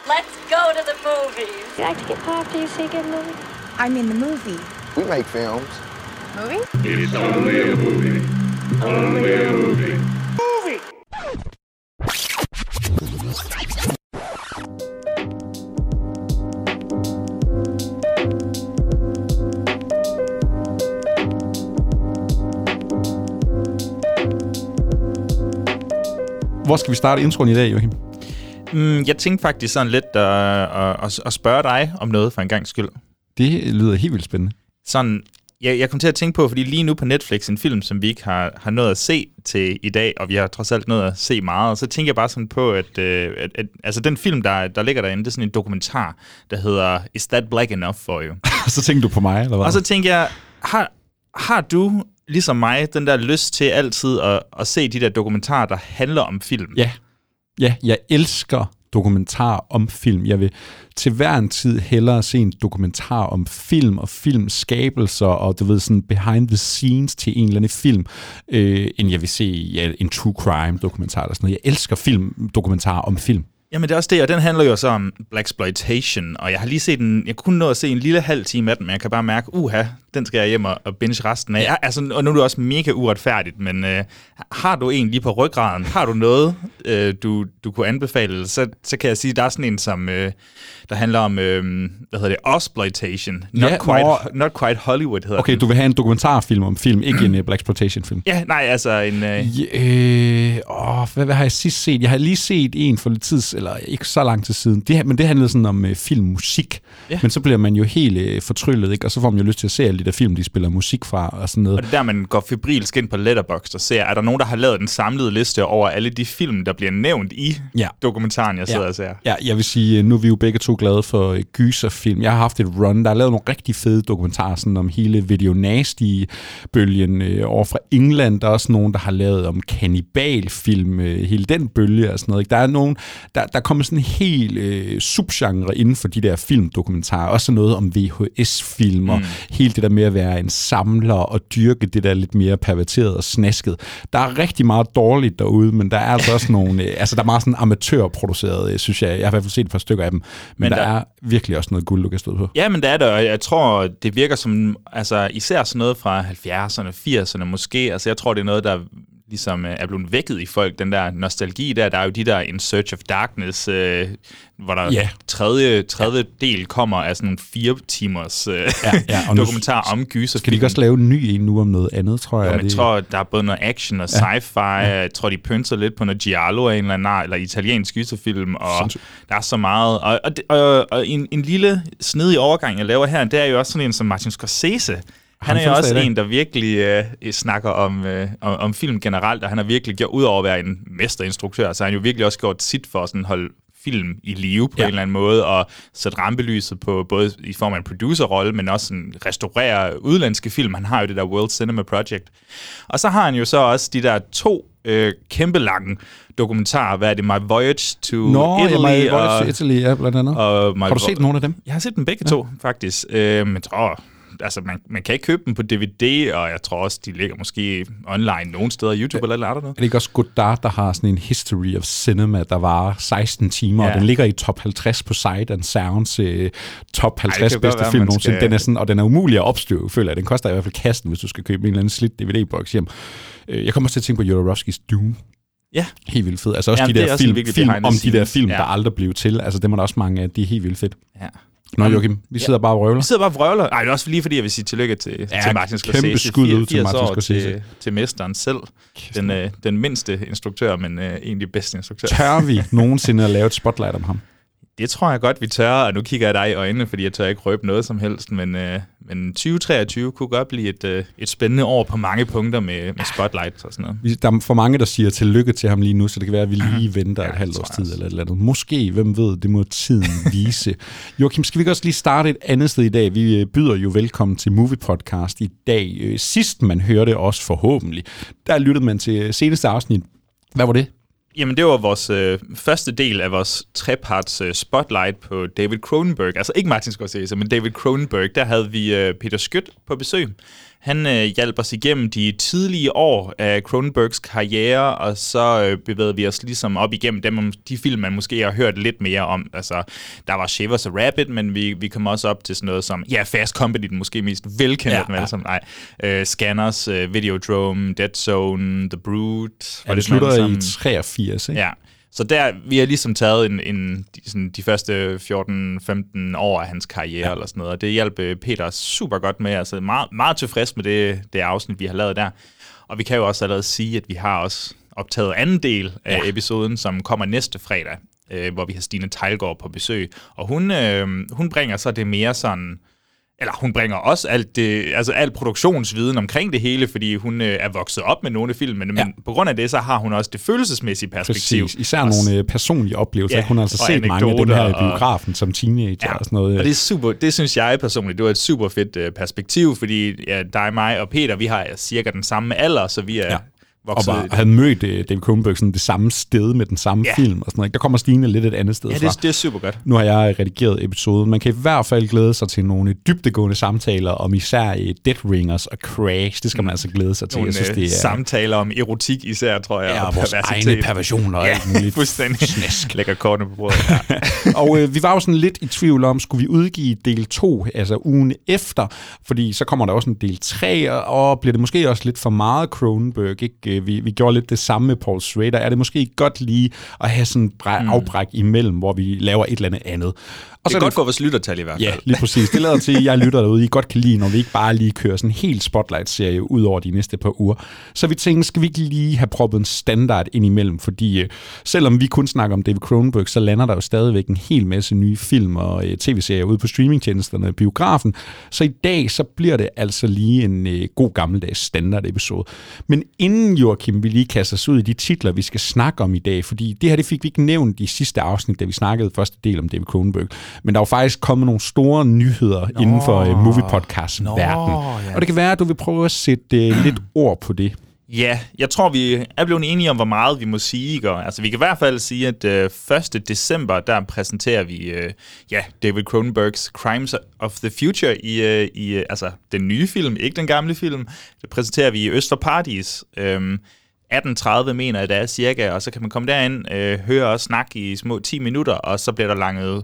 Let's go to the movies. You like to get pop? Do you see a good movie? I mean the movie. We make films. Movie? It's only a movie. Only a movie. Movie! Hvor skal vi starte introen i dag, Joachim? Jeg tænkte faktisk sådan lidt at spørge dig om noget for en gangs skyld. Det lyder helt vildt spændende. Sådan, jeg kom til at tænke på, fordi lige nu på Netflix, en film, som vi ikke har nået at se til i dag, og vi har trods alt nået at se meget, og så tænker jeg bare sådan på, at altså den film, der ligger derinde, det er sådan en dokumentar, der hedder Is That Black Enough For You? Så tænker du på mig, eller hvad? Og så tænker jeg, har du ligesom mig den der lyst til altid at se de der dokumentarer, der handler om film? Ja, jeg elsker dokumentar om film. Jeg vil til hver en tid hellere se en dokumentar om film og filmskabelser og du ved sådan behind the scenes til en eller anden film, end jeg vil se en true crime dokumentar eller sådan noget. Jeg elsker dokumentarer om film. Jamen det er også det, og den handler jo så om blaxploitation, og jeg har lige set jeg kunne nå at se en lille halv time af den, men jeg kan bare mærke, den skal jeg hjem og binge resten af. Ja. Altså, og nu er det også mega uretfærdigt, men har du en lige på ryggraden? Har du noget, du kunne anbefale? Så kan jeg sige, der er sådan en, som der handler om, Osploitation. Not quite Hollywood hedder Okay, den. du vil have en dokumentarfilm om film, ikke en blaxploitation-film? Ja, nej, altså en... Hvad har jeg sidst set? Jeg har lige set en for lidt tid, eller ikke så lang tid siden. Men det handlede sådan om filmmusik. Ja. Men så bliver man jo helt fortryllet, ikke? Og så får man jo lyst til at se alle de der film, de spiller musik fra og sådan noget. Og det der, man går febrilsk ind på Letterboxd og ser, er der nogen, der har lavet en samlet liste over alle de film, der bliver nævnt i dokumentaren, jeg sidder og ser? Ja, jeg vil sige, nu er vi jo begge to glade for gyserfilm. Jeg har haft et run, der er lavet nogle rigtig fede dokumentarer sådan om hele Video Nasty-bølgen over fra England. Der er også nogen, der har lavet om kannibalfilm, hele den bølge og sådan noget. Der er nogen, der kommer sådan en hel subgenre inden for de der filmdokumentarer. Også noget om VHS-film og hele det der med at være en samler og dyrke det der lidt mere perverteret og snasket. Der er rigtig meget dårligt derude, men der er altså også nogle... der er meget sådan amatørproduceret, synes jeg. Jeg har i hvert fald set et par stykker af dem. Men der er virkelig også noget guld, du kan stå på. Ja, men der er der, og jeg tror, det virker som... Altså, især sådan noget fra 70'erne, 80'erne måske. Altså, jeg tror, det er noget, der ligesom er blevet vækket i folk, den der nostalgi der. Der er jo de der In Search of Darkness, hvor der tredje del kommer af sådan nogle 4 timers dokumentar om gyser. Skal de ikke også lave en ny en nu om noget andet, tror jeg? Jeg tror, der er både noget action og sci-fi. Jeg tror, de pynser lidt på noget giallo af en eller anden eller italiensk gyserfilm, og der er så meget. Og en lille snedig overgang, jeg laver her, det er jo også sådan en som Martin Scorsese. Han er jo også en, der virkelig snakker om film generelt, og han har virkelig gjort, ud over at være en mesterinstruktør, så har han jo virkelig også gjort sit for at sådan holde film i live på en eller anden måde, og sætte rampelyset på både i form af en producerrolle, men også sådan restaurere udlandske film. Han har jo det der World Cinema Project. Og så har han jo så også de der 2 kæmpe lange dokumentarer. Hvad er det? My Voyage to Italy. My Voyage to Italy, ja, blandt andet. Har du set nogle af dem? Jeg har set dem begge to, faktisk. Men altså, man kan ikke købe dem på DVD, og jeg tror også, de ligger måske online nogle steder, YouTube eller noget. Er det ikke også Godard, der har sådan en history of cinema, der var 16 timer, og den ligger i top 50 på Sight and Sounds top 50 bedste film nogensinde. Den er sådan, og den er umulig at opstøve, føler jeg. Den koster i hvert fald kassen, hvis du skal købe en eller anden slidt DVD-boks hjem. Jeg kommer også til at tænke på Jodorowskys Dune. Ja. Helt vildt fedt. Altså også de der film om de der film, der aldrig blev til. Altså dem er der også mange af, de er helt vildt fedt. Ja. Nå, Joachim, vi sidder bare og vrøvler. Vi sidder bare og vrøvler. Nej, det er også lige fordi, jeg vil sige tillykke til Martin Scorsese. Kæmpe skud ud til Martin Scorsese. Til mesteren selv. Den mindste instruktør, men egentlig bedste instruktør. Tør vi nogensinde at lave et spotlight om ham? Det tror jeg godt, vi tør, og nu kigger jeg dig i øjnene, fordi jeg tør ikke røbe noget som helst, men 2023 kunne godt blive et spændende år på mange punkter med spotlights og sådan noget. Der er for mange, der siger tillykke til ham lige nu, så det kan være, at vi lige venter et halvt års tid eller et eller andet. Måske, hvem ved, det må tiden vise. Joachim, skal vi ikke også lige starte et andet sted i dag? Vi byder jo velkommen til Movie Podcast i dag. Sidst man hørte os forhåbentlig, der lyttede man til seneste afsnit. Hvad var det? Jamen, det var vores første del af vores treparts spotlight på David Cronenberg. Altså ikke Martin Scorsese, men David Cronenberg. Der havde vi Peter Skødt på besøg. Han hjalp os igennem de tidlige år af Cronenbergs karriere, og så bevægede vi os ligesom op igennem de film, man måske har hørt lidt mere om. Altså, der var Shivers og Rabbit, men vi kom også op til sådan noget som, Fast Company, den måske mest velkendte, Scanners, Videodrome, Dead Zone, The Brood. Ja, det slutter i 83, ikke? Ja. Så der, vi har ligesom taget sådan de første 14-15 år af hans karriere eller sådan noget, og det hjalp Peter super godt med, altså meget, meget tilfreds med det afsnit, vi har lavet der. Og vi kan jo også allerede sige, at vi har også optaget anden del af episoden, som kommer næste fredag, hvor vi har Stine Teilgaard på besøg, og hun bringer så det mere sådan, eller hun bringer også al produktionsviden omkring det hele, fordi hun er vokset op med nogle af filmene, men på grund af det, så har hun også det følelsesmæssige perspektiv. Præcis, især nogle personlige oplevelser. Hun har altså set mange af dem her i biografen som teenager og sådan noget. Og det er super, det synes jeg personligt, det var et super fedt perspektiv, fordi dig, mig og Peter, vi har cirka den samme alder, så vi er... Og havde mødt David Cronenberg sådan det samme sted med den samme film og sådan noget. Der kommer Stine lidt et andet sted fra. Ja, det er super godt. Nu har jeg redigeret episoden. Man kan i hvert fald glæde sig til nogle dybdegående samtaler om især Dead Ringers og Crash. Det skal man altså glæde sig til. Nogle jeg synes, det er samtaler om erotik især, tror jeg. Ja, og vores egne perversioner og alt muligt. Fuldstændig. Snask. Lægger kortene på bordet. Ja. Og vi var jo sådan lidt i tvivl om, skulle vi udgive del 2, altså ugen efter, fordi så kommer der også en del 3, og bliver det måske også lidt for meget Cronenberg, ikke? Vi gjorde lidt det samme med Paul Schrader. Er det måske godt lige at have sådan en afbræk imellem, hvor vi laver et eller andet? Og det kan godt gå vores lyttertal i hvert fald. Ja, lige præcis. Det lader til, at jeg lytter derude, I godt kan lide, når vi ikke bare lige kører sådan en helt spotlight-serie ud over de næste par uger. Så vi tænkte, skal vi ikke lige have proppet en standard ind imellem, fordi selvom vi kun snakker om David Cronenberg, så lander der jo stadigvæk en hel masse nye film og tv-serier ude på streamingtjenesterne og biografen. Så i dag, så bliver det altså lige en god gammeldags standard-episode. Men inden, Joachim, vi lige kaster os ud i de titler, vi skal snakke om i dag, fordi det her, det fik vi ikke nævnt i sidste afsnit, da vi snakkede første del om David Cronenberg. Men der er jo faktisk kommet nogle store nyheder inden for movie-podcast-verdenen. Ja. Og det kan være, at du vil prøve at sætte lidt ord på det. Ja, jeg tror, vi er blevet enige om, hvor meget vi må sige. Ikke? Altså, vi kan i hvert fald sige, at 1. december, der præsenterer vi David Cronenbergs Crimes of the Future i altså den nye film, ikke den gamle film. Det præsenterer vi i Øst for Paradis. 18:30 mener jeg, det er cirka, og så kan man komme derind, høre og snakke i små 10 minutter, og så bliver der langet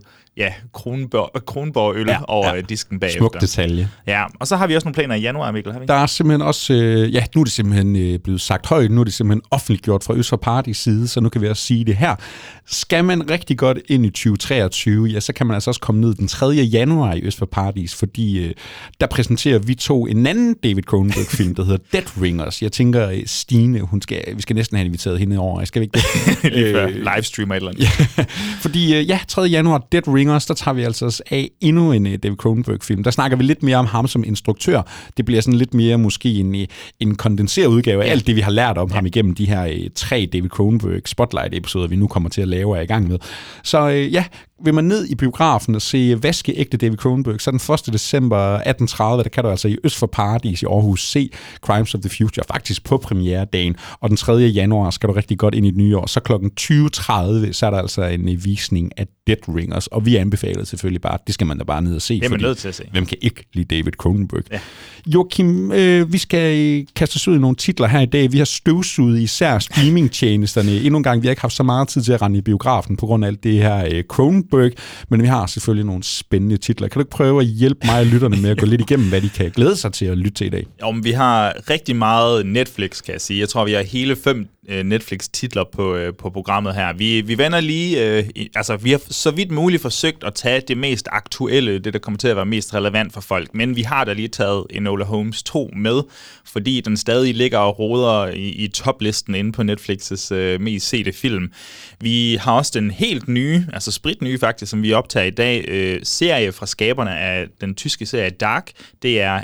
Kronborg-øl over disken bagefter. Smuk detalje. Ja, og så har vi også nogle planer i januar, Mikkel, har vi ikke? Der er simpelthen også, nu er det simpelthen blevet sagt højt, nu er det simpelthen offentliggjort fra Øst for Paradis side, så nu kan vi også sige det her. Skal man rigtig godt ind i 2023, ja, så kan man altså også komme ned den 3. januar i Øst for Paradis, fordi der præsenterer vi to en anden David Cronenberg-film, der hedder Dead Ringers. Jeg tænker, Stine, vi skal næsten have inviteret hende over, skal vi ikke det? Lige før livestreamer et eller andet. Fordi 3. januar, Dead Ringers, der tager vi altså af endnu en David Cronenberg-film. Der snakker vi lidt mere om ham som instruktør. Det bliver sådan lidt mere måske en kondenseret udgave af alt det, vi har lært om ham igennem de her 3 David Cronenberg Spotlight-episoder, vi nu kommer til at lave og er i gang med. Så vil man ned i biografen og se vaskeægte David Cronenberg, så den 1. december 18:30, der kan du altså i Øst for Paradis i Aarhus se Crimes of the Future, faktisk på premieredagen. Og den 3. januar skal du rigtig godt ind i et nye år. Så kl. 20:30, så er der altså en visning af Dead Ringers. Og vi anbefaler selvfølgelig bare, det skal man da bare ned og se. Det er man nødt til at se. Hvem kan ikke lide David Cronenberg? Ja. Joachim, vi skal kaste os ud i nogle titler her i dag. Vi har støvsuget især streamingtjenesterne. Endnu en gang, vi har ikke haft så meget tid til at rende i biografen på grund af alt det her Cronenberg, men vi har selvfølgelig nogle spændende titler. Kan du ikke prøve at hjælpe mig og lytterne med at gå lidt igennem, hvad de kan glæde sig til at lytte til i dag? Jo, men vi har rigtig meget Netflix, kan jeg sige. Jeg tror, vi har hele 5 Netflix-titler på programmet her. Vi vender lige, vi har så vidt muligt forsøgt at tage det mest aktuelle, det der kommer til at være mest relevant for folk, men vi har da lige taget Enola Holmes 2 med, fordi den stadig ligger og roder i toplisten inde på Netflix's mest sete film. Vi har også den helt nye, altså spritnye faktisk, som vi optager i dag, serie fra skaberne af den tyske serie Dark. Det er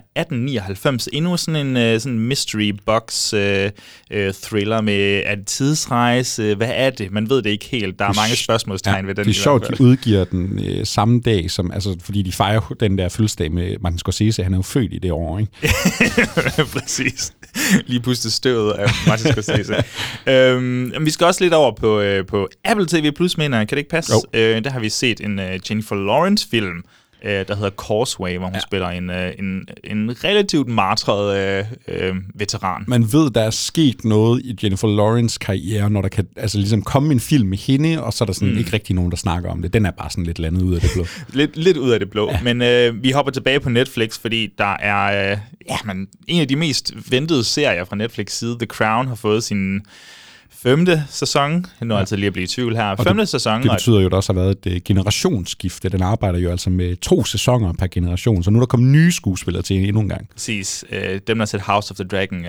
1899, endnu sådan en mystery box thriller med at tidsrejse. Hvad er det? Man ved det ikke helt. Der er mange spørgsmålstegn ved den. Det er sjovt, de udgiver den samme dag, som, altså, fordi de fejrer den der fødselsdag med Martin Scorsese. Han er jo født i det år, ikke? Præcis. Lige pustet støvet af Martin Scorsese. Vi skal også lidt over på Apple TV Plus, mener jeg. Kan det ikke passe? Der har vi set en Jennifer Lawrence-film. der hedder Causeway, hvor hun spiller en relativt martret veteran. Man ved, der er sket noget i Jennifer Lawrence karriere, når der kan ligesom komme en film med hende, og så er der sådan ikke rigtig nogen, der snakker om det. Den er bare sådan lidt landet ud af det blå. lidt ud af det blå. Ja. Men vi hopper tilbage på Netflix, fordi der er en af de mest ventede serier fra Netflix side. The Crown har fået sin 5. sæson. Jeg når altså lige at blive i tvivl her. 5. sæson. Det betyder jo, at der også har været et generationsskifte. Den arbejder jo altså med 2 sæsoner per generation, så nu er der kommet nye skuespillere til endnu en gang. Præcis. Dem, der har set House of the Dragon,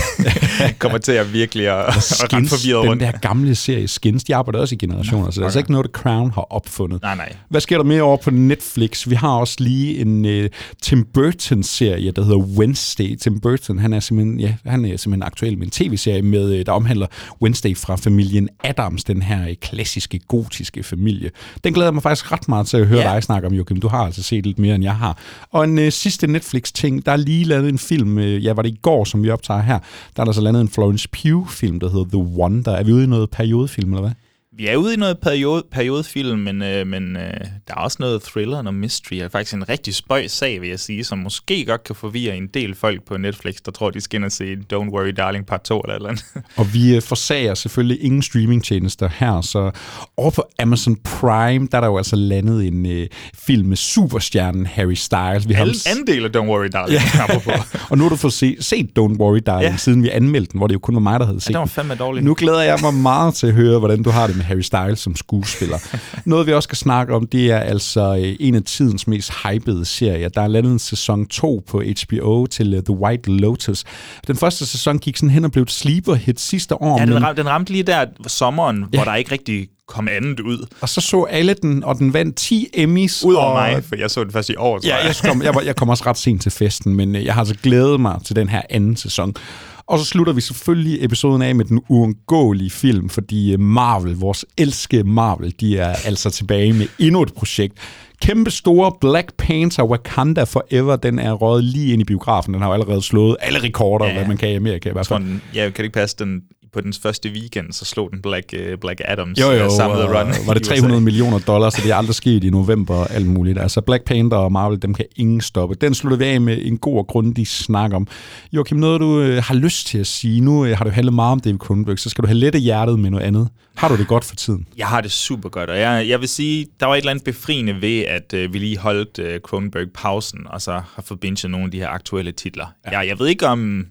kommer til at virkelig at rende forvirret rundt. Den der gamle serie Skins, de arbejder også i generationer, så det er altså ikke noget, The Crown har opfundet. Nej. Hvad sker der mere over på Netflix? Vi har også lige en Tim Burton-serie, der hedder Wednesday. Tim Burton, han er simpelthen aktuel med en tv-serie, der omhandler Wednesday fra familien Addams, den her klassiske, gotiske familie. Den glæder jeg mig faktisk ret meget til at høre dig snakke om, Joachim. Du har altså set lidt mere, end jeg har. Og en sidste Netflix-ting, der er lige lavet en film, var det i går, som vi optager her, der er der så landet en Florence Pugh-film, der hedder The Wonder. Er vi ude i noget periodefilm, eller hvad? Vi er ude i noget periodefilm, men der er også noget thriller og mystery. Det er faktisk en rigtig spøjs sag, vil jeg sige, som måske godt kan forvirre en del folk på Netflix, der tror, de skal ind og se Don't Worry Darling part 2 eller andet. Og vi forsager selvfølgelig ingen streamingtjenester her, så over på Amazon Prime, der er der jo altså landet en film med superstjernen Harry Styles. Vi har anden del af Don't Worry Darling. Ja. Og nu har du fået set Don't Worry Darling, siden vi anmeldte den, hvor det jo kun var mig, der havde set den. Det var fandme dårligt. Nu glæder jeg mig meget til at høre, hvordan du har det med Harry Styles som skuespiller. Noget, vi også skal snakke om, det er altså en af tidens mest hypede serier. Der er landet en sæson 2 på HBO til The White Lotus. Den første sæson gik sådan hen og blev et sleeper-hit sidste år. Ja, den ramte lige der sommeren, hvor der ikke rigtig kom andet ud. Og så alle den, og den vandt 10 Emmys. Udover mig, for jeg så den først i år, tror jeg. Jeg kom også ret sent til festen, men jeg har altså glædet mig til den her anden sæson. Og så slutter vi selvfølgelig episoden af med den uundgåelige film, fordi Marvel, vores elskede Marvel, de er altså tilbage med endnu et projekt. Kæmpe store Black Panther Wakanda Forever, den er røget lige ind i biografen. Den har jo allerede slået alle rekorder, hvad man kan i Amerika i hvert fald. Kan det ikke passe, den på den første weekend, så slog den Black Adams samlede run. Var det $300 million, så det er aldrig sket i november og alt muligt. Altså Black Panther og Marvel, dem kan ingen stoppe. Den slutter vi af med en god og grundig snak om. Joachim, noget du har lyst til at sige, nu har du handlet meget om David Cronenberg, så skal du have lette hjertet med noget andet. Har du det godt for tiden? Jeg har det super godt, og jeg vil sige, der var et eller andet befriende ved, at vi lige holdt Cronenberg-pausen, og så har forbindet nogle af de her aktuelle titler. Ja. Jeg ved ikke om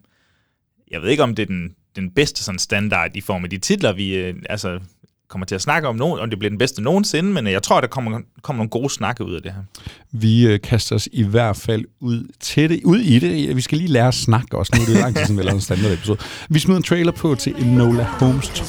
det er den bedste sådan standard i form af de titler, vi kommer til at snakke om det bliver den bedste nogensinde, men jeg tror, der kommer nogle gode snakke ud af det her. Vi kaster os i hvert fald ud i det. Vi skal lige lære at snakke også nu. Det er lang tid siden, vi lavede en standard episode. Vi smider en trailer på til Enola Holmes 2.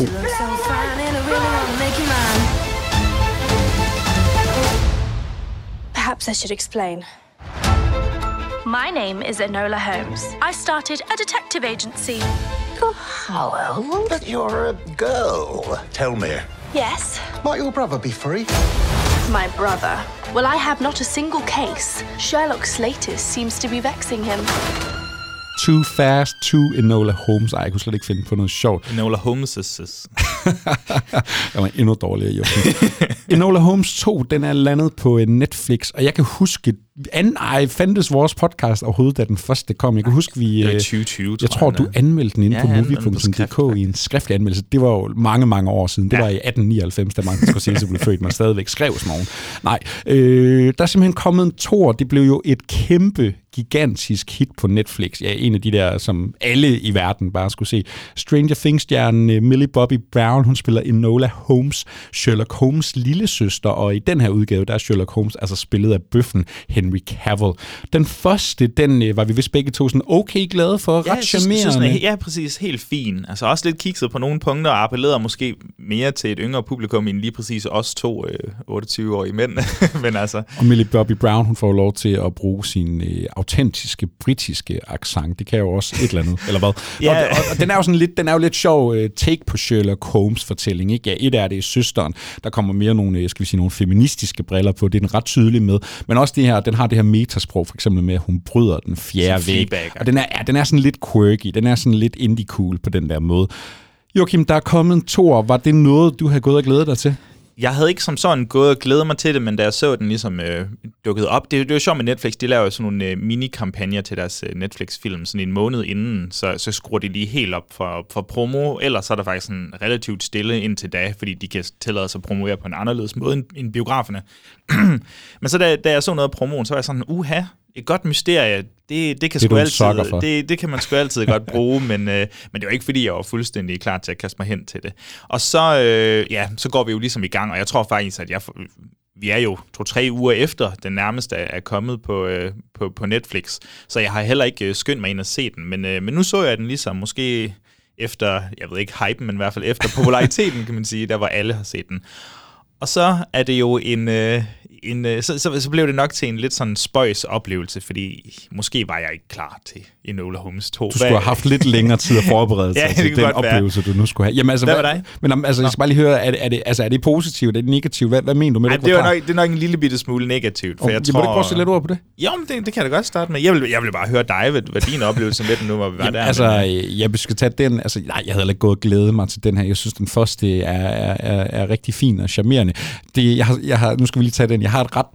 Perhaps I should explain. My name is Enola Holmes. I started a detective agency. Oh, well, but you're a girl. Tell me. Yes. Might your brother be free? My brother. Well, I have not a single case. Sherlock's latest seems to be vexing him. Too Fast, Too Enola Holmes. Ej, jeg kunne slet ikke finde på noget sjovt. Enola Holmes. Det var endnu dårligere, Joachim. Enola Holmes 2, den er landet på Netflix, og jeg kan huske, fandtes vores podcast overhovedet, da den første kom. Jeg kan huske, vi... Det var 2020, jeg tror, du anmeldte den inde på movie.dk i en skriftlig anmeldelse. Det var jo mange, mange år siden. Det var i 1899, da Martin Scorsese blev født, man stadigvæk skrev sådan nogen. Nej, der er simpelthen kommet en toer. Det blev jo et kæmpe, gigantisk hit på Netflix. Ja, en af de der, som alle i verden bare skulle se. Stranger Things-stjernen Millie Bobby Brown, hun spiller Enola Holmes, Sherlock Holmes' lillesøster, og i den her udgave, der er Sherlock Holmes altså spillet af bøffen Henry Cavill. Den første, den var vi vist begge to sådan okay glade for, ret charmerende. Ja, præcis, helt fin. Altså også lidt kikset på nogle punkter og appellerede måske mere til et yngre publikum end lige præcis os to 28-årige mænd. Men altså. Og Millie Bobby Brown, hun får lov til at bruge sin autentiske britiske accent. Det kan jo også et eller andet, eller hvad? Ja. Og den er jo sådan lidt, lidt sjov take på Sherlock Holmes fortælling, ikke? Ja, et af det er søsteren. Der kommer mere nogle, nogle feministiske briller på. Det er den ret tydelig med. Men også det her, den har det her metasprog, for eksempel med, at hun bryder den fjerde væg. Og den er sådan lidt quirky. Den er sådan lidt indie-cool på den der måde. Joachim, der er kommet en toer. Var det noget, du har gået og glædet dig til? jeg havde ikke som sådan gået og glædet mig til det, men da jeg så den ligesom dukket op, det er jo sjovt med Netflix, de laver jo sådan nogle mini-kampagner til deres Netflix-film, sådan en måned inden, så skruer de lige helt op for promo, ellers er der faktisk sådan relativt stille indtil da, fordi de kan tillade sig at promovere på en anderledes måde end biograferne. Men så da jeg så noget af promoen, så var jeg sådan, et godt mysterie, det kan sgu altid, det kan man sgu altid godt bruge, men det var ikke fordi, jeg var fuldstændig klar til at kaste mig hen til det. Og så går vi jo ligesom i gang, og jeg tror faktisk, at vi er jo 2-3 uger efter, den nærmeste er kommet på Netflix, så jeg har heller ikke skyndt mig ind at se den, men nu så jeg den ligesom måske efter, jeg ved ikke hypen, men i hvert fald efter populariteten, kan man sige, der hvor alle har set den. Og så er det jo så blev det nok til en lidt sådan spøjs oplevelse, fordi måske var jeg ikke klar til Enola Holmes 2. Du skulle have haft lidt længere tid at forberede sig til den oplevelse, du nu skulle have. Jamen, altså, hvad var dig? Men altså, jeg skal bare lige høre, er det positivt, er det negativt? Hvad mener du med det? Det er nok en lille bitte smule negativt, for jeg tror... Må du ikke prøve at sætte lidt ord på det? Jo, men det kan jeg da godt starte med. Jeg vil bare høre dig, hvad din oplevelse med den nu var. Jamen, der. Altså, jeg skal tage den... Altså, nej, jeg havde heller ikke gået og glæde mig til den her. Jeg synes, den første er rigtig fin og charmerende. Nu skal vi lige tage den. Jeg har et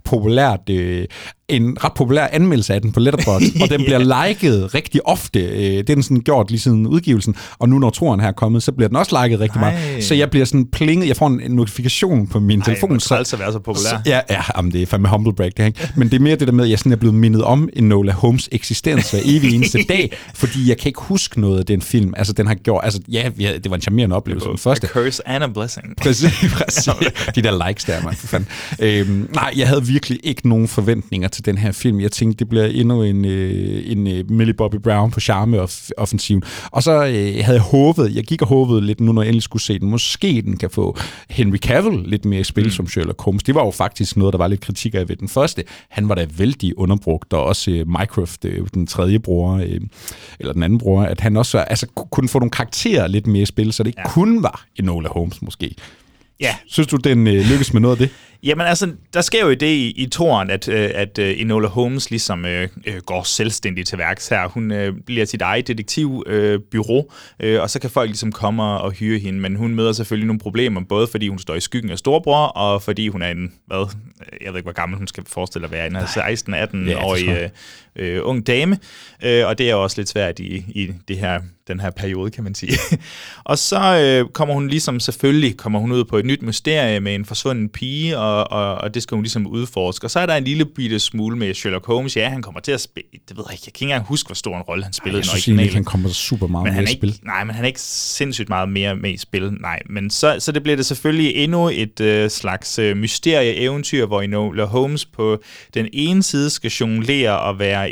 en ret populær anmeldelse af den på Letterboxd, og den bliver liket rigtig ofte. Det er den sådan gjort lige siden udgivelsen, og nu når toren her er kommet, så bliver den også liket rigtig meget. Så jeg bliver sådan plinget, jeg får en notifikation på min telefon. Så altså være så populær. Jamen, det er fandme humble brag, det her. Men det er mere det der med, at jeg sådan er blevet mindet om Enola Holmes eksistens hver evig eneste dag, fordi jeg kan ikke huske noget af den film. Altså, den har gjort... Altså, det var en charmerende oplevelse den første. A curse and a blessing. Præcis. De der likes der, man. For fanden. Nej, jeg havde virkelig ikke nogen forventninger til den her film. Jeg tænkte, det bliver endnu en Millie Bobby Brown på charme-offensiven. Og så havde jeg gik og håbede lidt nu, når jeg endelig skulle se den. Måske den kan få Henry Cavill lidt mere i spil som Sherlock Holmes. Det var jo faktisk noget, der var lidt kritik af ved den første. Han var da vældig underbrugt, og også Mycroft, den tredje bror, eller den anden bror, at han også kunne få nogle karakterer lidt mere i spil, så det ikke kun var Enola Holmes måske. Ja. Synes du, den lykkes med noget af det? Jamen altså, der sker jo det i toren, at Enola Holmes ligesom går selvstændigt til værks her. Hun bliver sit eget detektivbyrå, og så kan folk ligesom komme og hyre hende, men hun møder selvfølgelig nogle problemer, både fordi hun står i skyggen af storebror, og fordi hun er jeg ved ikke, hvor gammel hun skal forestille at være, en 16-18-årig ung dame, og det er jo også lidt svært i den her periode, kan man sige. Og så kommer hun ligesom, selvfølgelig kommer hun ud på et nyt mysterie med en forsvunden pige, og det skal hun ligesom udforske. Og så er der en lille bitte smule med Sherlock Holmes. Ja, han kommer til at spille, det ved jeg ikke engang huske, hvor stor en rolle han spillede. Jeg synes ikke, han kommer super meget med i spil. Nej, men han er ikke sindssygt meget mere med i spil. Nej, men så det bliver det selvfølgelig endnu et slags mysterie-eventyr, hvor Enola Holmes på den ene side skal jonglere og være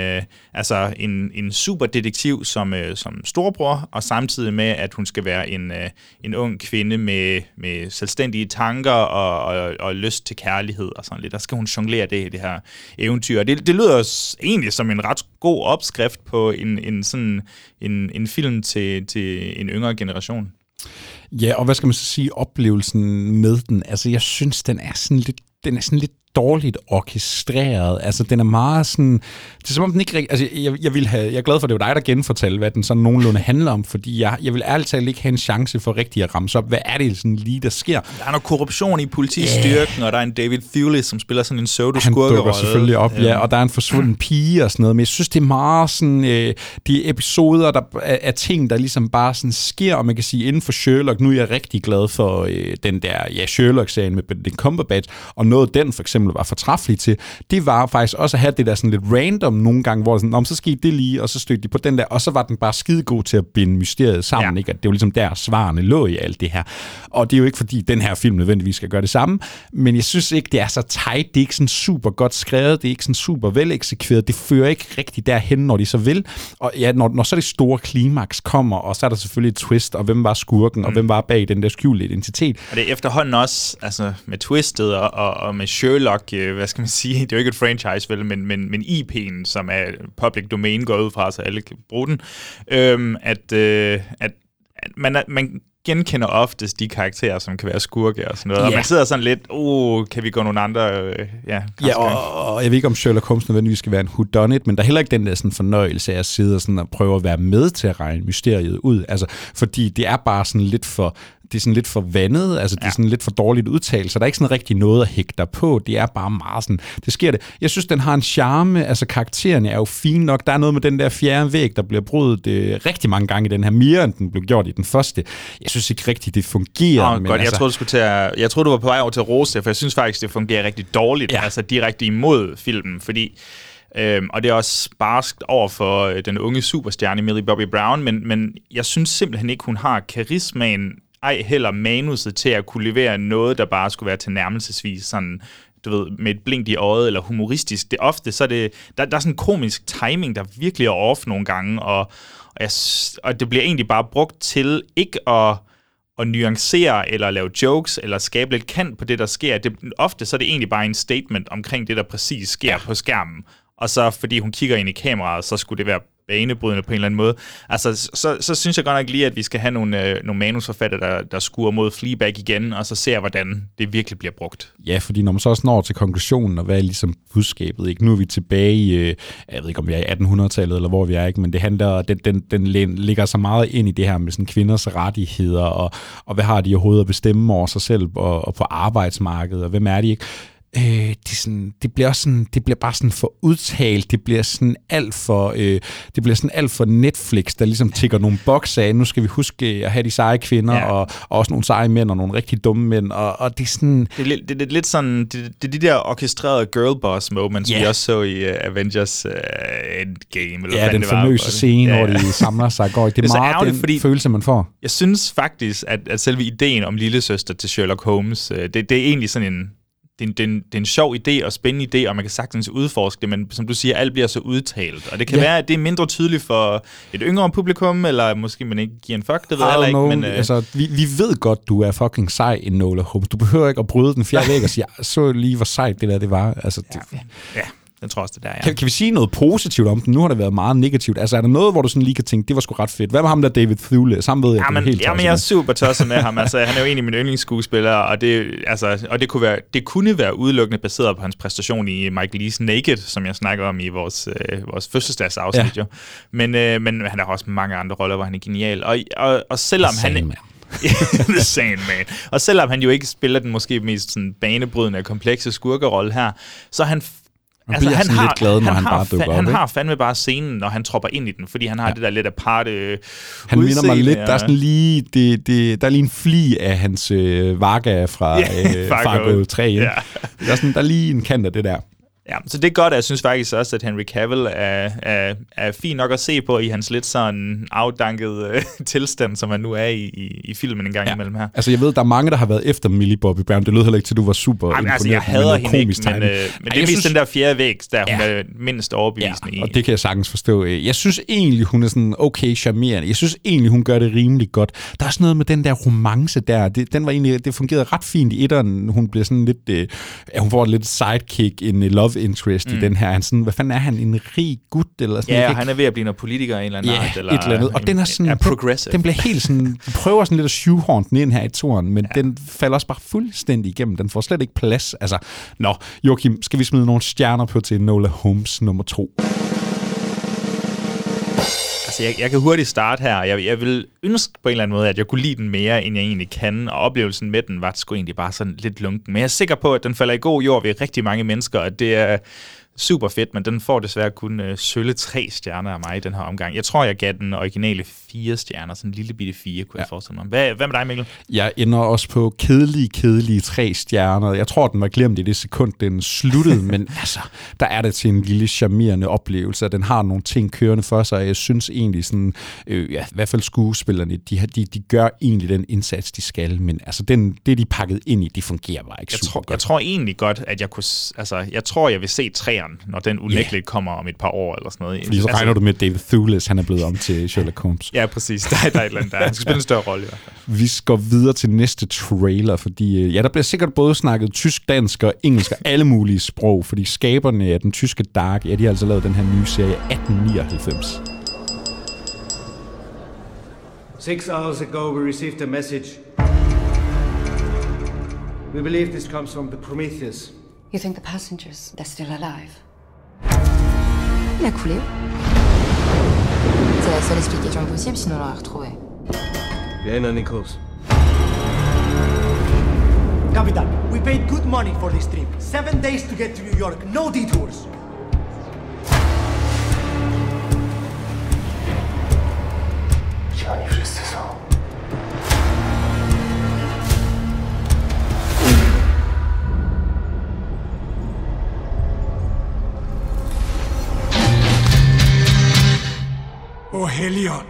en superdetektiv som storbror, og samtidig med, at hun skal være en ung kvinde med selvstændige tanker og lyst til kærlighed og sådan lidt. Der skal hun jonglere det her eventyr. Det lyder egentlig som en ret god opskrift på en film til en yngre generation. Ja, og hvad skal man så sige, oplevelsen med den? Altså, jeg synes, den er sådan lidt dårligt orkestreret. Altså, den er meget sådan... Det er som om den ikke... Altså, jeg er glad for, at det var dig, der genfortalte, hvad den sådan nogenlunde handler om, fordi jeg vil ærligt talt ikke have en chance for rigtig at ramse op. Hvad er det sådan lige, der sker? Der er noget korruption i politistyrken, og der er en David Thewlis, som spiller sådan en pseudo-skurkerolle. Han dukker selvfølgelig op, ja, og der er en forsvunden pige og sådan noget, men jeg synes, det er meget sådan... de episoder der er ting, der ligesom bare sådan sker, og man kan sige, inden for Sherlock, nu er jeg rigtig glad for den der Sherlock-serien med Benedict Cumberbatch, og noget den for eksempel var fortræffelig til, det var faktisk også at have det der sådan lidt random nogle gange, hvor sådan, så skete det lige, og så stødte de på den der, og så var den bare skidegod til at binde mysteriet sammen, ikke? At det var ligesom der svarene lå i alt det her. Og det er jo ikke fordi, den her film nødvendigvis skal gøre det samme, men jeg synes ikke, det er så tight, det er ikke sådan super godt skrevet, det er ikke sådan super veleksekveret, det fører ikke rigtig derhen, når de så vil. Og ja, når så det store klimaks kommer, og så er der selvfølgelig et twist, og hvem var skurken, og hvem var bag den der skjulte identitet. Og det er efterhånden også, altså med twistet og med Sherlock, hvad skal man sige, det er jo ikke et franchise, vel, men IP'en, som er public domain, går ud fra, så alle kan bruge den, at man genkender oftest de karakterer, som kan være skurke og sådan noget, og man sidder sådan lidt, kan vi gå nogle andre, og jeg ved ikke, om Sherlock Holmes nødvendigvis skal være en whodunit, men der er heller ikke den der sådan fornøjelse af at sidde og sådan og prøve at være med til at regne mysteriet ud, altså, fordi det er bare sådan lidt for det er sådan lidt for vandet, altså det er sådan lidt for dårligt udtalt, så der er ikke sådan rigtig noget at hægte der på. Det er bare meget sådan, det sker det. Jeg synes, den har en charme, altså karaktererne er jo fine nok. Der er noget med den der fjerde væg, der bliver brudt rigtig mange gange i den her, mere end den blev gjort i den første. Jeg synes ikke rigtigt, det fungerer. Men godt, altså, jeg troede, du var på vej over til rose, for jeg synes faktisk, det fungerer rigtig dårligt, altså direkte imod filmen, fordi og det er også barskt over for den unge superstjerne Millie Bobby Brown, men jeg synes simpelthen ikke, hun har karismaen, ej heller manuset til at kunne levere noget, der bare skulle være tilnærmelsesvis sådan, du ved, med et blink i øjet eller humoristisk. Det ofte så er det der er sådan en komisk timing, der virkelig er off nogle gange, og det bliver egentlig bare brugt til ikke at nuancere eller lave jokes eller skabe lidt kant på det, der sker. Ofte så er det egentlig bare en statement omkring det, der præcis sker på skærmen. Og så fordi hun kigger ind i kameraet, så skulle det være banebrydende på en eller anden måde. Altså, så synes jeg godt nok lige, at vi skal have nogle manusforfattere, der skuer mod Fleabag igen, og så ser, hvordan det virkelig bliver brugt. Ja, fordi når man så også når til konklusionen, og hvad er ligesom budskabet, ikke? Nu er vi tilbage i, jeg ved ikke, om vi er i 1800-tallet, eller hvor vi er, ikke? Men det handler, den ligger så meget ind i det her med sådan kvinders rettigheder, og hvad har de overhovedet at bestemme over sig selv, og på arbejdsmarkedet, og hvem er de, ikke? Det bliver bare sådan for udtalt. Det bliver sådan alt for Netflix, der ligesom tikker nogle boks af. Nu skal vi huske at have de seje kvinder og også nogle seje mænd og nogle rigtig dumme mænd. Og det er sådan. Det er lidt sådan. Det er de der orkestrerede girlboss moments, vi også så i Avengers Endgame. Eller den famøse scene, hvor de samler sig og går. Det er meget den følelse, man får. Jeg synes faktisk, at selve ideen om lillesøster til Sherlock Holmes, det er egentlig sådan en. Det er en sjov idé og spændende idé, og man kan sagtens udforske det, men som du siger, alt bliver så udtalt. Og det kan være, at det er mindre tydeligt for et yngre publikum, eller måske man ikke giver en fuck, det ved jeg ikke. Men, altså, vi ved godt, du er fucking sej i Enola Holmes. Du behøver ikke at bryde den fjerde væg og sige, så lige hvor sejt det var. Altså, jeg tror også, det der, Kan vi sige noget positivt om den? Nu har det været meget negativt. Altså, er der noget, hvor du sådan lige kan tænke, det var sgu ret fedt? Hvad med ham der David Thewlis? Ham ved jeg, men jeg er super tosset med ham. Altså, han er jo en af mine yndlingsskuespillere, og det kunne være udelukkende baseret på hans præstation i Mike Lees Naked, som jeg snakker om i vores fødselsdagsafsnit. Jo. Men han har også mange andre roller, hvor han er genial. Og selvom han The Same Man. Og selvom han jo ikke spiller den måske mest sådan banebrydende og komplekse skurkerolle her, så han han har fandme bare scenen, når han tropper ind i den, fordi han har det der lidt aparte han minder mig lidt, der er sådan lige der er lige en fli af hans Varga fra Fargo 3. Ja. Der er lige en kant af det der. Ja, så det er godt, og jeg synes faktisk også, at Henry Cavill er fin nok at se på i hans lidt sådan afdankede tilstand, som han nu er i filmen en gang imellem her. Altså jeg ved, der er mange, der har været efter Millie Bobby Brown. Det lød heller ikke til, du var super imponeret. Altså jeg hader hende ikke, men det er mest den der fjerde væg, der hun er mindst overbevisende i. Og det kan jeg sagtens forstå. Jeg synes egentlig, hun er sådan okay charmerende. Jeg synes egentlig, hun gør det rimelig godt. Der er også noget med den der romance der. Det fungerede ret fint i etteren. Hun bliver sådan lidt, hun får lidt sidekick, en love interest i den her. Han sådan, hvad fanden er han? En rig gut? Eller sådan ja, han er ved at blive noget politiker i en eller anden art. Eller et eller andet. Og den er sådan, progressive. Den bliver helt sådan, prøver sådan lidt at shoehorn den ind her i toren, men den falder også bare fuldstændig igennem. Den får slet ikke plads. Altså, Joachim, skal vi smide nogle stjerner på til Enola Holmes nummer 2? Altså, jeg kan hurtigt starte her. Jeg vil ønske på en eller anden måde, at jeg kunne lide den mere, end jeg egentlig kan, og oplevelsen med den var sgu egentlig bare sådan lidt lunken. Men jeg er sikker på, at den falder i god jord ved rigtig mange mennesker, og det er super fedt, men den får desværre kun sølle 3 stjerner af mig i den her omgang. Jeg tror, jeg gav den originale 4 stjerner, sådan en lille bitte 4, kunne jeg forestille mig. Hvad med dig, Mikkel? Jeg ender også på kedelige 3 stjerner. Jeg tror, den var glemt i det sekund, den sluttede, men altså, der er det til en lille charmerende oplevelse, at den har nogle ting kørende for sig, og jeg synes egentlig sådan, i hvert fald skuespillerne, de gør egentlig den indsats, de skal, men altså, det de pakket ind i, det fungerer bare ikke super godt. Jeg tror egentlig godt, at jeg kunne, altså, jeg tror, jeg vil se 3'eren, når den unægteligt kommer om et par år eller sådan noget. Fordi så regner du med, at David Thewlis, han er blevet om til Sherlock Holmes. Ja, præcis. Der er et eller andet der. Han skal spille en større rolle i hvert fald. Vi skal videre til næste trailer, fordi der bliver sikkert både snakket tysk, dansk og engelsk og alle mulige sprog, fordi skaberne af den tyske Dark, de har altså lavet den her nye serie 1899. 6 hours ago we received a message. We believe this comes from the Prometheus. You think the passengers, they're still alive? Il a coulé. C'est la seule explication possible, sinon on l'aurait retrouvé. Wir ändern den Kurs. Capitan, we paid good money for this trip. 7 days to get to New York, no detours. Gdzie oni wszyscy są? O Helligånd.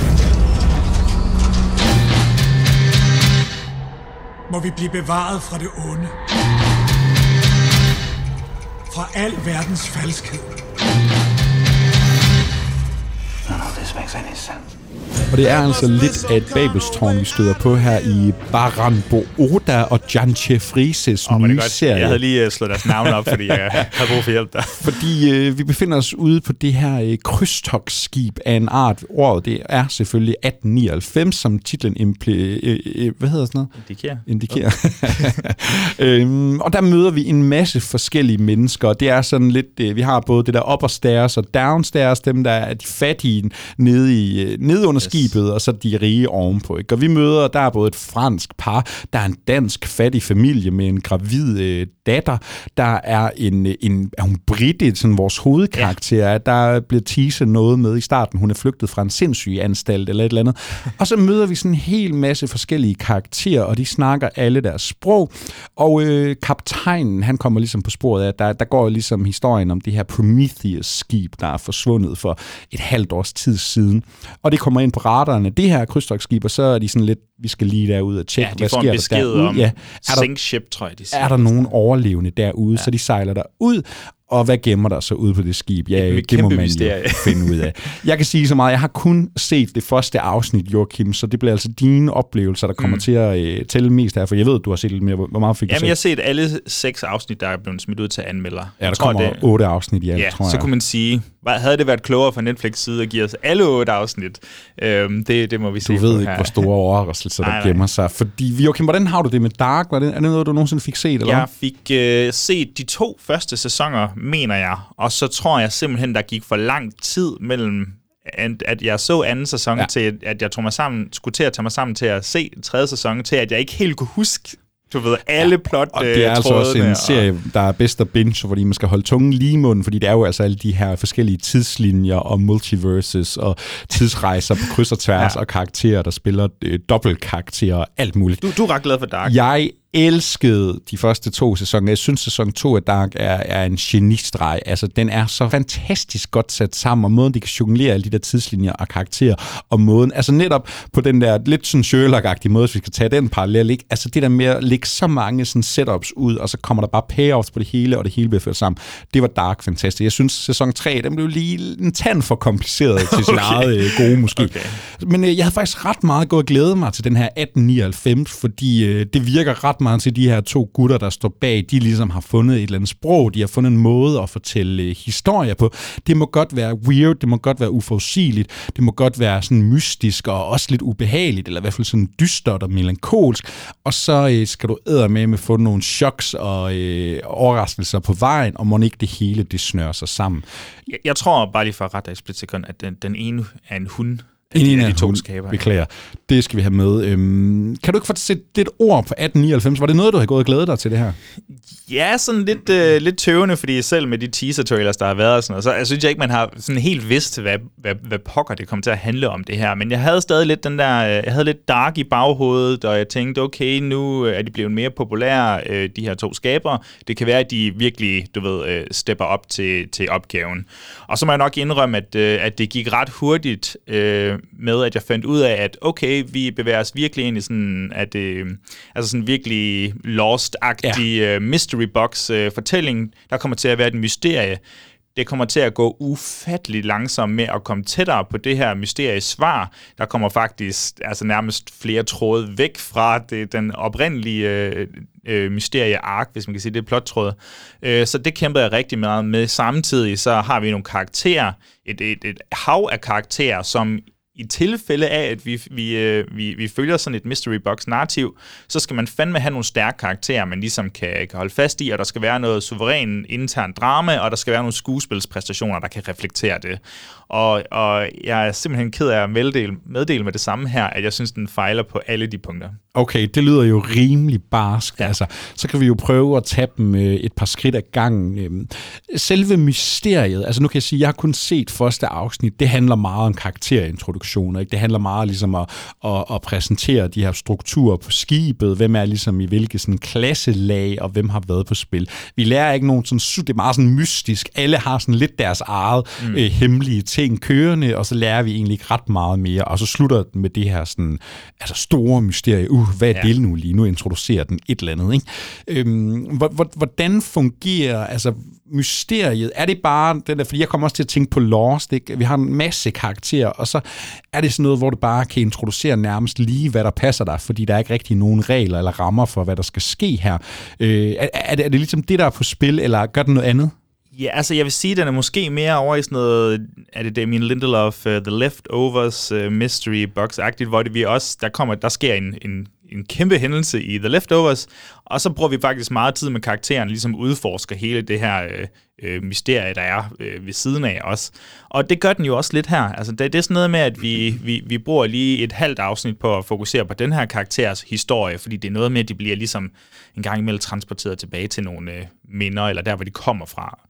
Må vi blive bevaret fra det onde. Fra al verdens falskhed. None of this makes any sense. Og det er altså lidt af et Babelstårn, vi støder på her i Baran Booda og Jantje Frises nye serie. Jeg havde lige slået deres navn op, fordi jeg havde brug for hjælp der. Fordi vi befinder os ude på det her krydstogtskib af en art. Året, det er selvfølgelig 1899, som titlen hvad hedder sådan noget? Indikerer. Og der møder vi en masse forskellige mennesker, og det er sådan lidt, vi har både det der upperstairs og downstairs, dem der er de fattige nede under skibet, og så de rige ovenpå. Ikke? Og vi møder, der er både et fransk par, der er en dansk fattig familie med en gravid datter, der er er hun Britte, sådan vores hovedkarakter, der bliver teaset noget med i starten, hun er flygtet fra en sindssygeanstalt eller et eller andet. Og så møder vi sådan en hel masse forskellige karakterer, og de snakker alle deres sprog, og kaptajnen, han kommer ligesom på sporet af, der går ligesom historien om det her Prometheus-skib, der er forsvundet for et halvt års tid siden, og det kommer ind på radarerne, det her krydstogtskib, og så er de sådan lidt, vi skal lige derud og tjekke, hvad sker der derude. Ja, de får en besked om sink ship, tror jeg, de siger. Er der nogen overlevende derude, så de sejler derud, og hvad gemmer der så ude på det skib? Ja, det må man jo finde ud af. Jeg kan sige så meget, jeg har kun set det første afsnit, Joachim, så det bliver altså dine oplevelser, der kommer til at tælle mest her, for jeg ved, du har set lidt mere. Hvor meget fik du set? Jeg har set alle 6 afsnit, der er blevet smidt ud til anmelder. Ja, der kommer 8 afsnit i alt, tror jeg. Så kunne man sige, havde det været klogere fra Netflix side at give os alle 8 afsnit? Det må vi se. Du ved ikke, hvor store overraskelser der gemmer sig. Fordi, Joachim, hvordan har du det med Dark? Er det noget, du nogensinde fik set? Eller? Jeg fik set de 2 første sæsoner, mener jeg. Og så tror jeg simpelthen, der gik for lang tid mellem, at jeg så anden sæson, til at jeg skulle til at tage mig sammen til at se 3. sæson, til at jeg ikke helt kunne huske, du ved, alle plot. Og det er altså også en serie, der er bedst at binge, fordi man skal holde tungen lige i munden, fordi det er jo altså alle de her forskellige tidslinjer og multiverses og tidsrejser på kryds og tværs og karakterer, der spiller dobbeltkarakterer og alt muligt. Du er ret glad for Dark. Jeg elskede de første 2 sæsoner. Jeg synes, sæson 2 af Dark er en genistreg. Altså, den er så fantastisk godt sat sammen, og måden, de kan jonglere alle de der tidslinjer og karakterer, og måden, altså netop på den der lidt sådan Sherlock-agtige måde, hvis vi skal tage den parallel, ikke? Altså det der med at lægge så mange sådan setups ud, og så kommer der bare payoffs på det hele, og det hele bliver ført sammen. Det var Dark fantastisk. Jeg synes, sæson 3, den blev lige en tand for kompliceret til sin eget gode, måske. Okay. Men jeg havde faktisk ret meget gået og glæde mig til den her 1899, fordi det virker ret meget til de her 2 gutter, der står bag. De ligesom har fundet et eller andet sprog, de har fundet en måde at fortælle historier på. Det må godt være weird, det må godt være uforudsigeligt, det må godt være sådan mystisk og også lidt ubehageligt, eller i hvert fald sådan dystert og melankolsk. Og så skal du eddermame få nogle choks og overraskelser på vejen, og må ikke det hele, det snører sig sammen. Jeg tror bare lige for at rette et splitsekund, at den ene er en hund. En af de 2 skaber. Beklager. Det skal vi have med. Kan du ikke få sætte lidt ord på 1899? Var det noget, du havde gået og glædet dig til det her? Ja, sådan lidt tøvende, fordi selv med de teaser-trailers, der har været og sådan noget, så jeg synes ikke, man har sådan helt vidst, hvad pokker det kommer til at handle om det her. Men jeg havde stadig lidt jeg havde lidt Dark i baghovedet, og jeg tænkte, okay, nu er de blevet mere populære, de her 2 skabere. Det kan være, at de virkelig, stepper op til opgaven. Og så må jeg nok indrømme, at det gik ret hurtigt med, at jeg fandt ud af, at okay, vi bevæger os virkelig ind i sådan, altså sådan virkelig lost-agtig mystery box fortælling. Der kommer til at være et mysterie. Det kommer til at gå ufatteligt langsomt med at komme tættere på det her mysteriesvar. Der kommer faktisk nærmest flere tråde væk fra den oprindelige mysterie-ark, hvis man kan sige, det er plottråd. Så det kæmpede jeg rigtig meget med. Samtidig så har vi nogle karakterer, et hav af karakterer, som i tilfælde af, at vi følger sådan et mystery box narrativ, så skal man fandme have nogle stærke karakterer, man ligesom kan holde fast i, og der skal være noget suveræn intern drama, og der skal være nogle skuespilspræstationer, der kan reflektere det. Og jeg er simpelthen ked af at meddele med det samme her, at jeg synes, den fejler på alle de punkter. Okay, det lyder jo rimelig barsk. Ja. Altså, så kan vi jo prøve at tage dem et par skridt ad gangen. Selve mysteriet, altså nu kan jeg sige, at jeg har kun set første afsnit, det handler meget om karakterintroduktioner. Ikke? Det handler meget ligesom at præsentere de her strukturer på skibet, hvem er ligesom i hvilke sådan klasselag, og hvem har været på spil. Vi lærer ikke nogen sådan, det er meget sådan mystisk. Alle har sådan lidt deres eget hemmelige ting kørende, og så lærer vi egentlig ikke ret meget mere, og så slutter den med det her sådan, altså store mysterie. Hvad er det nu lige? Nu introducerer den et eller andet, ikke? Hvordan fungerer altså mysteriet? Er det bare den der, fordi jeg kommer også til at tænke på Lost, ikke? Vi har en masse karakterer, og så er det sådan noget, hvor du bare kan introducere nærmest lige, hvad der passer dig, fordi der er ikke rigtig nogen regler eller rammer for, hvad der skal ske her. Er det ligesom det, der er på spil, eller gør den noget andet? Ja, altså jeg vil sige, at den er måske mere over i sådan noget, er det Damien Lindelof, The Leftovers mystery box-agtigt, hvor det vi også, der sker en kæmpe hændelse i The Leftovers, og så bruger vi faktisk meget tid med karakteren, ligesom udforsker hele det her mysterie, der er ved siden af os. Og det gør den jo også lidt her. Altså det er sådan noget med, at vi bruger lige et halvt afsnit på at fokusere på den her karakters historie, fordi det er noget med, at de bliver ligesom en gang imellem transporteret tilbage til nogle minder, eller der, hvor de kommer fra.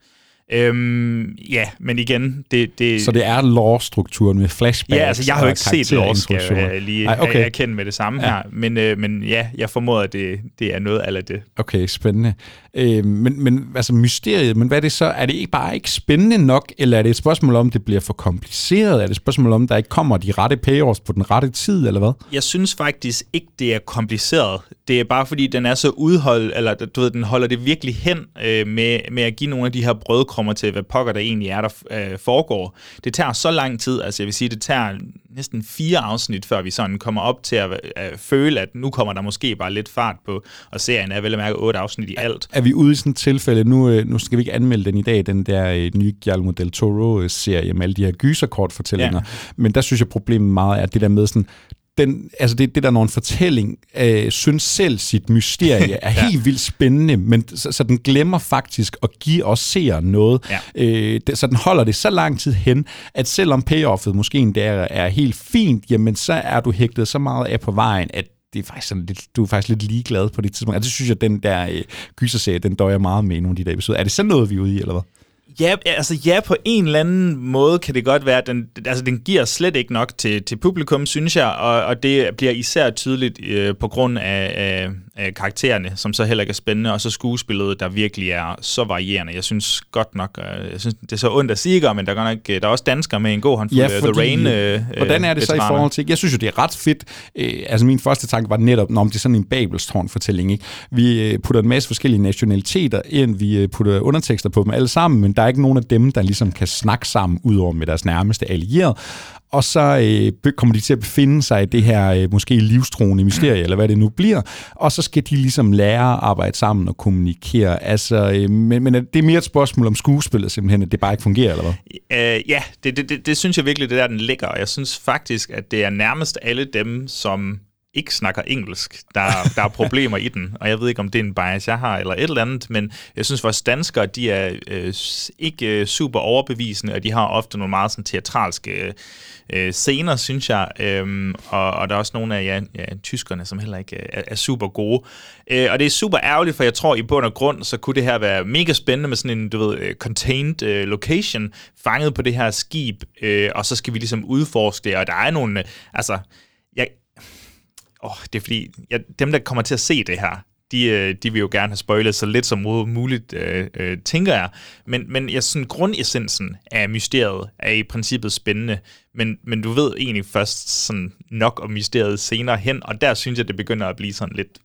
Ja, men igen, det... Så det er lore-strukturen med flashbacks? Ja, altså jeg har jo ikke set lore, skal jeg lige erkende med det samme her, men ja, jeg formoder, at det er noget af det. Okay, spændende. Men altså mysteriet, men hvad er det så? Er det ikke bare ikke spændende nok, eller er det et spørgsmål om, det bliver for kompliceret? Er det et spørgsmål om, der ikke kommer de rette payoffs på den rette tid, eller hvad? Jeg synes faktisk ikke, det er kompliceret. Det er bare fordi, den er så udholdt, eller du ved, den holder det virkelig hen med at give nogle af de her brødkrummer til, hvad pokker der egentlig er, der foregår. Det tager så lang tid, altså jeg vil sige, det tager næsten 4 afsnit, før vi sådan kommer op til at føle, at nu kommer der måske bare lidt fart på, og serien er vel at mærke 8 afsnit i alt. Er vi ude i sådan et tilfælde, nu skal vi ikke anmelde den i dag, den der nye Guillermo del Toro-serie med alle de her gyserkortfortællinger, men der synes jeg problemet meget er det der med sådan, det der, når en fortælling synes selv sit mysterie er helt vildt spændende, men så den glemmer faktisk at give os seere noget. Så den holder det så lang tid hen, at selvom payoffet måske endda er helt fint, jamen så er du hægtet så meget af på vejen, at det er faktisk sådan lidt, du er faktisk lidt ligeglad på det tidspunkt. Altså, det synes jeg, den der gyserserie, den døjer meget med i nogle af de der episoder. Er det sådan noget, vi er ude i, eller hvad? Ja, på en eller anden måde kan det godt være, at den giver slet ikke nok til publikum, synes jeg, og det bliver især tydeligt på grund af karaktererne, som så heller ikke er spændende, og så skuespillet, der virkelig er så varierende. Jeg synes godt nok, det er så ondt at sige, men der er også danskere med en god håndfuld. The Rain. Hvordan er det så i forhold til? Jeg synes jo, det er ret fedt. Altså min første tanke var netop, om det er sådan en Babelstårn-fortælling, ikke? Vi putter en masse forskellige nationaliteter ind, vi putter undertekster på dem alle sammen, men der er ikke nogen af dem, der ligesom kan snakke sammen udover med deres nærmeste allierede. Og så kommer de til at befinde sig i det her måske livstruende mysterie, eller hvad det nu bliver, og så skal de ligesom lære at arbejde sammen og kommunikere. Altså, men det er mere et spørgsmål om skuespillet simpelthen, at det bare ikke fungerer, eller hvad? Ja, det synes jeg virkelig, det der den ligger, og jeg synes faktisk, at det er nærmest alle dem, som ikke snakker engelsk, der er problemer i den, og jeg ved ikke, om det er en bias, jeg har, eller et eller andet, men jeg synes, vores danskere, de er ikke super overbevisende, og de har ofte nogle meget sådan teatralske scener, synes jeg, og der er også nogle af tyskerne, som heller ikke er super gode. Og det er super ærgerligt, for jeg tror, i bund og grund, så kunne det her være mega spændende med sådan en, contained location, fanget på det her skib, og så skal vi ligesom udforske det, og der er nogle, det er fordi, dem, der kommer til at se det her, de vil jo gerne have spoilet så lidt som muligt, tænker jeg. Men jeg synes, grundessensen af mysteriet er i princippet spændende, men du ved egentlig først sådan nok om mysteriet senere hen, og der synes jeg, det begynder at blive sådan lidt...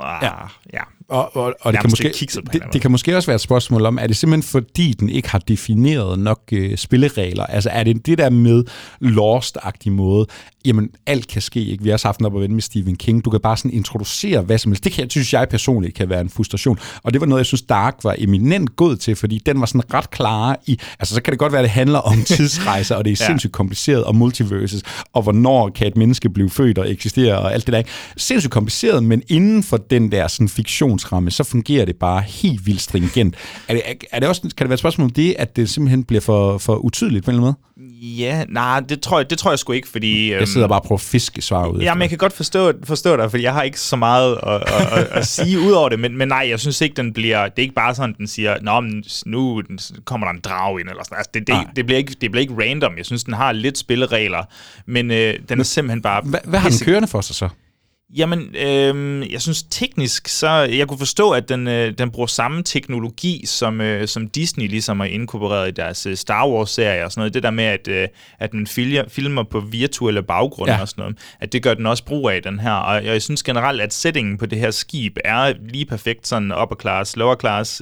Og det kan måske også være et spørgsmål om, er det simpelthen fordi, den ikke har defineret nok spilleregler? Altså er det det der med Lost-agtig måde, jamen alt kan ske, ikke? Vi har også haft den op at vende med Stephen King. Du kan bare sådan introducere hvad som helst. Det synes jeg personligt kan være en frustration. Og det var noget, jeg synes Dark var eminent god til, fordi den var sådan ret klar i, altså så kan det godt være, at det handler om tidsrejser, og det er sindssygt kompliceret, og multiverses, og hvornår kan et menneske blive født og eksistere, og alt det der, ikke? Sindssygt kompliceret, men inden for den der sådan fiktion animationsramme, så fungerer det bare helt vildt stringent. Er det også, kan det være et spørgsmål om det, at det simpelthen bliver for utydeligt på en eller anden måde? Ja, nej, det tror jeg sgu ikke, fordi... Jeg sidder bare og prøver at fiske svar ud. Ja, men jeg kan godt forstå dig, fordi jeg har ikke så meget at sige ud over det, men nej, jeg synes ikke, den bliver... Det er ikke bare sådan, den siger, nå, men nu kommer der en drag ind, eller sådan. Altså, det bliver ikke random. Jeg synes, den har lidt spilleregler, men den er simpelthen bare... Hvad har den kørende for sig så? Jamen, jeg synes teknisk, så jeg kunne forstå, at den bruger samme teknologi, som Disney ligesom har inkorporeret i deres Star Wars-serie og sådan noget. Det der med, at man filmer på virtuelle baggrunde og sådan noget, at det gør den også brug af, den her. Og jeg synes generelt, at settingen på det her skib er lige perfekt, sådan upper class, lower class.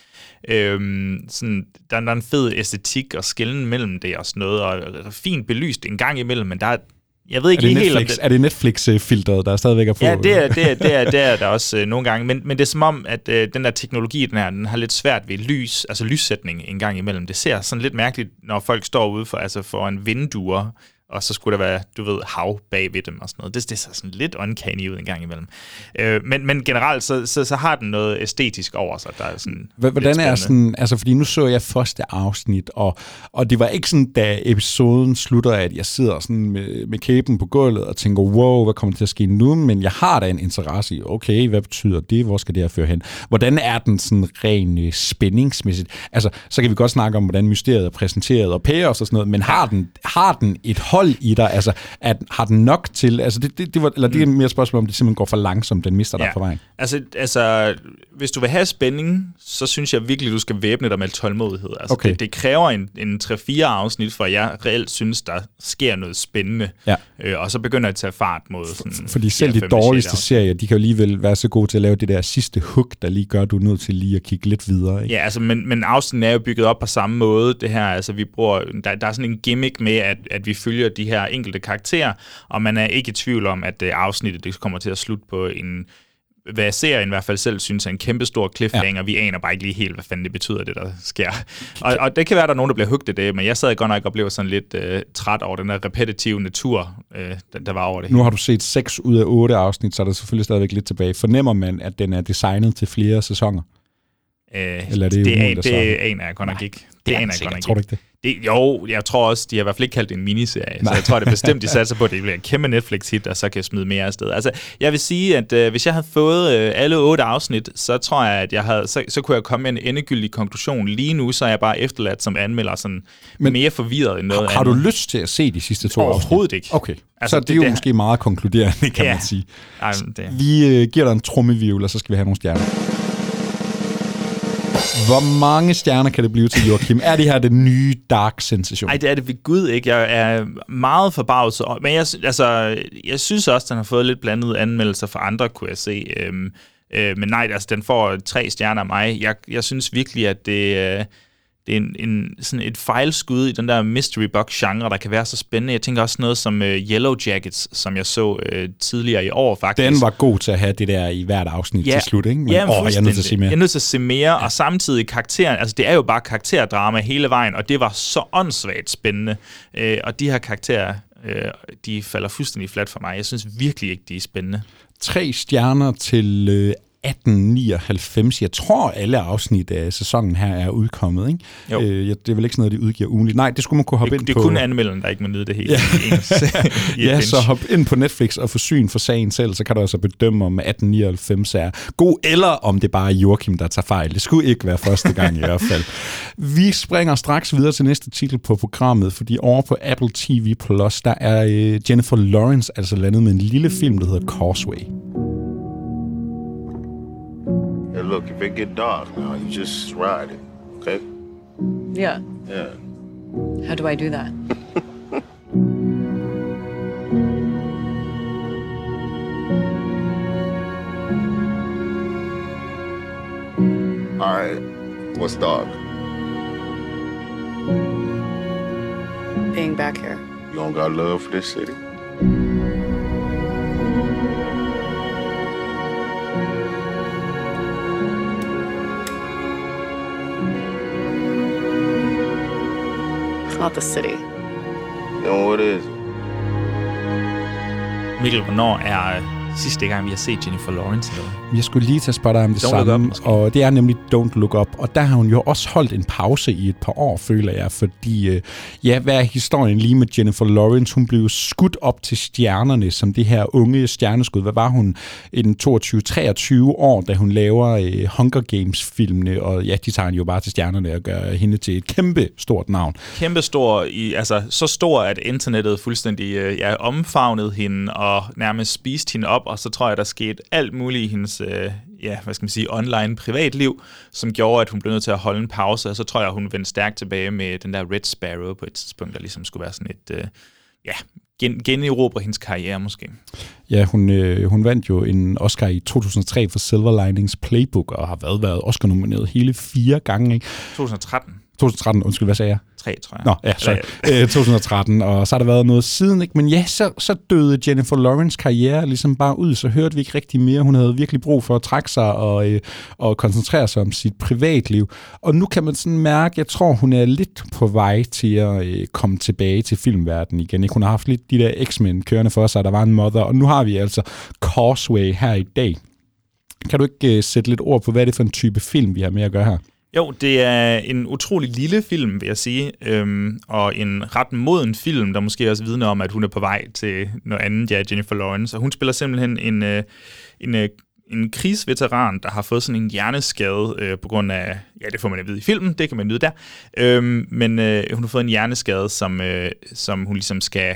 Sådan, der er en fed æstetik og skelnen mellem det og sådan noget, og fint belyst en gang imellem, men der er... Jeg ved ikke lige helt om det. Er det Netflix-filteret, der stadigvæk er på? Ja, det er der også nogle gange. Men det er som om, at den der teknologi, den har lidt svært ved lyssætning en gang imellem. Det ser sådan lidt mærkeligt, når folk står ude for en vinduer, og så skulle der være, du ved, hav bag ved dem og sådan noget. Det ser sådan lidt uncanny ud en gang imellem. Men generelt, så har den noget æstetisk over sig, der er sådan... Hvordan er sådan... Altså, fordi nu så jeg første afsnit, og det var ikke sådan, da episoden slutter, at jeg sidder sådan med kæben på gulvet og tænker, wow, hvad kommer til at ske nu? Men jeg har da en interesse i, okay, hvad betyder det? Hvor skal det her føre hen? Hvordan er den sådan ren spændingsmæssigt? Altså, så kan vi godt snakke om, hvordan mysteriet er præsenteret og payoffs og sådan noget, men har den et hold i dig, altså har den nok til, altså det var, eller det er mere et spørgsmål om, det simpelthen går for langsomt, den mister dig på vejen. Altså, hvis du vil have spænding, så synes jeg virkelig, du skal væbne dig med tålmodighed. Altså, okay. det kræver en 3-4 afsnit, for jeg reelt synes, der sker noget spændende, og så begynder jeg at tage fart mod sådan... Fordi selv de dårligste serier, de kan jo alligevel være så gode til at lave det der sidste hook, der lige gør, du er nødt til lige at kigge lidt videre. Ikke? Ja, altså, men afsnitten er jo bygget op på samme måde, det her, altså vi bruger, der er sådan en gimmick med, at vi følger de her enkelte karakterer, og man er ikke i tvivl om, at afsnittet det kommer til at slutte på en, hvad serien i hvert fald selv synes er en kæmpestor cliffhanger. Vi aner bare ikke lige helt, hvad fanden det betyder, det der sker. Og det kan være, der er nogen, der bliver hugt af det, men jeg sad godt nok og blev sådan lidt træt over den der repetitive natur, der var over det. Nu har du set 6 ud af 8 afsnit, så er der selvfølgelig stadigvæk lidt tilbage. Fornemmer man, at den er designet til flere sæsoner? Eller er det aner jeg godt nok ikke. Det aner jeg godt nok ikke. Tror du ikke det? Jo, jeg tror også, de har i hvert fald ikke kaldt det en miniserie, så jeg tror, det er bestemt, de satser på, at det bliver en kæmpe Netflix-hit, og så kan jeg smide mere afsted. Altså, jeg vil sige, at hvis jeg havde fået alle 8 afsnit, så tror jeg, at så kunne jeg komme med en endegyldig konklusion. Lige nu, så er jeg bare efterladt som anmelder, sådan mere forvirret end noget andet. Har du lyst til at se de sidste 2 afsnit? Overhovedet ikke. Okay, altså, så det er jo måske meget konkluderende, kan man sige. Vi giver dig en trommevirvel, og så skal vi have nogle stjerner. Hvor mange stjerner kan det blive til, Joachim? Er det her den nye dark-sensation? Nej, det er det ved Gud ikke. Jeg er meget forbavset. Men jeg synes også, den har fået lidt blandede anmeldelser fra andre, kunne jeg se. Men nej, altså, den får 3 stjerner af mig. Jeg synes virkelig, at det er sådan et fejlskud i den der mystery box-genre, der kan være så spændende. Jeg tænker også noget som Yellow Jackets, som jeg så tidligere i år, faktisk. Den var god til at have det der i hvert afsnit til slut, ikke? Men, jeg er nødt til at se mere. Jeg er nødt til at se mere, og samtidig karakteren, altså det er jo bare karakterdrama hele vejen, og det var så åndssvagt spændende. Og de her karakterer, de falder fuldstændig fladt for mig. Jeg synes virkelig ikke, de er spændende. 3 stjerner til 1899. Jeg tror, alle afsnit af sæsonen her er udkommet, ikke? Det er vel ikke sådan noget, de udgiver ugenligt. Nej, det skulle man kunne hoppe ind på. Det er kun anmelderen, der ikke må nyde det hele. Ja, så hop ind på Netflix og få syn for sagen selv, så kan du altså bedømme, om 1899 er god, eller om det bare er Joachim, der tager fejl. Det skulle ikke være første gang i hvert fald. Vi springer straks videre til næste titel på programmet, fordi over på Apple TV+, der er Jennifer Lawrence altså landet med en lille film, der hedder Causeway. Hey, look, if it get dark now, you just ride it, okay? Yeah. Yeah. How do I do that? All right. What's dark? Being back here. You don't got love for this city? It's not the city. Then what is it? Mikkel, hvornår er sidste gang, vi har set Jennifer Lawrence? Jeg skulle lige til at spørge dig om det samme, og det er nemlig Don't Look Up. Og der har hun jo også holdt en pause i et par år, føler jeg, fordi, hvad er historien lige med Jennifer Lawrence? Hun blev skudt op til stjernerne som det her unge stjerneskud. Hvad var hun? I den 22-23 år, da hun laver Hunger Games-filmene, og ja, de tager hende jo bare til stjernerne og gør hende til et kæmpe stort navn. Kæmpe stor, altså så stor, at internettet fuldstændig omfavnede hende og nærmest spiste hende op, og så tror jeg, der skete alt muligt i hendes, online privatliv, som gjorde, at hun blev nødt til at holde en pause, og så tror jeg, hun vendte stærkt tilbage med den der Red Sparrow på et tidspunkt, der ligesom skulle være sådan et, generobre hendes karriere måske. Ja, hun vandt jo en Oscar i 2003 for Silver Linings Playbook, og har været Oscar-nomineret hele 4 gange, ikke? 2013, undskyld, hvad sagde jeg? 3, tror jeg. Nå, ja, sorry. 2013, og så har der været noget siden, ikke? Men ja, så døde Jennifer Lawrence karriere ligesom bare ud, så hørte vi ikke rigtig mere. Hun havde virkelig brug for at trække sig og koncentrere sig om sit privatliv. Og nu kan man sådan mærke, jeg tror, hun er lidt på vej til at komme tilbage til filmverdenen igen, ikke? Hun har haft lidt de der X-Men kørende for sig, der var en Mother, og nu har vi altså Causeway her i dag. Kan du ikke sætte lidt ord på, hvad er det for en type film, vi har med at gøre her? Jo, det er en utrolig lille film, vil jeg sige, og en ret moden film, der måske også vidner om, at hun er på vej til noget andet, Jennifer Lawrence. Og hun spiller simpelthen en krigsveteran, der har fået sådan en hjerneskade på grund af, det får man at vide i filmen, det kan man nyde der, men hun har fået en hjerneskade, som hun ligesom skal,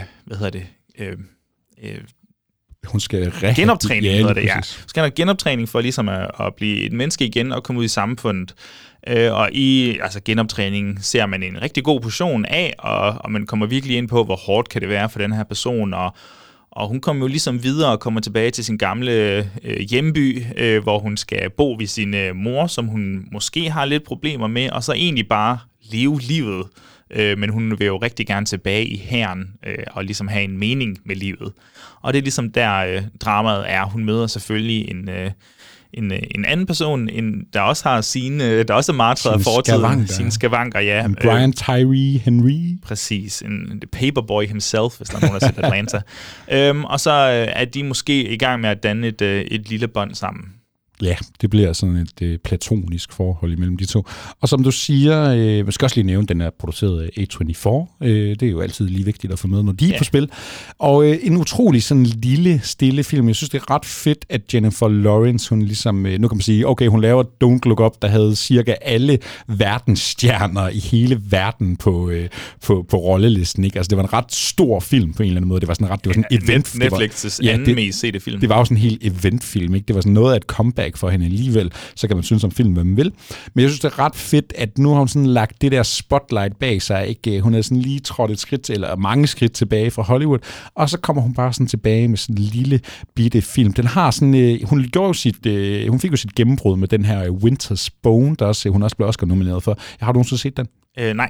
hun skal genoptræning, hedder det, ja. Hun skal have genoptræning for ligesom at blive et menneske igen og komme ud i samfundet. Og i genoptræningen ser man en rigtig god portion af, og man kommer virkelig ind på, hvor hårdt kan det være for den her person, og hun kommer jo ligesom videre og kommer tilbage til sin gamle hjemby, hvor hun skal bo ved sin mor, som hun måske har lidt problemer med, og så egentlig bare leve livet. Men hun vil jo rigtig gerne tilbage i hæren og ligesom have en mening med livet. Og det er ligesom der dramaet er. Hun møder selvfølgelig en anden person, der også har der også er martret af fortiden. Sine skavanker, ja. Brian Tyree Henry. Præcis. En paperboy himself, hvis der er nogen, der ser Atlanta. Og så er de måske i gang med at danne et lille bånd sammen. Ja, det bliver sådan et platonisk forhold imellem de to. Og som du siger, man skal også lige nævne, den er produceret af A24. Det er jo altid lige vigtigt at få med, når de er på spil. Og en utrolig sådan lille, stille film. Jeg synes, det er ret fedt, at Jennifer Lawrence, hun ligesom, nu kan man sige, okay, hun laver Don't Look Up, der havde cirka alle verdensstjerner i hele verden på rollelisten, ikke? Altså, det var en ret stor film på en eller anden måde. Det var sådan en event. Netflix's anden mest sete film. Det var jo sådan en helt eventfilm, ikke? Det var sådan noget af et comeback for hende alligevel, så kan man synes om filmen, hvad man vil. Men jeg synes, det er ret fedt, at nu har hun sådan lagt det der spotlight bag sig, ikke? Hun er sådan lige trådt et skridt, eller mange skridt tilbage fra Hollywood, og så kommer hun bare sådan tilbage med sådan en lille bitte film. Den har sådan, hun fik jo sit gennembrud med den her Winter's Bone, hun også blev Oscar-nomineret for. Har du nogensinde set den? Nej.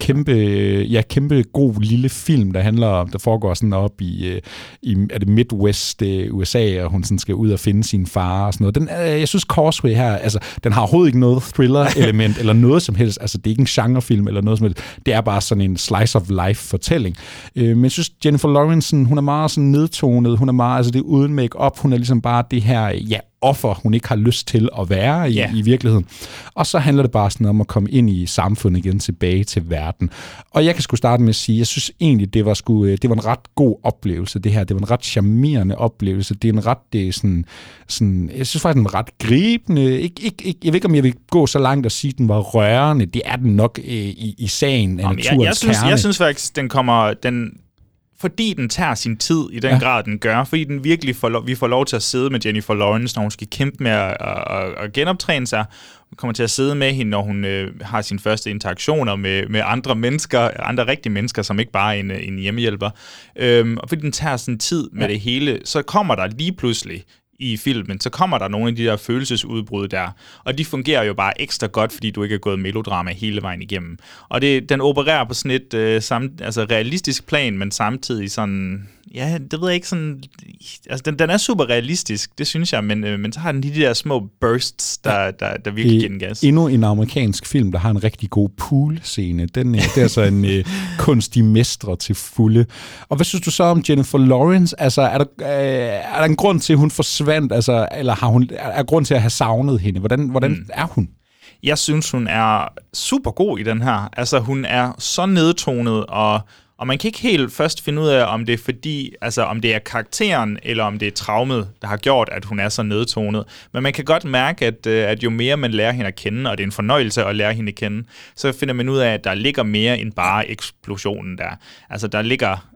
Kæmpe god lille film, der foregår sådan op i er det Midwest USA, og hun sådan skal ud og finde sin far og sådan noget. Jeg synes Causeway her, altså, den har overhovedet ikke noget thriller-element eller noget som helst. Altså, det er ikke en genrefilm eller noget som helst. Det er bare sådan en slice of life-fortælling. Men jeg synes, Jennifer Lawrence, hun er meget sådan nedtonet. Hun er meget, altså det er uden make-up. Hun er ligesom bare det her, offer, hun ikke har lyst til at være i virkeligheden. Og så handler det bare sådan om at komme ind i samfundet igen, tilbage til verden. Og jeg kan sgu starte med at sige, jeg synes egentlig, det var en ret god oplevelse, det her. Det var en ret charmerende oplevelse. Det er en ret, sådan, jeg synes faktisk, den var ret gribende. Jeg ved ikke, om jeg vil gå så langt og sige, at den var rørende. Det er den nok i sagen af naturens kerne. Jeg synes faktisk, fordi den tager sin tid i den grad, den gør, fordi den virkelig vi får lov til at sidde med Jennifer Lawrence, når hun skal kæmpe med at genoptræne sig. Vi kommer til at sidde med hende, når hun har sine første interaktioner med andre mennesker, andre rigtige mennesker, som ikke bare en hjemmehjælper. Og fordi den tager sin tid med det hele, så kommer der lige pludselig i filmen, så kommer der nogle af de der følelsesudbrud der, og de fungerer jo bare ekstra godt, fordi du ikke er gået melodrama hele vejen igennem. Og den opererer på sådan et realistisk plan, men samtidig sådan ja, det ved jeg ikke sådan... Altså, den er super realistisk, det synes jeg, men så har den de der små bursts, der virkelig giver den gas. Endnu en amerikansk film, der har en rigtig god pool-scene. Det er så en kunstig mestre til fulde. Og hvad synes du så om Jennifer Lawrence? Altså, er der en grund til, at hun forsvandt? Altså, eller er grund til at have savnet hende? Hvordan er hun? Jeg synes, hun er super god i den her. Altså, hun er så nedtonet, og man kan ikke helt først finde ud af, om det er fordi, altså om det er karakteren, eller om det er traumet, der har gjort, at hun er så nedtonet. Men man kan godt mærke, at jo mere man lærer hende at kende, og det er en fornøjelse at lære hende at kende, så finder man ud af, at der ligger mere end bare eksplosionen der. Altså, der ligger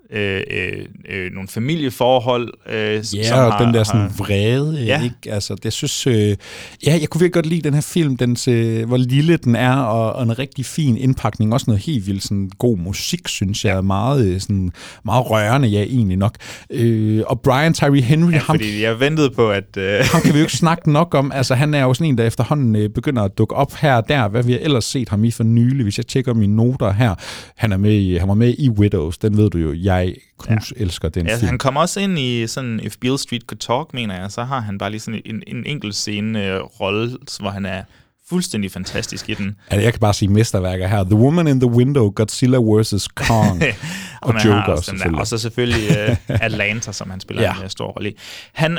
nogle familieforhold. Og den der sådan vrede. Ikke? Altså, det synes... jeg kunne virkelig godt lide den her film, hvor lille den er, og en rigtig fin indpakning. Også noget helt vildt sådan, god musik, synes jeg. Meget rørende, egentlig nok. Og Brian Tyree Henry... fordi jeg ventede på, at... ham kan vi jo ikke snakke nok om. Altså, han er jo sådan en, der efterhånden begynder at dukke op her og der. Hvad vi har ellers set ham i for nylig. Hvis jeg tjekker mine noter her. Han var med i Widows. Den ved du jo, jeg elsker den film. Han kommer også ind i sådan If Beale Street Could Talk, mener jeg. Så har han bare lige sådan en enkelt scene rolle, hvor han er fuldstændig fantastisk i den. Altså, jeg kan bare sige mesterværker her. The Woman in the Window, Godzilla vs. Kong. og Joker selvfølgelig. Og så selvfølgelig Atlanta, som han spiller en stor rolle i. Han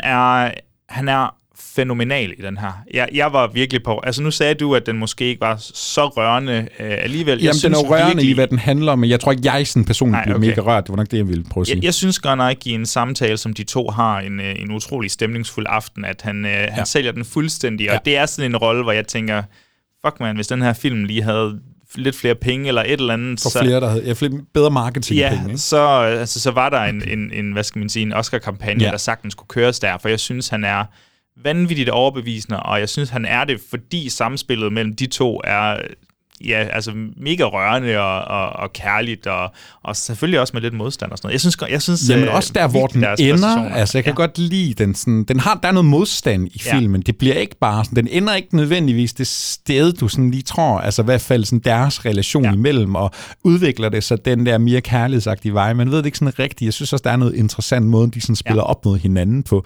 er fænomenal i den her. Jeg var virkelig på... Altså, nu sagde du, at den måske ikke var så rørende alligevel. Jamen, den er rørende i, hvad den handler om, men jeg tror ikke, jeg sådan personligt bliver mega rørt. Det var nok det, jeg ville prøve at sige. Jeg synes godt nok, i en samtale, som de to har, en utrolig stemningsfuld aften, at han sælger den fuldstændig, og det er sådan en rolle, hvor jeg tænker, fuck man, hvis den her film lige havde lidt flere penge, eller et eller andet... flere, der havde bedre marketingpenge. Ja, så var der en hvad skal man sige, en Oscar-kampagne, der sagtens kunne køres der, for jeg synes, han er vanvittigt overbevisende, og jeg synes, han er det, fordi samspillet mellem de to er mega rørende og kærligt, og selvfølgelig også med lidt modstand og sådan noget. Jeg synes jamen også der, hvor den ender, altså jeg kan godt lide den sådan, der er noget modstand i filmen, det bliver ikke bare sådan, den ender ikke nødvendigvis det sted, du sådan lige tror, altså i hvert fald sådan deres relation imellem, og udvikler det så den der mere kærlighedsagtige vej, man ved det ikke sådan rigtigt, jeg synes også, der er noget interessant måde, de sådan spiller op mod hinanden på,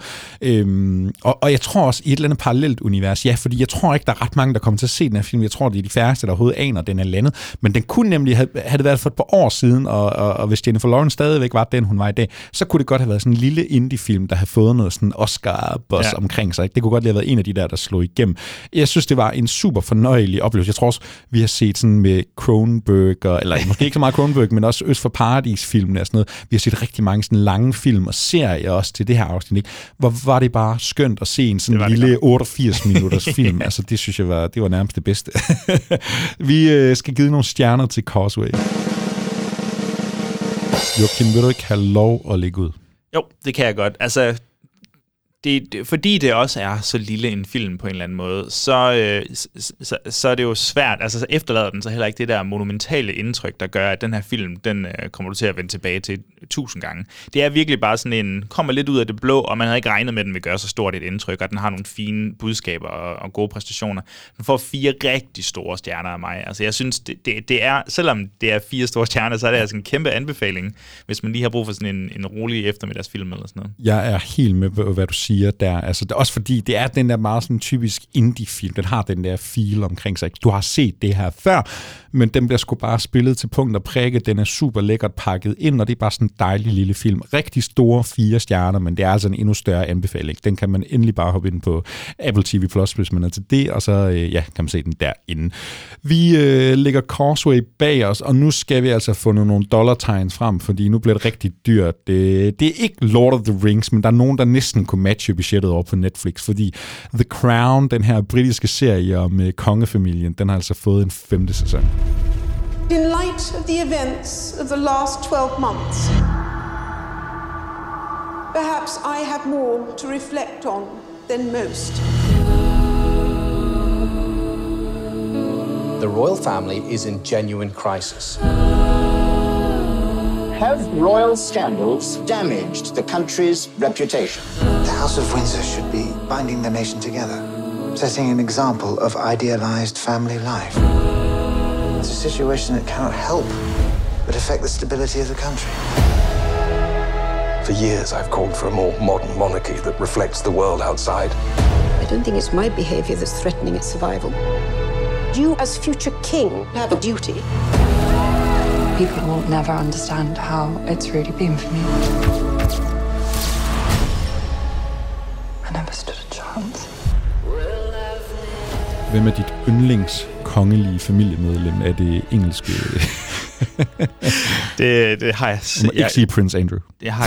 og jeg tror også i et eller andet parallelt univers, fordi jeg tror ikke, der er ret mange, der kommer til at se den her film, jeg tror, det er de færreste, der overhovedet aner, den er landet. Men den kunne nemlig have det været for et par år siden, og hvis Jennifer Lawrence stadigvæk var den, hun var i dag, så kunne det godt have været sådan en lille indie-film, der havde fået noget sådan Oscar-buzz omkring sig. Ikke? Det kunne godt have været en af de der slog igennem. Jeg synes, det var en super fornøjelig oplevelse. Jeg tror også, vi har set sådan med Cronenberg, eller måske ikke så meget Cronenberg, men også Øst for Paradis-filmene og sådan noget. Vi har set rigtig mange sådan lange film og serier også til det her afsnit. Ikke? Hvor var det bare skønt at se en sådan lille 88-minutters film. Altså, det synes jeg det var nærmest det bedste. Vi skal give nogle stjerner til Causeway. Joachim, vil du ikke have lov at lægge ud? Jo, det kan jeg godt. Altså, fordi det også er så lille en film på en eller anden måde, så er det jo svært. Altså, så efterlader den så heller ikke det der monumentale indtryk, der gør, at den her film, den kommer du til at vende tilbage til 1000 gange. Det er virkelig bare sådan en, kommer lidt ud af det blå, og man havde ikke regnet med, at den vil gøre så stort et indtryk, og den har nogle fine budskaber og gode præstationer. Den får 4 rigtig store stjerner af mig. Altså, jeg synes, det er, selvom det er 4 store stjerner, så er det altså en kæmpe anbefaling, hvis man lige har brug for sådan en rolig eftermiddagsfilm eller sådan noget. Jeg er helt med på, hvad du siger der. Altså, det er også fordi, det er den der meget sådan typisk indie-film. Den har den der feel omkring sig. Du har set det her før, men den bliver sgu bare spillet til punkt og prikke. Den er super lækkert pakket ind, og det er bare sådan en dejlig lille film. Rigtig store 4 stjerner, men det er altså en endnu større anbefaling. Den kan man endelig bare hoppe ind på Apple TV+, hvis man er til det, og så kan man se den derinde. Vi lægger Causeway bag os, og nu skal vi altså få nogle dollartegns frem, fordi nu bliver det rigtig dyrt. Det er ikke Lord of the Rings, men der er nogen, der næsten kunne matche budgettet over på Netflix, fordi The Crown, den her britiske serie om kongefamilien, den har altså fået en 5. sæson. In light of the events of the last 12 months, perhaps I have more to reflect on than most. The royal family is in genuine crisis. Have royal scandals damaged the country's reputation? The House of Windsor should be binding the nation together, setting an example of idealized family life. It's a situation that cannot help but affect the stability of the country. For years, I've called for a more modern monarchy that reflects the world outside. I don't think it's my behavior that's threatening its survival. You, as future king, have a duty. People will never understand how it's really been for me. I never stood a chance. Hvem er dit yndlings kongelige familiemedlem af det engelske? det har jeg. Du må ikke sige Prince Andrew.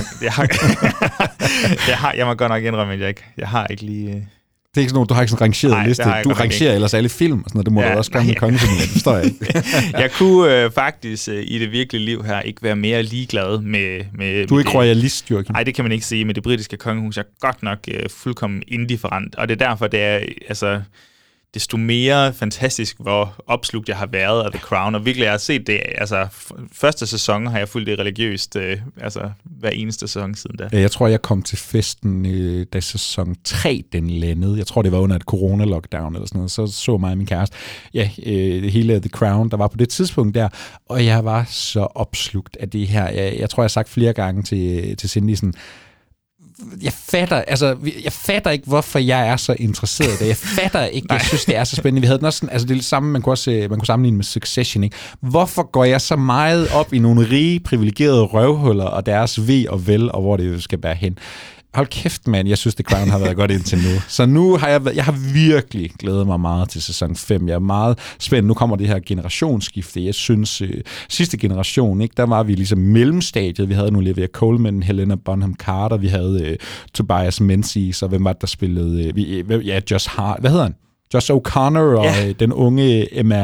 Jeg må godt nok indrømme, at jeg har ikke lige... Det er ikke sådan noget, du har ikke sådan en rangeret liste. Du rangerer ellers alle film og sådan noget. Det må du også gøre med kongefamilien. Det forstår jeg ikke. Jeg kunne faktisk i det virkelige liv her ikke være mere ligeglad med du er ikke royalist, Joachim. Nej, det kan man ikke sige. Med det britiske kongehus er godt nok fuldkommen indifferent. Og det er derfor, det er... Altså, desto mere fantastisk, hvor opslugt jeg har været af The Crown, og virkelig jeg har set det, altså første sæson har jeg fulgt det religiøst, altså hver eneste sæson siden da. Jeg tror, jeg kom til festen, da sæson 3 den landede. Jeg tror, det var under et corona-lockdown eller sådan noget. Så mig og min kæreste, hele The Crown, der var på det tidspunkt der, og jeg var så opslugt af det her. Jeg tror, jeg har sagt flere gange til Cindy sådan, jeg fatter ikke, hvorfor jeg er så interesseret i det. Jeg fatter ikke, jeg synes, det er så spændende. Vi havde den også sådan, altså det er det samme, man kunne sammenligne med Succession, ikke? Hvorfor går jeg så meget op i nogle rige, privilegerede røvhuller og deres ve og vel, og hvor det jo skal bære hen? Hold kæft, mand. Jeg synes, The Crown har været godt indtil nu. Så nu har jeg har virkelig glædet mig meget til sæson 5. Jeg er meget spændt. Nu kommer det her generationsskifte. Jeg synes, sidste generation, ikke, der var vi ligesom mellemstadiet. Vi havde nu Olivia Colman, Helena Bonham Carter, vi havde Tobias Menzies, og hvem var det, der spillede? Josh Hart. Hvad hedder han? Josh O'Connor og den unge Emma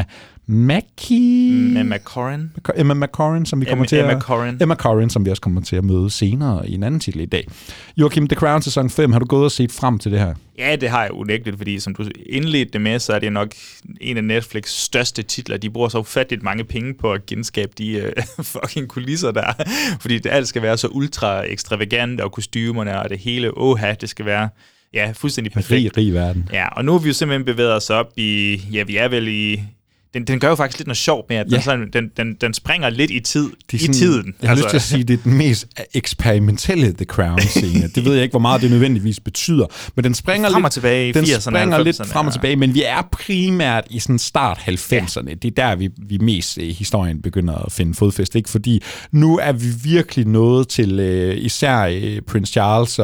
Corrin, som vi kommer til Emma Corrin, som vi også kommer til at møde senere i en anden titel i dag. Joachim, The Crown sæson 5, har du gået og set frem til det her? Ja, det har jeg unægteligt, fordi som du indledte det med, så er det nok en af Netflix' største titler. De bruger så ufatteligt mange penge på at genskabe de fucking kulisser der, fordi det alt skal være så ultra ekstravagant, og kostymerne og det hele, det skal være fuldstændig perfekt. Rig verden. Ja, og nu har vi jo simpelthen bevæget os op i, vi er vel i... Den gør jo faktisk lidt noget sjovt med, at den springer lidt i tiden. Jeg har lyst til at sige, at det er den mest eksperimentelle The Crown-scene. Det ved jeg ikke, hvor meget det nødvendigvis betyder. Men den springer frem og tilbage i 80'erne, den springer lidt frem og tilbage, men vi er primært i sådan start 90'erne. Det er der, vi mest i historien begynder at finde fodfæste. Ikke? Fordi nu er vi virkelig nået til især Prince Charles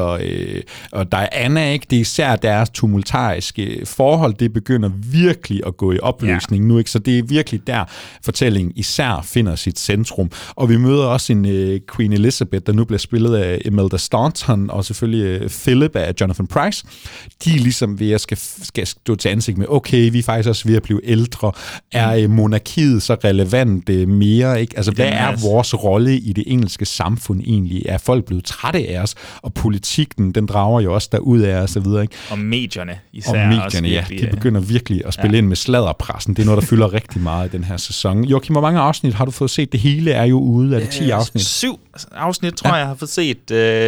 og Diana. Ikke? Det er især deres tumultariske forhold. Det begynder virkelig at gå i opløsning nu. Ikke? Så det er virkelig der, fortællingen især finder sit centrum. Og vi møder også en Queen Elizabeth, der nu bliver spillet af Imelda Staunton, og selvfølgelig Philip af Jonathan Pryce. De er ligesom ved at skal stå til ansigt med, okay, vi er faktisk også ved at blive ældre. Er monarkiet så relevant mere? Ikke? Altså, hvad er vores rolle i det engelske samfund egentlig? Er folk blevet trætte af os? Og politikken, den drager jo også derud af os, og så videre. Ikke? Og medierne især. Også virkelig, de begynder virkelig at spille ind med sladderpressen. Det er noget, der fylder rigtig meget i den her sæson. Joachim, hvor mange afsnit har du fået set? Det hele er jo ude. Er det 10 afsnit? 7 afsnit, tror jeg har fået set.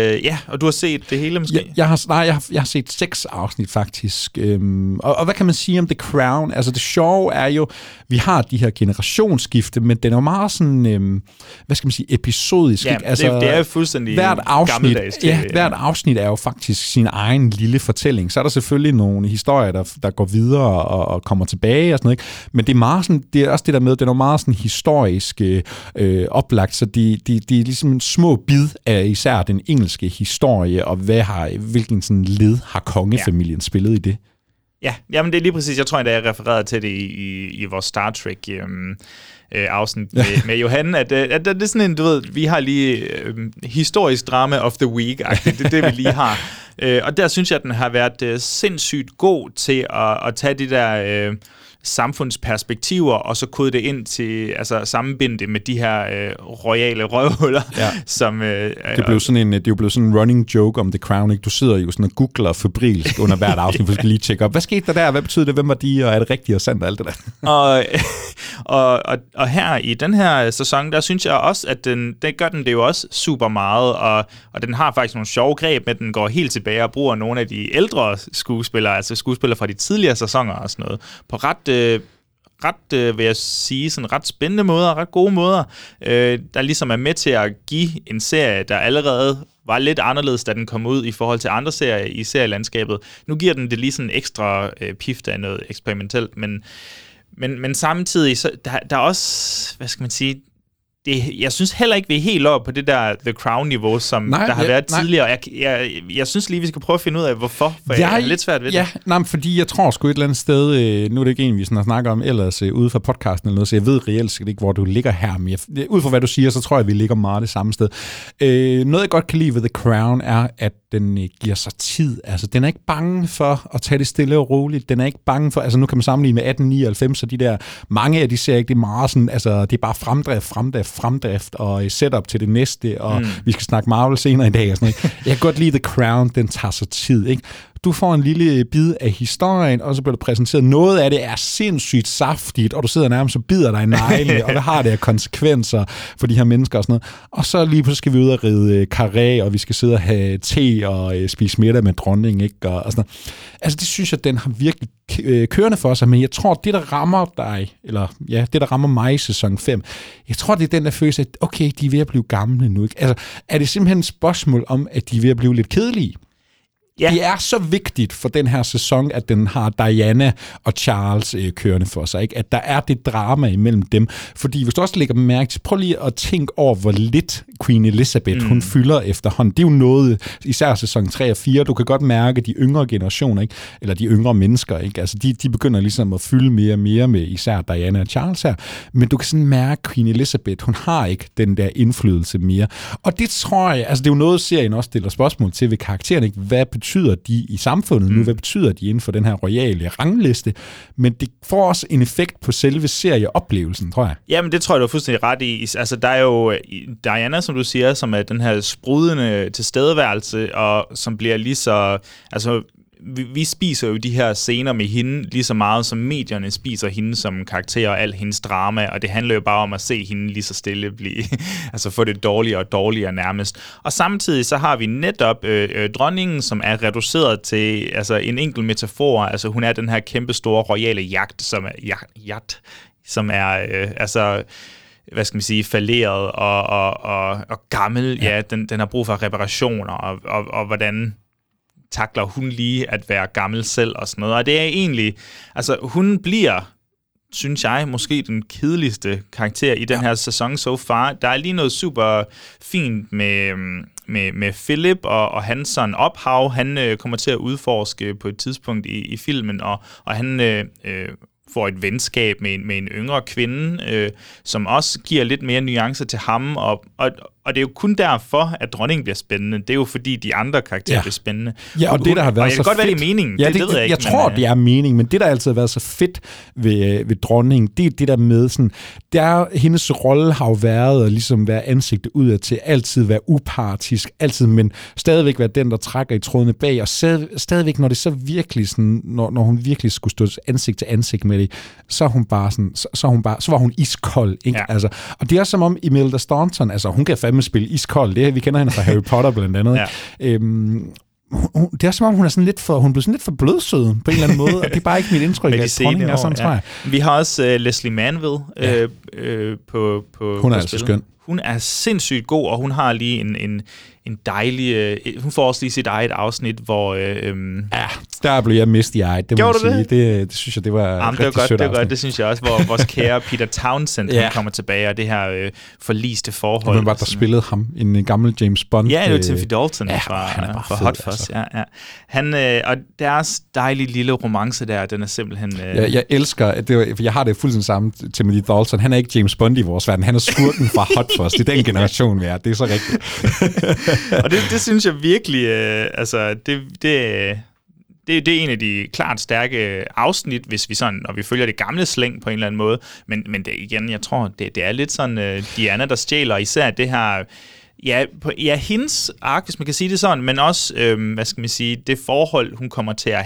Og du har set det hele måske? Jeg har set 6 afsnit faktisk. Og hvad kan man sige om The Crown? Altså det sjove er jo, vi har de her generationsskifte, men den er jo meget sådan, hvad skal man sige, episodisk. Ja, altså, det er jo fuldstændig gammeldags. Hvert afsnit er jo faktisk sin egen lille fortælling. Så er der selvfølgelig nogle historier, der går videre og kommer tilbage og sådan noget. Men det er meget sådan, det er også det der med, det er noget meget sådan historisk oplagt, så de er ligesom en små bid af især den engelske historie, og hvilken sådan led har kongefamilien spillet i det? Ja, jamen det er lige præcis, jeg tror endda, jeg refererede til det i vores Star Trek afsnit med Johan, at det er sådan en, du ved, vi har lige historisk drama of the week, det er det, vi lige har. Og der synes jeg, at den har været sindssygt god til at tage de der samfundsperspektiver, og så kode det ind til, altså sammenbinde det med de her royale røvhuller, som... det er jo blevet sådan en running joke om The Crown, ikke? Du sidder jo sådan og googler febrilsk under hvert afsnit, for du skal lige tjekke op, hvad skete der? Hvad betyder det? Hvem var de? Og er det rigtigt og sandt og alt det der? og her i den her sæson, der synes jeg også, at det gør den det jo også super meget, og den har faktisk nogle sjove greb med, den går helt tilbage og bruger nogle af de ældre skuespillere, altså skuespillere fra de tidligere sæsoner og sådan noget, på ret, vil jeg sige, sådan ret spændende måder, ret gode måder, der ligesom er med til at give en serie, der allerede var lidt anderledes, da den kom ud i forhold til andre serier i serielandskabet. Nu giver den det lige sådan ekstra pift af noget eksperimentelt, men samtidig, så der er også, hvad skal man sige, jeg synes heller ikke, vi er helt oppe på det der The Crown-niveau, som der har været tidligere. Jeg synes lige, vi skal prøve at finde ud af, hvorfor, for jeg er lidt svært ved det. Ja, fordi jeg tror sgu et eller andet sted, nu er det ikke en, vi snakker om ellers ude fra podcasten eller noget, så jeg ved reelt ikke, hvor du ligger her, men ud fra hvad du siger, så tror jeg, vi ligger meget det samme sted. Noget, jeg godt kan lide ved The Crown, er, at den giver sig tid. Altså, den er ikke bange for at tage det stille og roligt. Den er ikke bange for, altså nu kan man sammenligne med 1899, så de der, mange af de serier, det er meget sådan, altså det er bare fremdrift og setup til det næste, og vi skal snakke Marvel senere i dag og sådan noget. Jeg kan godt lide The Crown, den tager sig tid, ikke? Du får en lille bid af historien, og så bliver der præsenteret. Noget af det er sindssygt saftigt, og du sidder nærmest og bider dig i neglene, og hvad har det af konsekvenser for de her mennesker og sådan noget. Og så lige pludselig skal vi ud og ride karré, og vi skal sidde og have te og spise middag med dronningen, ikke? Og sådan noget. Altså det synes jeg, den har virkelig kørende for sig, men jeg tror, det der rammer dig, eller ja, det der rammer mig i sæson 5, jeg tror, det er den der følelse, at okay, de er ved at blive gamle nu, ikke? Altså er det simpelthen et spørgsmål om, at de er ved at blive lidt kedelige? Ja. Det er så vigtigt for den her sæson, at den har Diana og Charles kørende for sig, ikke? At der er det drama imellem dem. Fordi hvis du også lægger mærke til, prøv lige at tænke over, hvor lidt Queen Elizabeth hun fylder efterhånden. Det er jo noget, især sæson 3 og 4, du kan godt mærke de yngre generationer, ikke? Eller de yngre mennesker, ikke? Altså de begynder ligesom at fylde mere og mere med især Diana og Charles her. Men du kan sådan mærke, Queen Elizabeth, hun har ikke den der indflydelse mere. Og det tror jeg, altså det er jo noget, serien også stiller spørgsmål til ved karakteren, ikke? Hvad betyder de i samfundet nu? Hvad betyder de inden for den her royale rangliste? Men det får også en effekt på selve serieoplevelsen, tror jeg. Jamen, det tror jeg, du er fuldstændig ret i. Altså, der er jo Diana, som du siger, som er den her sprudende tilstedeværelse, og som bliver lige så... Altså, vi spiser jo de her scener med hende lige så meget, som medierne spiser hende som karakter og al hendes drama, og det handler jo bare om at se hende lige så stille blive, altså få det dårligere og dårligere nærmest. Og samtidig så har vi netop dronningen, som er reduceret til altså en enkelt metafor, altså hun er den her kæmpe store royale jagt, som er altså hvad skal man sige, falderet og gammel. Ja, den har brug for reparationer, og hvordan takler hun lige at være gammel selv og sådan noget. Og det er egentlig, altså hun bliver, synes jeg, måske den kedeligste karakter i den her sæson so far. Der er lige noget super fint med Philip og hans sådan ophav. Han kommer til at udforske på et tidspunkt i filmen, og han får et venskab med en yngre kvinde, som også giver lidt mere nuancer til ham, og det er jo kun derfor, at dronningen bliver spændende. Det er jo fordi, de andre karakterer bliver spændende. Ja, og det, der har været så fedt... det kan godt være, det er meningen. Ja, det ved jeg ikke. Jeg tror, det er meningen, men det, der altid har været så fedt ved dronningen, det er det der med sådan... Hendes rolle har jo været at ligesom være ansigtet udad til, altid være upartisk, altid, men stadigvæk være den, der trækker i trådene bag, og stadigvæk, når det så virkelig sådan, når hun virkelig skulle stå ansigt til ansigt med det, så er hun bare sådan, så var hun iskold, ikke? Ja. Altså, og det er som om Imelda Staunton, altså hun kan fandme spille iskold. Vi kender hende fra Harry Potter blandt andet. Ja. Det er som om, hun er sådan lidt for blødsød på en eller anden måde, og det er bare ikke mit indtryk, at dronningen er sådan, tror jeg. Vi har også Leslie Manville på hun er altså skøn. Hun er sindssygt god, og hun har lige en dejlig... hun får også lige sit eget afsnit, hvor... der blev jeg mistet i eget, det må jeg sige. Det synes jeg, det var rigtig sødt. Det var godt, det synes jeg også, hvor vores kære Peter Townsend kommer tilbage, og det her forliste forhold. Hvem var der spillede ham? En gammel James Bond? Ja, det var Timothy Dalton fra Hot Fuzz. Altså. Ja. Han, og deres dejlige lille romance der, den er simpelthen... Jeg elsker, for jeg har det fuldstændig samme, Timothy Dalton. Han er ikke James Bond i vores verden, han er skurken fra Hot Fuzz. Det er den generation, vi er. Det er så rigtigt. Og det synes jeg virkelig, altså, det er en af de klart stærke afsnit, hvis vi sådan, og vi følger det gamle slæng på en eller anden måde, men det igen, jeg tror, det er lidt sådan Diana, der stjæler især det her, hendes ark, hvis man kan sige det sådan, men også, hvad skal man sige, det forhold, hun kommer til at have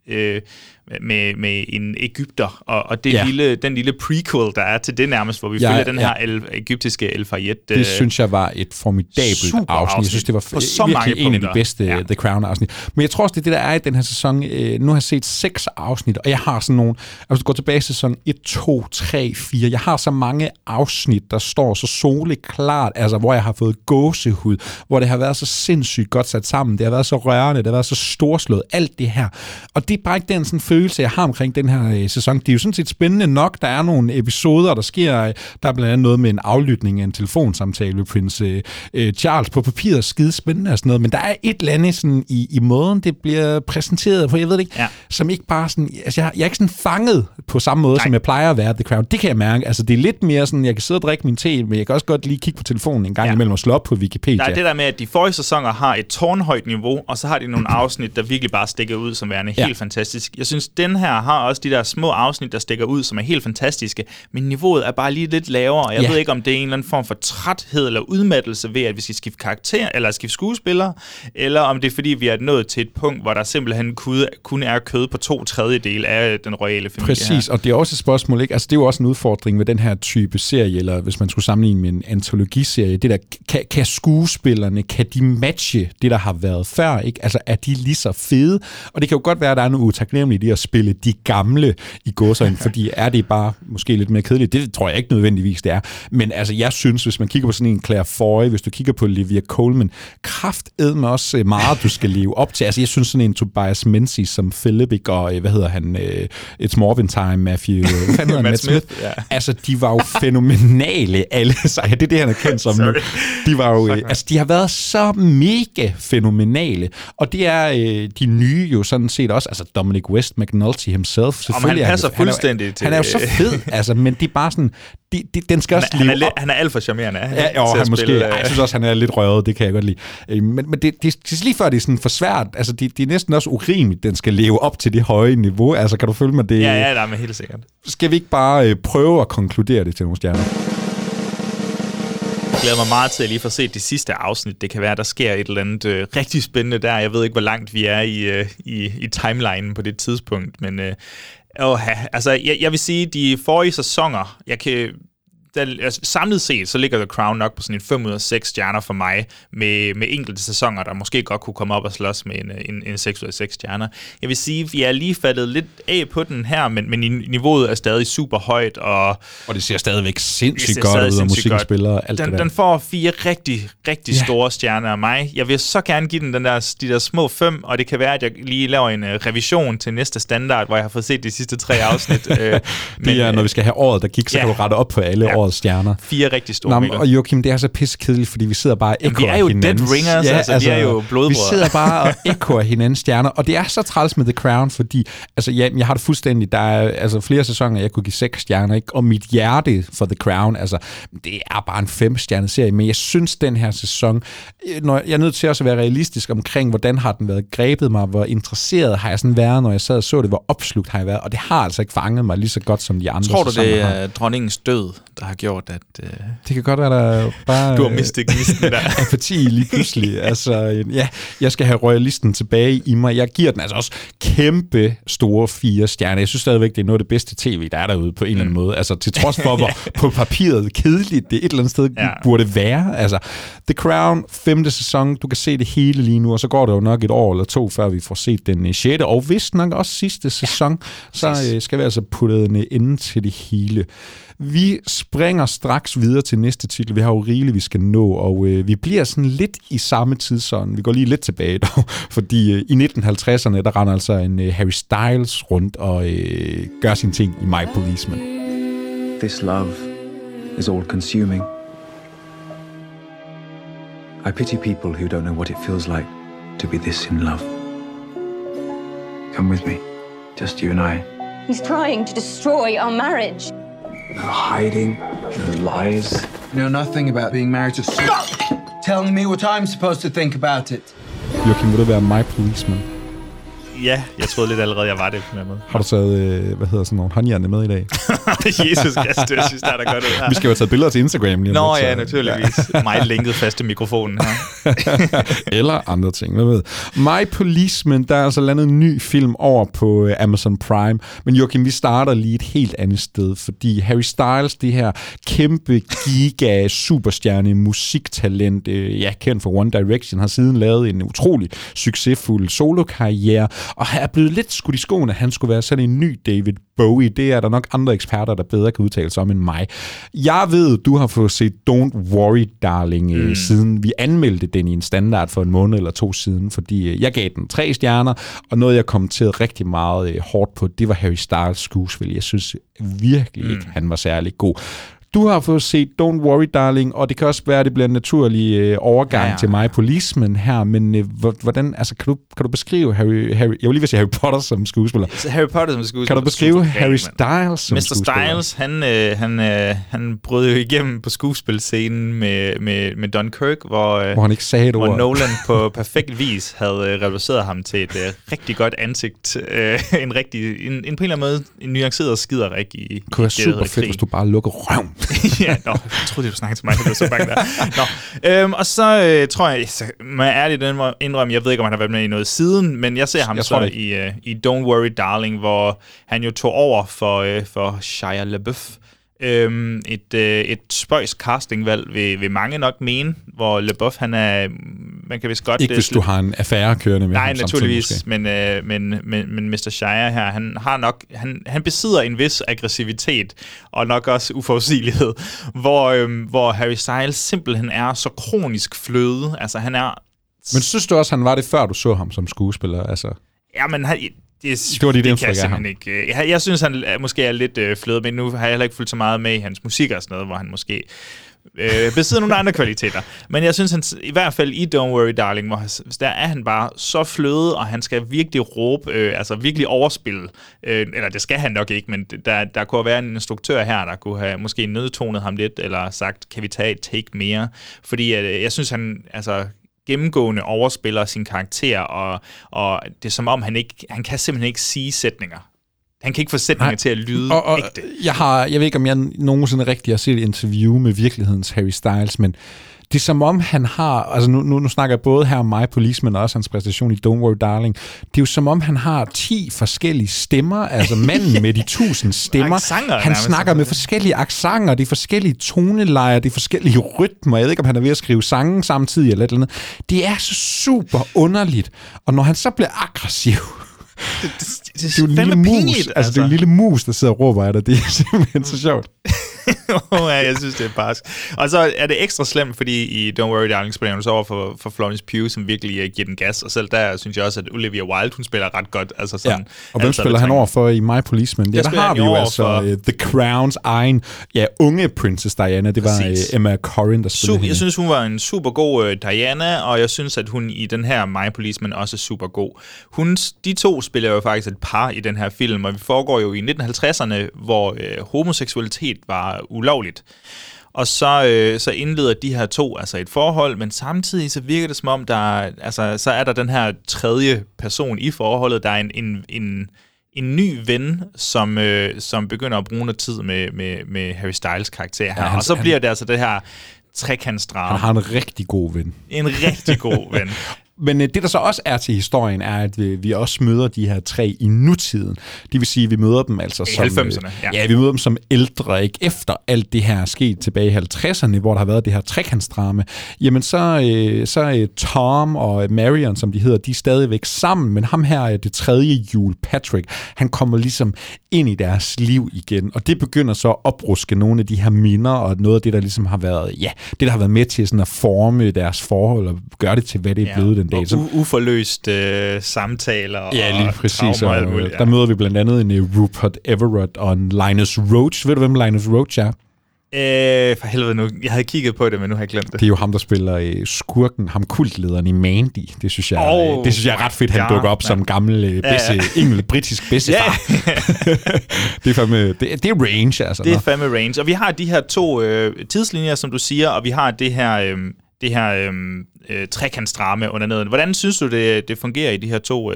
med en egypter, og det den lille prequel, der er til det nærmest, hvor vi følger den her egyptiske El Fayed. Det synes jeg var et formidabelt afsnit. Jeg synes, det var virkelig en af de bedste The Crown-afsnit. Men jeg tror også, det er det, der er i den her sæson. Nu har jeg set 6 afsnit, og jeg har sådan nogle... Altså, gå tilbage til sæson 1, 2, 3, 4. Jeg har så mange afsnit, der står så soleklart, altså, hvor jeg har fået gåsehud, hvor det har været så sindssygt godt sat sammen. Det har været så rørende, det har været så storslået. Alt det her. Og det er bare ikke den sådan følelse, jeg har omkring den her sæson. Det er jo sådan set spændende nok. Der er nogle episoder, der sker. Der er blandt andet noget med en aflytning af en telefonsamtale med prins Charles på papiret. Skide spændende og sådan noget. Men der er et eller andet sådan i måden, det bliver præsenteret på, jeg ved det ikke, som ikke bare sådan... Altså, jeg er ikke sådan fanget på samme måde, som jeg plejer at være The Crown. Det kan jeg mærke. Altså, det er lidt mere sådan, jeg kan sidde og drikke min te, men jeg kan også godt lige kigge på telefonen en gang imellem og slå op på Wikipedia. Der er det der med, at de forrige sæsoner har et tårnhøjt niveau, og så har de nogle afsnit, der virkelig bare stikker ud som værende helt fantastisk. Jeg synes, den her har også de der små afsnit, der stikker ud, som er helt fantastiske, men niveauet er bare lige lidt lavere, og jeg ved ikke, om det er en eller anden form for træthed eller udmattelse ved, at vi skal skifte karakter, eller skifte skuespillere, eller om det er, fordi vi er nået til et punkt, hvor der simpelthen kun er kød på 2/3 af den royale familie. Præcis, og det er også et spørgsmål, ikke? Altså, det er jo også en udfordring med den her type serie, eller hvis man skulle sammenligne med en antologiserie, det der, kan skuespillerne, kan de matche det, der har været før, ikke? Altså, er de lige så fede? Og det kan jo godt være, at der er noget utaknemmeligt i at spille de gamle i gåsøjne, fordi er det bare måske lidt mere kedeligt? Det tror jeg ikke nødvendigvis, det er. Men altså, jeg synes, hvis man kigger på sådan en Claire Foy, hvis du kigger på Olivia Colman, kraftedme også meget, du skal leve op til. Altså, jeg synes sådan en Tobias Menzies som Philip, ikke? Og hvad hedder han? It's Morvin Time, Matthew. Matt Smith. Altså, de var jo fænomenale alle. Så det er det, han er kendt som nu. De var jo, altså, de har været så mega fænomenale. Og det er de nye jo sådan set også, altså Dominic West McNulty himself. Selvfølgelig, han passer fuldstændig til... Han er jo så fed, altså, men det er bare sådan... Den skal også leve op. Han er alt for charmerende. Han måske... jeg synes også, han er lidt røvet, det kan jeg godt lide. Men det er lige før, det er sådan for svært. Altså, det er næsten også urimeligt, den skal leve op til det høje niveau. Altså, kan du følge mig det? Ja, der er helt sikkert. Skal vi ikke bare prøve at konkludere det til nogle stjerner? Jeg glæder mig meget til at lige få set det sidste afsnit. Det kan være, der sker et eller andet rigtig spændende der. Jeg ved ikke, hvor langt vi er i timelinen på det tidspunkt, men altså, jeg vil sige, de forrige sæsoner, samlet set, så ligger The Crown nok på sådan en 5 ud af 6 stjerner for mig, med enkelte sæsoner, der måske godt kunne komme op og slås med en 6 ud af 6 stjerner. Jeg vil sige, vi er lige faldet lidt af på den her, men niveauet er stadig super højt. Og det ser stadigvæk sindssygt godt ud, og musikken spiller og alt det der. Den får 4 rigtig, rigtig store stjerner af mig. Jeg vil så gerne give den de der små 5, og det kan være, at jeg lige laver en revision til næste standard, hvor jeg har fået set de sidste 3 afsnit. Det er, når vi skal have året, der gik, så kan du rette op på alle årets stjerner. 4 rigtig store. Og Joachim, det er så pissekedeligt, fordi vi sidder bare og ekoer hinandens. Vi er jo dead ringers, altså, vi er jo blodbrødre. Vi sidder bare og ekoer hinandens stjerner, og det er så træls med The Crown, fordi altså, jeg har det fuldstændig, der er altså flere sæsoner, jeg kunne give 6 stjerner, ikke? Og mit hjerte for The Crown, altså, det er bare en 5-stjerne serie, men jeg synes, den her sæson, når jeg er nødt til også at være realistisk omkring, hvordan har den været grebet mig, hvor interesseret har jeg sådan været, når jeg sad og så det, hvor opslugt har jeg været, og det har altså ikke fanget mig lige så godt som de andre sæsoner. Tror du, det er dronningens død, der har gjort, at... Det kan godt være, der bare... Du har mistet gnisten der. Apati lige pludselig. Altså, ja, jeg skal have royalisten tilbage i mig. Jeg giver den altså også kæmpe store 4 stjerner. Jeg synes stadigvæk, det er noget af det bedste tv, der er derude på en eller anden måde. Altså, til trods for, hvor på papiret kedeligt det et eller andet sted burde være. Altså, The Crown, 5. sæson, du kan se det hele lige nu, og så går det jo nok et år eller 2, før vi får set den 6. Og vist nok også sidste sæson, så skal vi altså putte en ende til det hele. Vi springer straks videre til næste titel. Vi har jo rigeligt, vi skal nå, og vi bliver sådan lidt i samme tidszone. Vi går lige lidt tilbage dog, fordi i 1950'erne, der render altså en Harry Styles rundt og gør sine ting i My Policeman. This love is all-consuming. I pity people who don't know what it feels like to be this in love. Come with me, just you and I. He's trying to destroy our marriage. No hiding, no lies. You know nothing about being married to... Stop telling me what I'm supposed to think about it. Joachim, vil du være My Policeman? Ja, jeg troede lidt allerede, jeg var det på den måde. Har du taget, nogle håndjern med i dag? Jesus Christ, det synes jeg, der godt ud her. Vi skal jo have taget billeder til Instagram lige om lidt, naturligvis. Ja. Mig lænket fast til mikrofonen her. Eller andre ting, hvad ved. My Policeman, der er altså landet en ny film over på Amazon Prime. Men Joachim, vi starter lige et helt andet sted, fordi Harry Styles, det her kæmpe giga superstjerne musiktalent, kendt for One Direction, har siden lavet en utrolig succesfuld solokarriere, og er blevet lidt skudt i skoene, at han skulle være sådan en ny David Bowie. Det er der nok andre eksperter, der bedre kan udtale sig om end mig. Jeg ved, du har fået set Don't Worry Darling, siden vi anmeldte den i en standard for en måned eller 2 siden, fordi jeg gav den 3 stjerner, og noget, jeg kommenterede rigtig meget hårdt på, det var Harry Styles skuespil. Jeg synes virkelig ikke, han var særlig god. Du har fået set Don't Worry Darling, og det kan også være, at det bliver en naturlig overgang til My Policeman her, men hvordan, altså kan du beskrive Harry, jeg vil lige sige Harry Potter som skuespiller. Harry Potter som skuespiller. Kan du beskrive Harry Styles som Mr. skuespiller? Styles, han brød jo igennem på skuespilscenen med Dunkirk, hvor han ikke sagde et ord. Hvor Nolan på perfekt vis havde reduceret ham til et rigtig godt ansigt, en på en eller anden måde en nuanceret skiderik i det kunne være super fedt, hvis du bare lukker røven. Ja, jeg troede, du snakkede til mig, jeg blev så bange der. Og så tror jeg, må jeg ærligt indrømme, jeg ved ikke, om han har været med i noget siden, men jeg ser ham i Don't Worry Darling, hvor han jo tog over for Shia LaBeouf. Et spøjs castingvalg vil mange nok mene, hvor LaBeouf, han er, man kan vist godt... Ikke hvis du har en affære kørende med nej, ham naturligvis, samtidig, men Mr. Shia her, han besidder en vis aggressivitet, og nok også uforudsigelighed, hvor Harry Styles simpelthen er så kronisk fløde, altså han er... Men synes du også, han var det, før du så ham som skuespiller, altså? Ja, men det var dit indtryk af ham. Jeg synes, han måske er lidt fløde, men nu har jeg heller ikke fulgt så meget med i hans musik og sådan noget, hvor han måske besidder nogle andre kvaliteter. Men jeg synes, han i hvert fald i Don't Worry Darling, der er han bare så fløde, og han skal virkelig råbe, altså virkelig overspille. Eller det skal han nok ikke, men der kunne være en instruktør her, der kunne have måske nødtonet ham lidt, eller sagt, kan vi tage et take mere? Fordi jeg synes, han gennemgående overspiller sin karakter, og det er som om, han kan simpelthen ikke sige sætninger. Han kan ikke få sætninger til at lyde ægte. Jeg ved ikke, om jeg nogensinde rigtig har set et interview med virkelighedens Harry Styles, men det er som om, han har... Altså nu snakker jeg både her om My Policeman og også hans præstation i Don't Worry Darling. Det er jo som om, han har 10 forskellige stemmer, altså manden med de 1000 stemmer. Han snakker med forskellige accenter, de forskellige tonelejer, de forskellige rytmer. Jeg ved ikke, om han er ved at skrive sange samtidig eller et eller andet. Det er så super underligt. Og når han så bliver aggressiv... Det er jo en lille mus. Altså, det er en lille mus, der sidder og råber af dig. Det er simpelthen så sjovt. Ja, jeg synes, det er barsk. Og så er det ekstra slemt, fordi i Don't Worry Darling spiller hun så over for Florence Pugh, som virkelig giver den gas. Og selv der synes jeg også, at Olivia Wilde, hun spiller ret godt. Altså sådan, ja. Og hvem spiller han over for i My Policeman? Der har vi jo altså The Crowns egen unge Princess Diana. Det var Emma Corrin, der spillede hende. Jeg synes, hun var en super god Diana, og jeg synes, at hun i den her My Policeman også er super god. De to spiller jo faktisk et par i den her film, og vi foregår jo i 1950'erne, hvor homoseksualitet var ulovligt. Og så indleder de her to altså et forhold, men samtidig så virker det som om, så er der den her tredje person i forholdet, der er en ny ven, som begynder at bruge noget tid med Harry Styles karakter her. Og så bliver det altså det her trekantsdrama. Han har en rigtig god ven. En rigtig god ven. Men det, der så også er til historien, er, at vi også møder de her 3 i nutiden. Det vil sige, at vi møder dem altså som... 90'erne, ja, vi møder dem som ældre, ikke? Efter alt det her er sket tilbage i 50'erne, hvor der har været det her trekantsdrama. Jamen, så Tom og Marion, som de hedder, de er stadigvæk sammen, men ham her er det tredje jul, Patrick, han kommer ligesom ind i deres liv igen, og det begynder så at opruske nogle af de her minder, og noget af det, der ligesom har været, det der har været med til sådan at forme deres forhold, og gøre det til, hvad det er blevet den dag. Uforløst samtaler og lige præcis, traumer og alt muligt. Der møder vi blandt andet en Rupert Everett og en Linus Roach. Ved du, hvem Linus Roach er? For helvede nu. Jeg havde kigget på det, men nu har jeg glemt det. Det er jo ham, der spiller skurken, ham kultlederen i Mandy. Det synes jeg er ret fedt, han dukker op som gammel britisk bedstefar. Det er fandme, det er range, altså. Det er fandme range. Og vi har de her 2 tidslinjer, som du siger, og vi har det her trekantsdrama under neden. Hvordan synes du, det fungerer i de her 2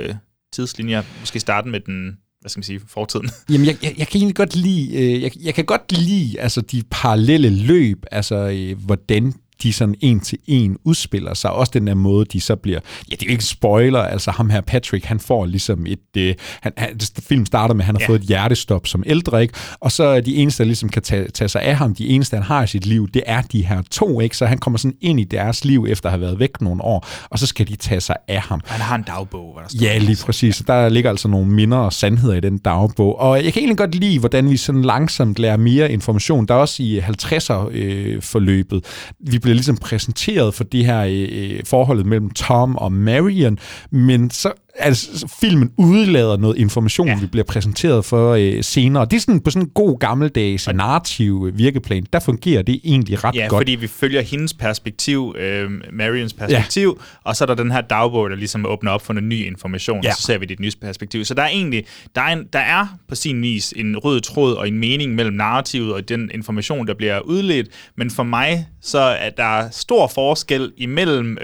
tidslinjer. Måske starte med den, hvad skal man sige, fortiden. Jamen, jeg kan egentlig godt lide, jeg kan godt lide altså, de parallelle løb, altså hvordan de sådan en til en udspiller sig. Også den der måde, de så bliver... Ja, det er jo ikke spoiler. Altså ham her, Patrick, han får ligesom et... film starter med, at han har fået et hjertestop som ældre, ikke? Og så er de eneste, der ligesom kan tage sig af ham, de eneste, han har i sit liv, det er de her to, ikke? Så han kommer sådan ind i deres liv, efter at have været væk nogle år, og så skal de tage sig af ham. Han har en dagbog, hvor der står. Ja, lige præcis. Så der ligger altså nogle minder og sandheder i den dagbog. Og jeg kan egentlig godt lide, hvordan vi sådan langsomt lærer mere information. Der er også i 50'er-forløbet, vi bliver ligesom præsenteret for det her forholdet mellem Tom og Marion, men så altså, filmen udlader noget information, vi bliver præsenteret for senere. Det er sådan på sådan en god gammeldags narrativ virkeplan. Der fungerer det egentlig ret godt. Ja, fordi vi følger hendes perspektiv, Marions perspektiv, og så er der den her dagbog, der ligesom åbner op for noget ny information, og så ser vi det nye perspektiv. Så der er egentlig, der er på sin vis en rød tråd og en mening mellem narrativet og den information, der bliver udledt, men for mig, så er der stor forskel imellem,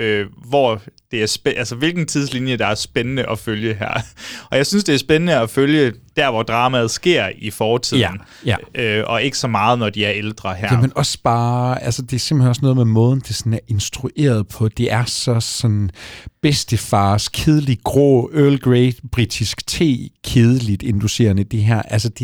hvor det er altså hvilken tidslinje, der er spændende at følge her. Og jeg synes, det er spændende at følge der, hvor dramaet sker i fortiden, og ikke så meget, når de er ældre her. Jamen også bare, altså det er simpelthen også noget med måden, det sådan er instrueret på. Det er så sådan bedstefars kedelig grå Earl Grey britisk te kedeligt inducerende det her. Altså det er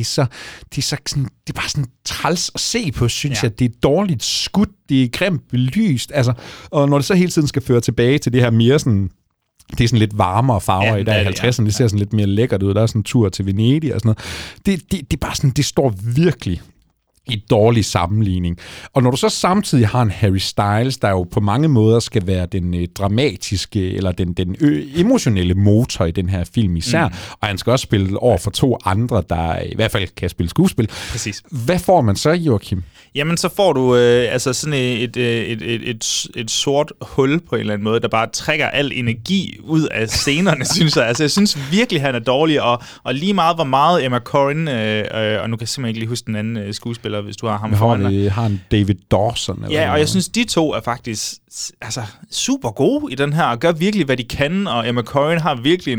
sådan, det er bare sådan træls at se på, synes jeg. Det er dårligt skudt, det er grimt belyst. Altså, og når det så hele tiden skal føre tilbage til det her mere sådan, det er sådan lidt varmere farver i dag i 50'erne. Det ser sådan lidt mere lækkert ud. Der er sådan en tur til Venedig og sådan noget. Det er bare sådan, det står virkelig i dårlig sammenligning. Og når du så samtidig har en Harry Styles, der jo på mange måder skal være den dramatiske, eller den emotionelle motor i den her film især, og han skal også spille over for to andre, der i hvert fald kan spille skuespil. Præcis. Hvad får man så, Joachim? Jamen, så får du altså sådan et sort hul på en eller anden måde, der bare trækker al energi ud af scenerne, synes jeg. Altså, jeg synes virkelig, han er dårlig, og lige meget, hvor meget Emma Corrin, og nu kan jeg simpelthen ikke lige huske den anden skuespiller, hvis du har ham foran dig. Har en David Dawson. Eller ja, og jeg synes, de to er faktisk super gode i den her, og gør virkelig, hvad de kan, og Emma Corrin har virkelig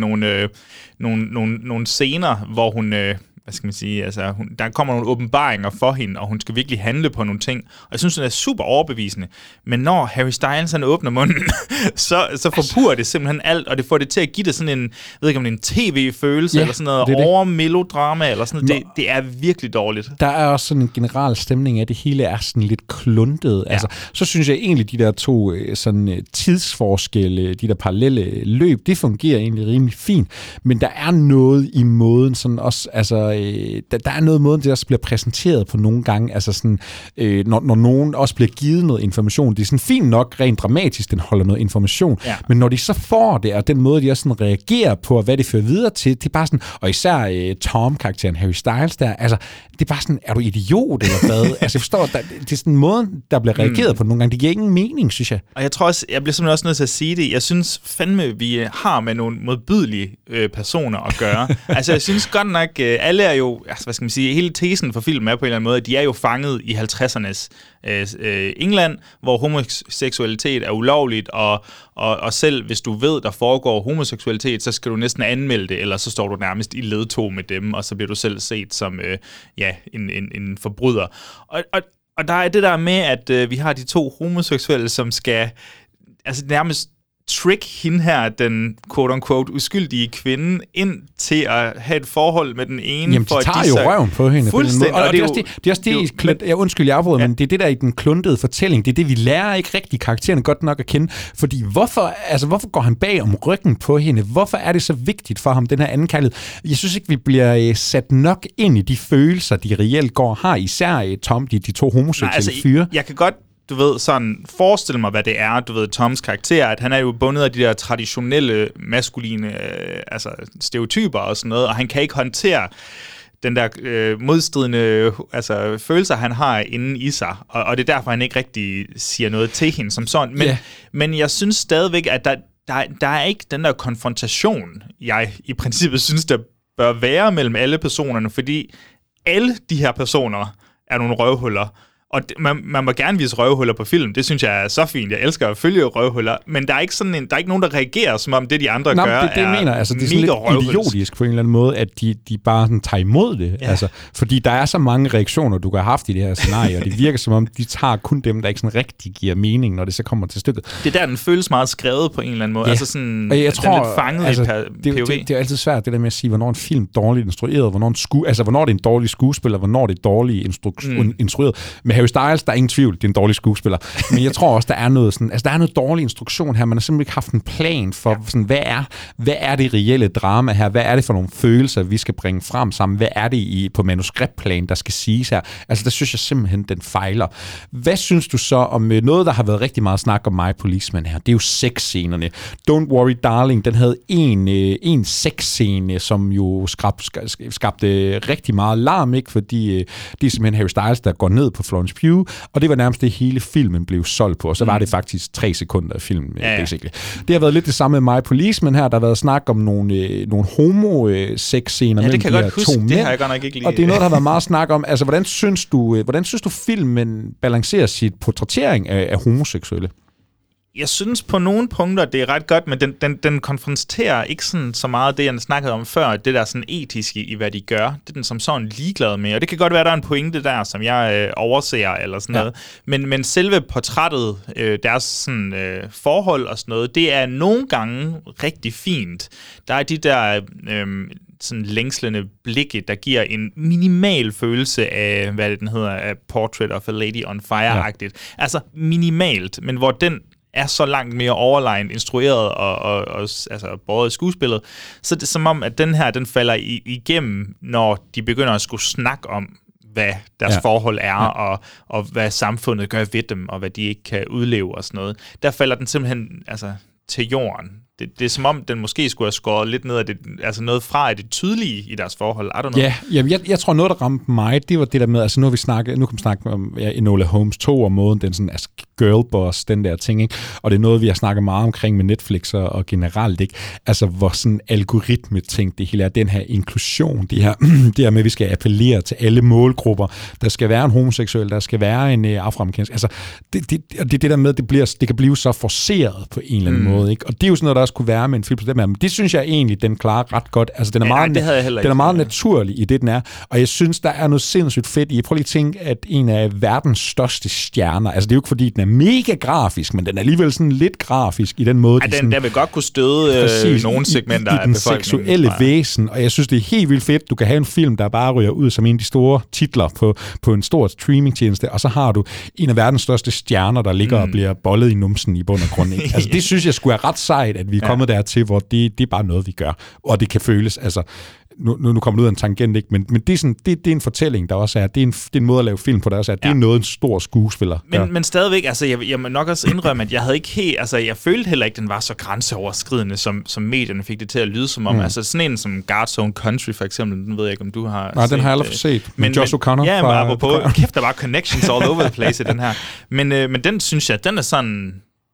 nogle scener, hvor hun... hvad skal man sige, altså, der kommer nogle åbenbaringer for hende, og hun skal virkelig handle på nogle ting. Og jeg synes, det er super overbevisende. Men når Harry Styles, han åbner munden, så forpurer det simpelthen alt, og det får det til at give det sådan en, jeg ved ikke om det er en tv-følelse, eller sådan noget overmelodrama, eller sådan noget. Det er virkelig dårligt. Der er også sådan en generel stemning af, at det hele er sådan lidt kluntet. Ja. Altså, så synes jeg egentlig, de der to sådan tidsforskelle, de der parallelle løb, det fungerer egentlig rimelig fint. Men der er noget i måden sådan også, altså der er noget måde, det også bliver præsenteret på nogle gange, altså sådan, når nogen også bliver givet noget information, det er sådan fint nok, rent dramatisk, den holder noget information, men når de så får det, og den måde, de også sådan reagerer på, og hvad det fører videre til, det er bare sådan, og især Tom-karakteren Harry Styles der, altså, det er bare sådan, er du idiot, eller hvad? Altså, jeg forstår, det er sådan en måde, der bliver reageret på nogle gange, det giver ingen mening, synes jeg. Og jeg tror også, jeg bliver simpelthen også nødt til at sige det, jeg synes fandme, vi har med nogle modbydelige personer at gøre. Altså, jeg synes godt nok, alle er jo, altså, hvad skal man sige, hele tesen for filmen er på en eller anden måde, at de er jo fanget i 50'ernes England, hvor homoseksualitet er ulovligt, og selv hvis du ved, der foregår homoseksualitet, så skal du næsten anmelde det, eller så står du nærmest i ledtog med dem, og så bliver du selv set som en forbryder. Og der er det der med, at vi har de to homoseksuelle, som skal altså nærmest trick hende her, den quote-unquote uskyldige kvinde, ind til at have et forhold med den ene. Jamen, de tager jo røven på hende. Fuldstændig. Og det er også det, jeg undskyld, jeg afbryder, men det er det der i den kluntede fortælling, det er det, vi lærer ikke rigtig karaktererne godt nok at kende. Fordi hvorfor går han bag om ryggen på hende? Hvorfor er det så vigtigt for ham, den her anden kærlighed? Jeg synes ikke, vi bliver sat nok ind i de følelser, de reelt har, især Tom, de to homoseksuelle fyre. Jeg kan godt sådan forestille mig, hvad det er, Toms karakter, at han er jo bundet af de der traditionelle maskuline stereotyper og sådan noget, og han kan ikke håndtere den der modstridende følelser, han har inde i sig, og det er derfor, han ikke rigtig siger noget til hende som sådan. Men jeg synes stadigvæk, at der er ikke den der konfrontation, jeg i princippet synes, der bør være mellem alle personerne, fordi alle de her personer er nogle røvhuller. Og man må gerne vise røvhuller på film. Det synes jeg er så fint. Jeg elsker at følge røvhuller. Men der er ikke der er ikke nogen, der reagerer, som om det, de andre gør, det er mener, altså, det er sådan lidt idiotisk på en eller anden måde, at de bare sådan tager imod det. Ja. Altså, fordi der er så mange reaktioner, du kan have haft i det her scenarie, og det virker som om, de tager kun dem, der ikke sådan rigtig giver mening, når det så kommer til stykket. Det er der, den føles meget skrevet på en eller anden måde. Ja. Altså sådan, og jeg tror, den er lidt fanget altså, i POV. Det er altid svært, det der med at sige, hvornår en film er dårligt instrueret, hvornår det er en dårlig skuespiller, hvornår det er dårligt instrueret. Med Harry Styles, der er ingen tvivl, det er en dårlig skuespiller. Men jeg tror også, der er noget sådan, altså der er noget dårlig instruktion her. Man har simpelthen ikke haft en plan for, sådan, hvad er det reelle drama her? Hvad er det for nogle følelser, vi skal bringe frem sammen? Hvad er det på manuskriptplan, der skal siges her? Altså, der synes jeg simpelthen, den fejler. Hvad synes du så om noget, der har været rigtig meget snak om My Policeman her? Det er jo sexscenerne. Don't Worry Darling, den havde en sexscene, som jo skabte rigtig meget larm, ikke? Fordi det er simpelthen Harry Styles, der går ned på Florence Pugh, og det var nærmest det hele filmen blev solgt på, og så var det faktisk 3 sekunder af filmen, basically. Det har været lidt det samme med My Policeman her, der har været snak om nogle homo-sex-scener mellem de her 2 mænd, det har jeg godt nok ikke lige. Og det er noget, der har været meget snak om. Altså, hvordan synes du filmen balancerer sit portrættering af homoseksuelle? Jeg synes på nogle punkter, det er ret godt, men den konfronterer ikke sådan så meget det, jeg snakkede om før, det der sådan etiske i, hvad de gør. Det er den som sådan ligeglad med, og det kan godt være, der er en pointe der, som jeg overser eller sådan noget. Men selve portrættet, deres sådan, forhold og sådan noget, det er nogle gange rigtig fint. Der er de der sådan længslende blikke, der giver en minimal følelse af, hvad det den hedder, af Portrait of a Lady on Fire-agtigt. Ja. Altså minimalt, men hvor den er så langt mere overlegnet instrueret og altså både skuespillet, så det er som om, at den her, den falder igennem, når de begynder at skulle snakke om, hvad deres forhold er, og hvad samfundet gør ved dem, og hvad de ikke kan udleve og sådan noget. Der falder den simpelthen altså til jorden. Det er som om, den måske skulle have skåret lidt ned af det, altså noget fra af det tydelige i deres forhold. I don't know. Ja, jeg tror noget, der ramte mig, det var det der med, altså nu kan vi snakke om Enola Holmes 2 og måden, den sådan, altså girlboss, den der ting, ikke? Og det er noget, vi har snakket meget omkring med Netflix og generelt, ikke? Altså, hvor sådan algoritme-ting, det hele er, den her inklusion, det her med, at vi skal appellere til alle målgrupper. Der skal være en homoseksuel, der skal være en afroamerikansk. Altså, det der med, det kan blive så forceret på en eller anden måde, ikke? Og det er jo sådan noget, der også kunne være med en film på den her, men det synes jeg egentlig, den klarer ret godt. Altså, den er meget naturlig i det, den er. Og jeg synes, der er noget sindssygt fedt i. Prøv lige at tænke, at en af verdens største stjerner, altså det er jo ikke fordi, den er mega grafisk, men den er alligevel sådan lidt grafisk i den måde. Der vil godt kunne støde nogle segmenter af den seksuelle væsen, og jeg synes, det er helt vildt fedt. Du kan have en film, der bare ryger ud som en af de store titler på en stor streamingtjeneste, og så har du en af verdens største stjerner, der ligger og bliver bollet i numsen i bund og grund. Altså det synes jeg skulle er ret sejt, at vi er kommet dertil, hvor det er bare noget, vi gør, og det kan føles, altså nu kommer det ud af en tangent, ikke? Men det er, sådan, det er en fortælling, der også er. Det er en måde at lave film på, der også er. Det er noget, en stor skuespiller gør. Men stadigvæk, altså jeg må nok også indrømme, at jeg havde ikke helt, altså jeg følte heller ikke, den var så grænseoverskridende, som medierne fik det til at lyde som om. Altså sådan en som God's Own Country, for eksempel, den ved jeg ikke, om du har set. Den har jeg aldrig set. Men Josh O'Connor. Ja, men apropos, kæft, der var connections all over the place i den her. Men den synes jeg, den er sådan...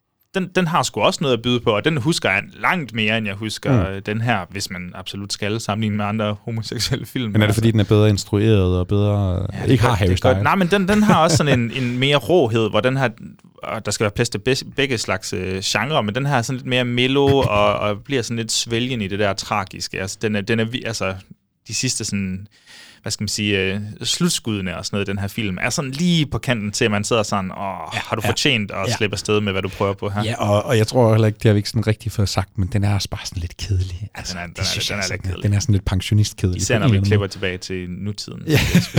Den har sgu også noget at byde på, og den husker jeg langt mere, end jeg husker den her, hvis man absolut skal sammenligne med andre homoseksuelle film. Men er det fordi, den er bedre instrueret og bedre... ikke har Harry Styles? Nej, men den har også sådan en mere råhed, hvor den her... Der skal være plads til begge slags genre, men den her er sådan lidt mere mellow, og bliver sådan lidt svælgende i det der tragiske. Altså, den er altså de sidste sådan... hvad skal man sige, slutskuddene og sådan noget i den her film, er sådan lige på kanten til, at man sidder sådan, har du fortjent at slippe afsted med, hvad du prøver på her? Ja, og jeg tror heller ikke, det har vi ikke sådan rigtig fået sagt, men den er også bare sådan lidt kedelig. Altså, den er lidt kedelig. Den er sådan lidt pensionistkedelig. Især når vi klipper tilbage til nutiden. Ja.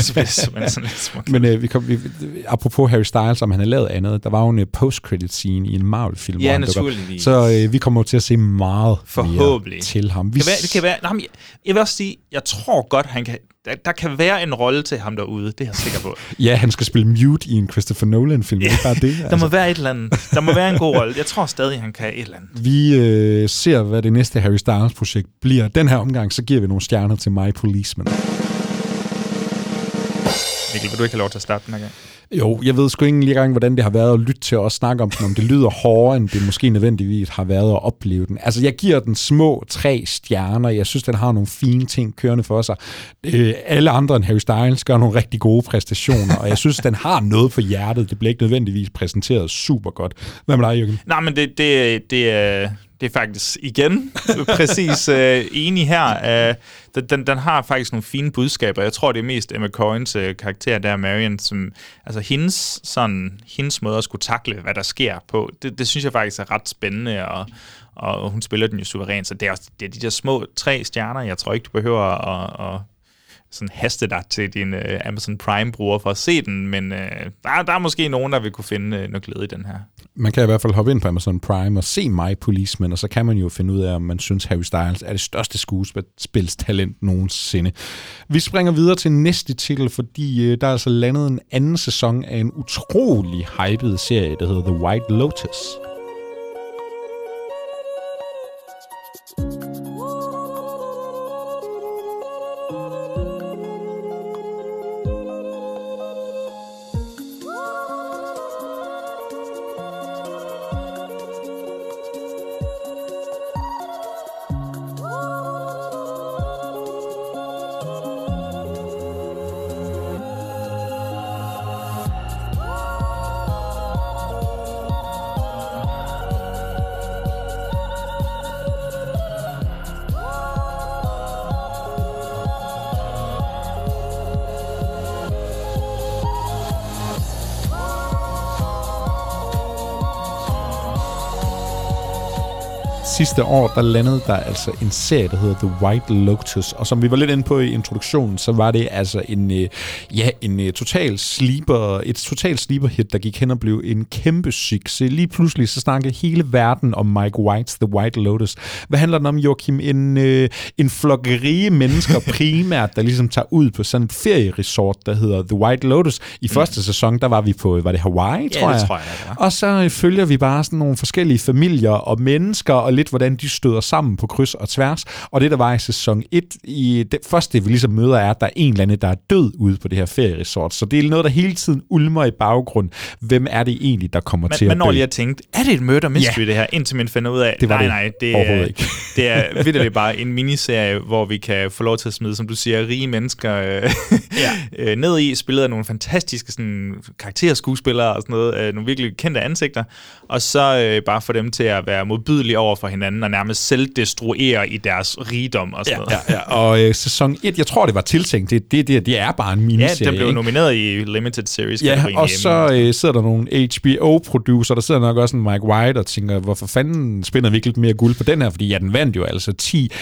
Men apropos Harry Styles, om han har lavet andet, der var jo en post-credit-scene i en Marvel-film. Ja, naturligvis. Så vi kommer til at se meget forhåbentlig mere til ham. Det kan være. Jeg vil også sige, jeg tror godt, han kan... Der kan være en rolle til ham derude, det er jeg sikker på. Ja, han skal spille Mute i en Christopher Nolan-film. Ja, det er bare det. Altså. Der må være et eller andet. Der må være en god rolle. Jeg tror stadig, han kan et eller andet. Vi ser, hvad det næste Harry Styles-projekt bliver. Den her omgang, så giver vi nogle stjerner til My Policeman. Mikkel, vil du ikke have lov til at starte den her gang? Jo, jeg ved sgu ikke lige engang, hvordan det har været at lytte til og snakke om den, om det lyder hårdere, end det måske nødvendigvis har været at opleve den. Altså, jeg giver den små 3 stjerner. Jeg synes, den har nogle fine ting kørende for sig. Alle andre end Harry Styles gør nogle rigtig gode præstationer, og jeg synes, den har noget på hjertet. Det bliver ikke nødvendigvis præsenteret super godt. Hvad med dig, Jürgen? Nej, men det er faktisk igen præcis enig her. Den har faktisk nogle fine budskaber. Jeg tror, det er mest Emma Corrins karakter der, Marion, som altså hendes måde at skulle takle, hvad der sker på. Det synes jeg faktisk er ret spændende, og hun spiller den jo suverænt. Så det er de der små 3 stjerner. Jeg tror ikke, du behøver at sådan haste dig til din Amazon Prime-bruger for at se den, men der er måske nogen, der vil kunne finde noget glæde i den her. Man kan i hvert fald hoppe ind på Amazon Prime og se My Policeman, og så kan man jo finde ud af, om man synes, Harry Styles er det største skuespilstalent nogensinde. Vi springer videre til næste titel, fordi der er altså landet en anden sæson af en utrolig hyped serie, der hedder The White Lotus. Sidste år, der landede der altså en serie, der hedder The White Lotus, og som vi var lidt inde på i introduktionen, så var det altså et total sleeper-hit, der gik hen og blev en kæmpe succes. Lige pludselig så snakkede hele verden om Mike Whites The White Lotus. Hvad handler den om, Joachim? En flok rige mennesker primært, der ligesom tager ud på sådan et ferieresort, der hedder The White Lotus. I første sæson, der var vi på, var det Hawaii, tror jeg? Ja, det tror jeg. Og så følger vi bare sådan nogle forskellige familier og mennesker, og lidt hvordan de støder sammen på kryds og tværs. Og det, der var i sæson 1, det første, vi ligesom møder, er, at der er en eller anden, der er død ude på det her ferieresort. Så det er noget, der hele tiden ulmer i baggrund. Hvem er det egentlig, der kommer til at dø? Men når lige har tænkt, er det et murder mystery, det her? Indtil man finder ud af, det er ikke. Det er vitterligt bare en miniserie, hvor vi kan få lov til at smide, som du siger, rige mennesker ned i, spillet af nogle fantastiske sådan, karakterskuespillere og sådan noget, nogle virkelig kendte ansigter, og så bare få dem til at være modbydelige over for hinanden og nærmest selvdestruere i deres rigdom og sådan noget. Ja. Og sæson 1, jeg tror, det var tiltænkt. Det er bare en miniserie. Ja, den blev nomineret i Limited Series. Ja, og så sidder der nogle HBO-producer, der sidder nok også en Mike White og tænker, hvorfor fanden spinder vi ikke lidt mere guld på den her? Fordi den vandt jo altså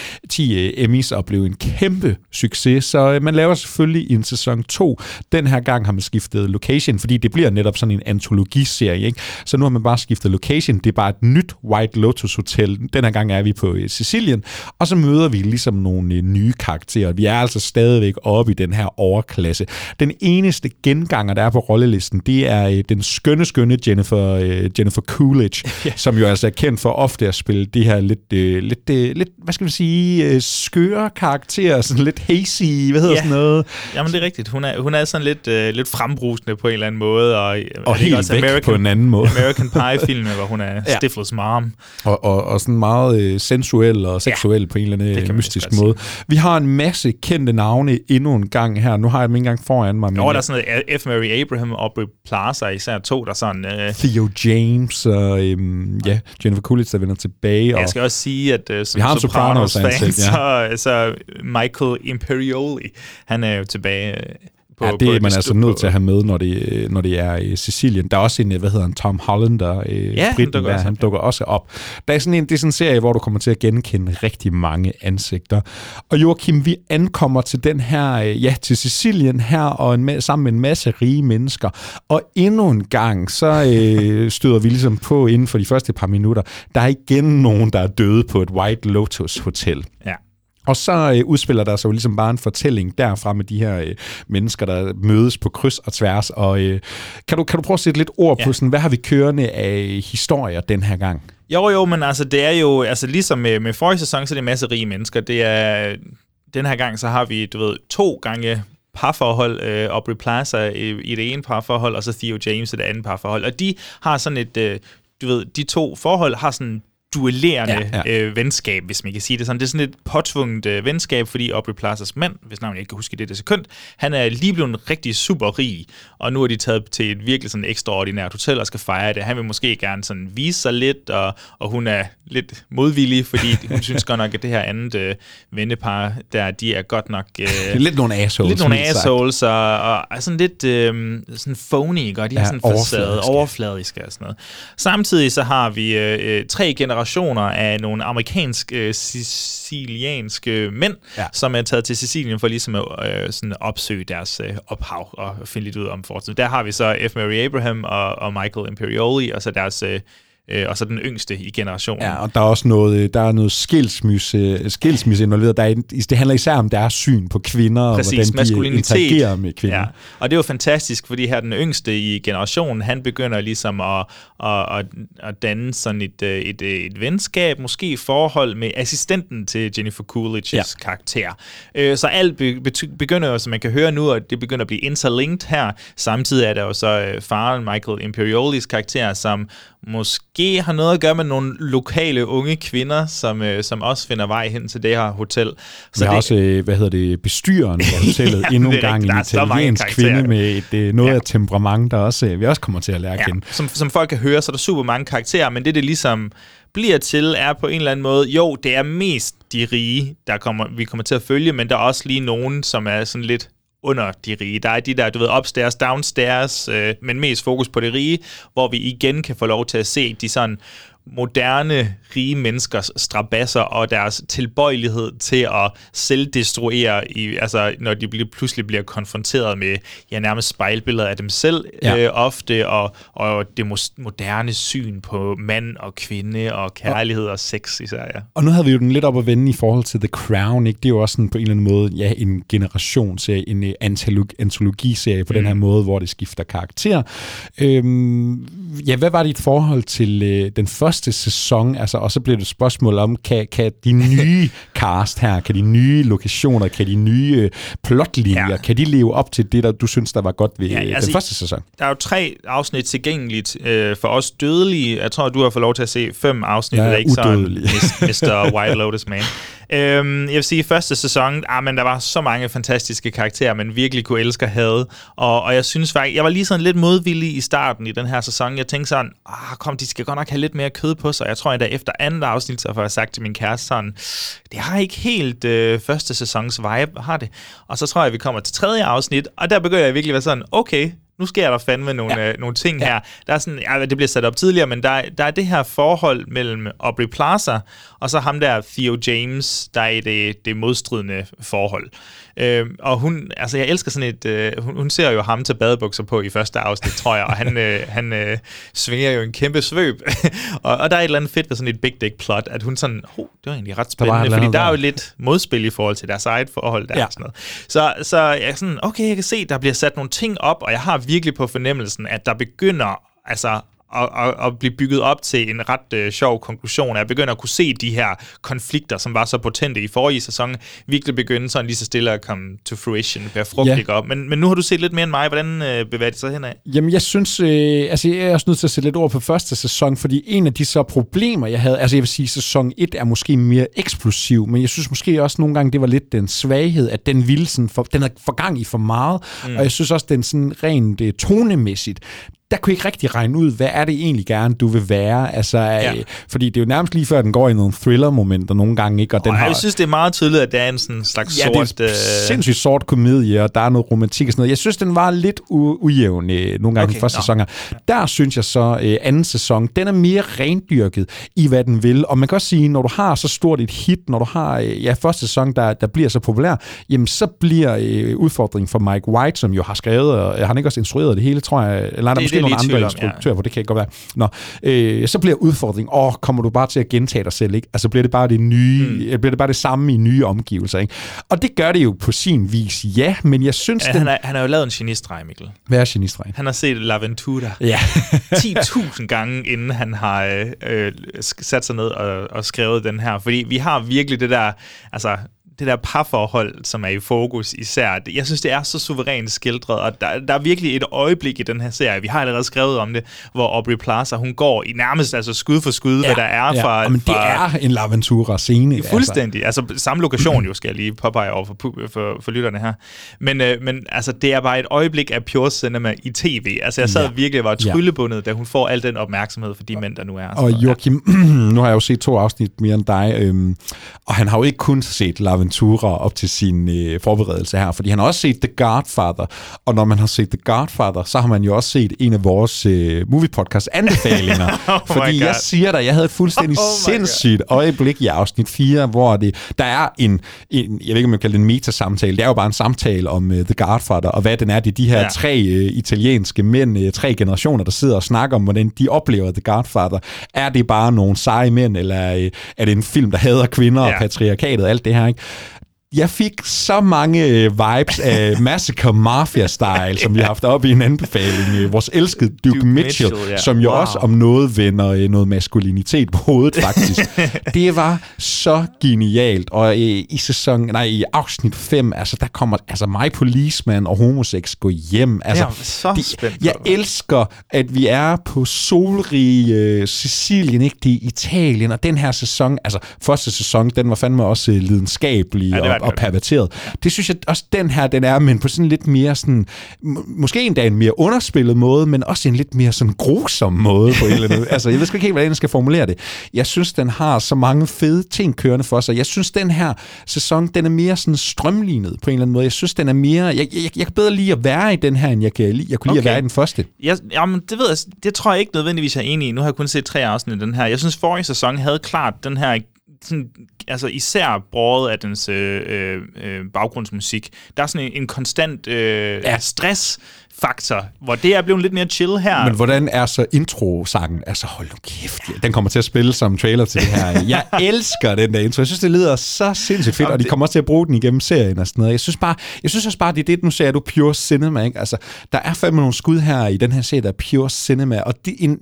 10 Emmys og blev en kæmpe succes. Så man laver selvfølgelig en sæson 2. Den her gang har man skiftet location, fordi det bliver netop sådan en antologiserie, ikke? Så nu har man bare skiftet location. Det er bare et nyt White Lotus Hotel. Den her gang er vi på Sicilien, og så møder vi ligesom nogle nye karakterer. Vi er altså stadigvæk oppe i den her overklasse. Den eneste genganger, der er på rollelisten, det er den skønne Jennifer Coolidge, som jo altså er kendt for ofte at spille det her lidt hvad skal vi sige, skøre karakterer, sådan lidt hazy, sådan noget? Jamen det er rigtigt. Hun er sådan lidt frembrusende på en eller anden måde, og helt også væk på en anden måde. American Pie-filmen, hvor hun er Stiflers mom. Og sådan meget sensuel og seksuel på en eller anden mystisk måde. Vi har en masse kendte navne endnu en gang her. Nu har jeg dem ikke engang foran mig. Der er sådan noget F. Mary Abraham og Aubrey Plaza, især 2, der sådan... Theo James og Jennifer Coolidge, der vender tilbage. Jeg skal også sige, at som vi har Sopranos-fan, så Michael Imperioli, han er jo tilbage... det er man altså nødt til at have med, når det er i Sicilien. Der er også en, Tom Holland, han dukker også op. Det er sådan en serie, hvor du kommer til at genkende rigtig mange ansigter. Og Joachim, vi ankommer til den her, til Sicilien her, og sammen med en masse rige mennesker. Og endnu en gang, så støder vi ligesom på inden for de første par minutter. Der er igen nogen, der er døde på et White Lotus Hotel. Ja. Og så udspiller der så ligesom bare en fortælling derfra med de her mennesker, der mødes på kryds og tværs. Og kan du prøve at sætte lidt ord på sådan, hvad har vi kørende af historier den her gang? Jo, men altså det er jo, altså ligesom med forrige sæson, så er det en masse rige mennesker. Det er, den her gang, så har vi, 2 gange parforhold, Aubrey Plaza i det ene parforhold, og så Theo James i det andet parforhold. Og de har sådan et, de to forhold har sådan duellerende venskab, hvis man kan sige det sådan. Det er sådan et påtvunget venskab, fordi Aubrey Plazas mand, hvis navn jeg ikke kan huske det sekund, han er lige blevet rigtig super rig, og nu er de taget til et virkelig sådan ekstraordinært hotel og skal fejre det. Han vil måske gerne sådan vise sig lidt, og hun er lidt modvillig, fordi hun synes godt nok, at det her andet vennepar, der de er godt nok... lidt nogle assholes. Lidt nogle assholes, og sådan lidt sådan phony, ikke? Og de er sådan overfladiske og sådan noget. Samtidig så har vi 3 generationer af nogle amerikansk-sicilianske mænd, som er taget til Sicilien for ligesom at sådan opsøge deres ophav og finde lidt ud om fortiden. Der har vi så F. Mary Abraham og Michael Imperioli, og så deres... og så den yngste i generationen. Ja, og der er også noget skilsmisse involveret. Det handler især om deres syn på kvinder, og hvordan de interagerer med kvinder. Ja. Og det er jo fantastisk, fordi her den yngste i generationen, han begynder ligesom at danne sådan et venskab, måske forhold med assistenten til Jennifer Coolidge's karakter. Så alt begynder jo, som man kan høre nu, at det begynder at blive interlinked her. Samtidig er der jo så faren, Michael Imperioli's karakter, som måske har noget at gøre med nogle lokale unge kvinder, som også finder vej hen til det her hotel. Så der er også, bestyreren på hotellet endnu en gang, en italiensk kvinde med noget af temperament, der også, vi også kommer til at lære at kende. Som folk kan høre, så er der super mange karakterer, men det ligesom bliver til, er på en eller anden måde, jo, det er mest de rige, vi kommer til at følge, men der er også lige nogen, som er sådan lidt under de rige. Der er de der, upstairs, downstairs, men mest fokus på det rige, hvor vi igen kan få lov til at se de sådan moderne, rige menneskers strabasser og deres tilbøjelighed til at selvdestruere, når de pludselig bliver konfronteret med nærmest spejlbilleder af dem selv ofte, og det moderne syn på mand og kvinde og kærlighed og sex især. Ja. Og nu havde vi jo den lidt op at vende i forhold til The Crown, ikke? Det er jo også sådan på en eller anden måde en generationsserie, en antologiserie på den her måde, hvor det skifter karakter. Hvad var dit forhold til den første sæson, og så bliver det et spørgsmål om, kan de nye cast her, kan de nye lokationer, kan de nye plotlinjer, kan de leve op til det, der du synes, der var godt ved den første sæson? Der er jo 3 afsnit tilgængeligt for os dødelige. Jeg tror, du har fået lov til at se 5 afsnit. Jeg er ikke udødelig. Mr. White Lotus Man. Jeg vil sige, første sæson, men der var så mange fantastiske karakterer, man virkelig kunne elske og hade. Og jeg synes faktisk, jeg var lige sådan lidt modvillig i starten i den her sæson. Jeg tænkte sådan, de skal godt nok have lidt mere kød på sig. Jeg tror endda efter andet afsnit, så får jeg sagt til min kæreste sådan, det har ikke helt første sæsons vibe, har det. Og så tror jeg, vi kommer til 3. afsnit, og der begynder jeg virkelig at være sådan, okay, nu sker der fandme nogle ting her. Der er sådan, det bliver sat op tidligere, men der er det her forhold mellem Aubrey Plaza og så ham der Theo James, der er i det modstridende forhold. Og hun, jeg elsker sådan et, hun ser jo ham til badebukser på i første afsnit, tror jeg, og han svinger jo en kæmpe svøb. og der er et eller andet fedt ved sådan et big dick plot, at hun sådan, det var egentlig ret spændende, fordi der er jo lidt modspil i forhold til deres eget forhold der og sådan noget. Så jeg er sådan, okay, jeg kan se, der bliver sat nogle ting op, og jeg har virkelig på fornemmelsen, at der begynder, at blive bygget op til en ret sjov konklusion. Jeg begynder at kunne se de her konflikter, som var så potente i forrige sæson, virkelig begynde sådan lige så stille at komme to fruition, bære frugt op. Men nu har du set lidt mere end mig. Hvordan bevæger det sig henad? Jamen, jeg synes, jeg er også nødt til at sætte lidt ord på første sæson, fordi en af de så problemer, jeg havde, jeg vil sige, sæson 1 er måske mere eksplosiv, men jeg synes måske også nogle gange, det var lidt den svaghed, at den ville sådan, den er for gang i for meget, og jeg synes også, den sådan rent tonemæssigt, der kunne ikke rigtig regne ud, hvad er det egentlig gerne, du vil være. Fordi det er jo nærmest lige før, den går i nogle thriller-momenter nogle gange. Ikke? Og jeg synes, det er meget tydeligt, at det er en sådan slags sort... det er sindssygt sort komedie, og der er noget romantik og sådan noget. Jeg synes, den var lidt ujævn nogle gange i første sæson. Der synes jeg så, anden sæson, den er mere rendyrket i, hvad den vil. Og man kan også sige, når du har så stort et hit, når du har første sæson, der bliver så populær, jamen så bliver udfordringen for Mike White, som jo har skrevet, og han ikke også instrueret det hele, tror jeg, eller der måske nogle andre instruktører, hvor det kan ikke godt være. Så bliver udfordringen, kommer du bare til at gentage dig selv, ikke? Altså bliver det bare det nye, bliver det bare det samme i nye omgivelser, ikke? Og det gør det jo på sin vis, men jeg synes... Han har jo lavet en genistreg, Mikkel. Hvad er genistreg? Han har set L'Aventura 10.000 gange, inden han har sat sig ned og skrevet den her. Fordi vi har virkelig det der... det der parforhold, som er i fokus især. Jeg synes, det er så suverænt skildret, og der er virkelig et øjeblik i den her serie. Vi har allerede skrevet om det, hvor Aubrey Plaza, hun går i nærmest altså skud for skud, hvad der er fra... Men det er en L'Aventura-scene. Fuldstændig. Altså samme lokation jo, skal jeg lige påpege over for lytterne her. Men altså, det er bare et øjeblik af pure cinema i tv. Altså, jeg sad virkelig og var tryllebundet, da hun får al den opmærksomhed for de mænd, der nu er. Og Joachim, nu har jeg jo set 2 afsnit mere end dig, og han har jo ikke kun set L'Aventura op til sin forberedelse her, fordi han har også set The Godfather, og når man har set The Godfather, så har man jo også set en af vores movie-podcast anbefalinger, fordi jeg siger dig, jeg havde et fuldstændig sindssygt øjeblik i afsnit 4, hvor der er en, jeg ved ikke, om man kalder det en metasamtale, det er jo bare en samtale om The Godfather, og hvad den er, det er de her 3 italienske mænd, 3 generationer, der sidder og snakker om, hvordan de oplever The Godfather. Er det bare nogle seje mænd, eller er det en film, der hader kvinder og patriarkatet og alt det her, ikke? Jeg fik så mange vibes af Massacre Mafia-style, som vi har haft op i en anbefaling. Vores elskede Duke Mitchell, som jo også om noget vender noget maskulinitet på hovedet, faktisk. Det var så genialt. Og i afsnit 5, altså, der kommer My Policeman og Homosex gå hjem. Altså, så spændt. Jeg elsker, at vi er på solrige Sicilien, ikke? Det er Italien, og den her sæson, altså første sæson, den var fandme også lidenskabelig og perverteret. Det synes jeg også, den her, den er, men på sådan lidt mere sådan, måske endda en mere underspillet måde, men også en lidt mere sådan grusom måde på et eller andet. Altså, jeg ved sgu ikke helt, hvordan jeg skal formulere det. Jeg synes, den har så mange fede ting kørende for sig. Jeg synes, den her sæson, den er mere sådan strømlignet på en eller anden måde. Jeg synes, den er mere... Jeg kan bedre lide at være i den her, end jeg kunne lide at være i den første. Jamen, det ved jeg. Det tror jeg ikke nødvendigvis, jeg er enig i. Nu har jeg kun set 3 afsnit af den her. Jeg synes, forrige sæson havde klart den her... Sådan, altså især båret af dens baggrundsmusik. Der er sådan en konstant stressfaktor, hvor det er blevet lidt mere chill her. Men hvordan er så intro-sangen? Altså hold nu kæft, den kommer til at spille som trailer til det her. Jeg elsker den der intro. Jeg synes, det lyder så sindssygt fedt, og de kommer også til at bruge den igennem serien og sådan noget. Jeg synes også bare, det er det, nu ser du pure cinema, ikke? Altså, der er fandme nogle skud her i den her serie, der er pure cinema, og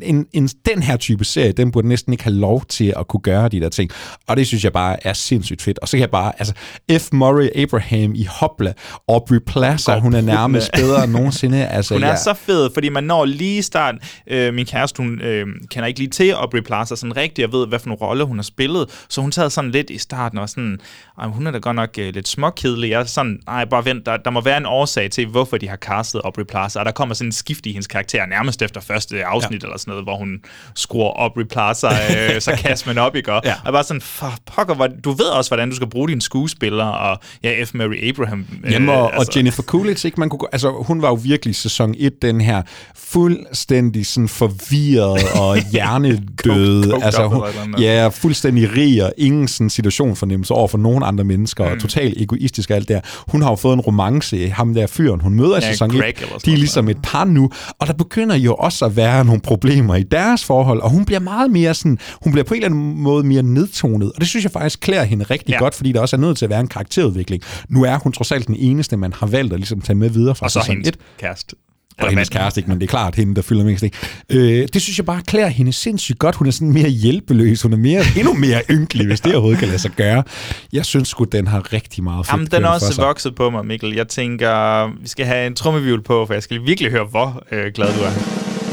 den her type serie, den burde næsten ikke have lov til at kunne gøre de der ting. Og det synes jeg bare er sindssygt fedt. Og så kan jeg bare, altså, F. Murray Abraham i Hopla, Aubrey Plaza, hun er nærmest bedre end nogensinde. Altså, hun er så fed, fordi man når lige i starten, min kæreste, hun kender ikke lige til Aubrey Plaza sådan rigtigt, og ved, hvad for en rolle hun har spillet, så hun tager sådan lidt i starten og sådan, hun er da godt nok lidt småkedelig. Jeg er sådan, bare vent, der må være en årsag til, hvorfor de har castet Aubrey Plaza, og der kommer sådan en skift i hendes karakter, nærmest efter første afsnit eller sådan noget, hvor hun skruer Aubrey Plaza sarkasmen op, ikke? Og bare sådan, for pokker, du ved også, hvordan du skal bruge dine skuespillere, og F. Murray Abraham. Og Jennifer Coolidge, ikke? Hun var jo virkelig sæson 1, den her fuldstændig sådan forvirret og hjernedød. Fuldstændig rig og ingen sådan situationsfornemmelse over for nogen andre mennesker, og totalt egoistisk og alt der. Hun har jo fået en romance, ham der fyren, hun møder i sæson 1. De er ligesom et par nu, og der begynder jo også at være nogle problemer i deres forhold, og hun bliver meget mere sådan, hun bliver på en eller anden måde mere nedtonet, og det synes jeg faktisk klæder hende rigtig godt, fordi der også er nødt til at være en karakterudvikling. Nu er hun trods alt den eneste, man har valgt at ligesom tage med videre fra sæson 1. Og så hendes kæreste. Og hendes kæreste, ikke, men det er klart hende, der fylder mest. Det synes jeg bare klæder hende sindssygt godt. Hun er sådan mere hjælpeløs. Hun er endnu mere ynkelig, hvis det overhovedet kan lade sig gøre. Jeg synes sgu, den har rigtig meget fedt. Jamen, den er også vokset på mig, Mikkel. Jeg tænker, vi skal have en trummevivl på, for jeg skal virkelig høre, hvor glad du er.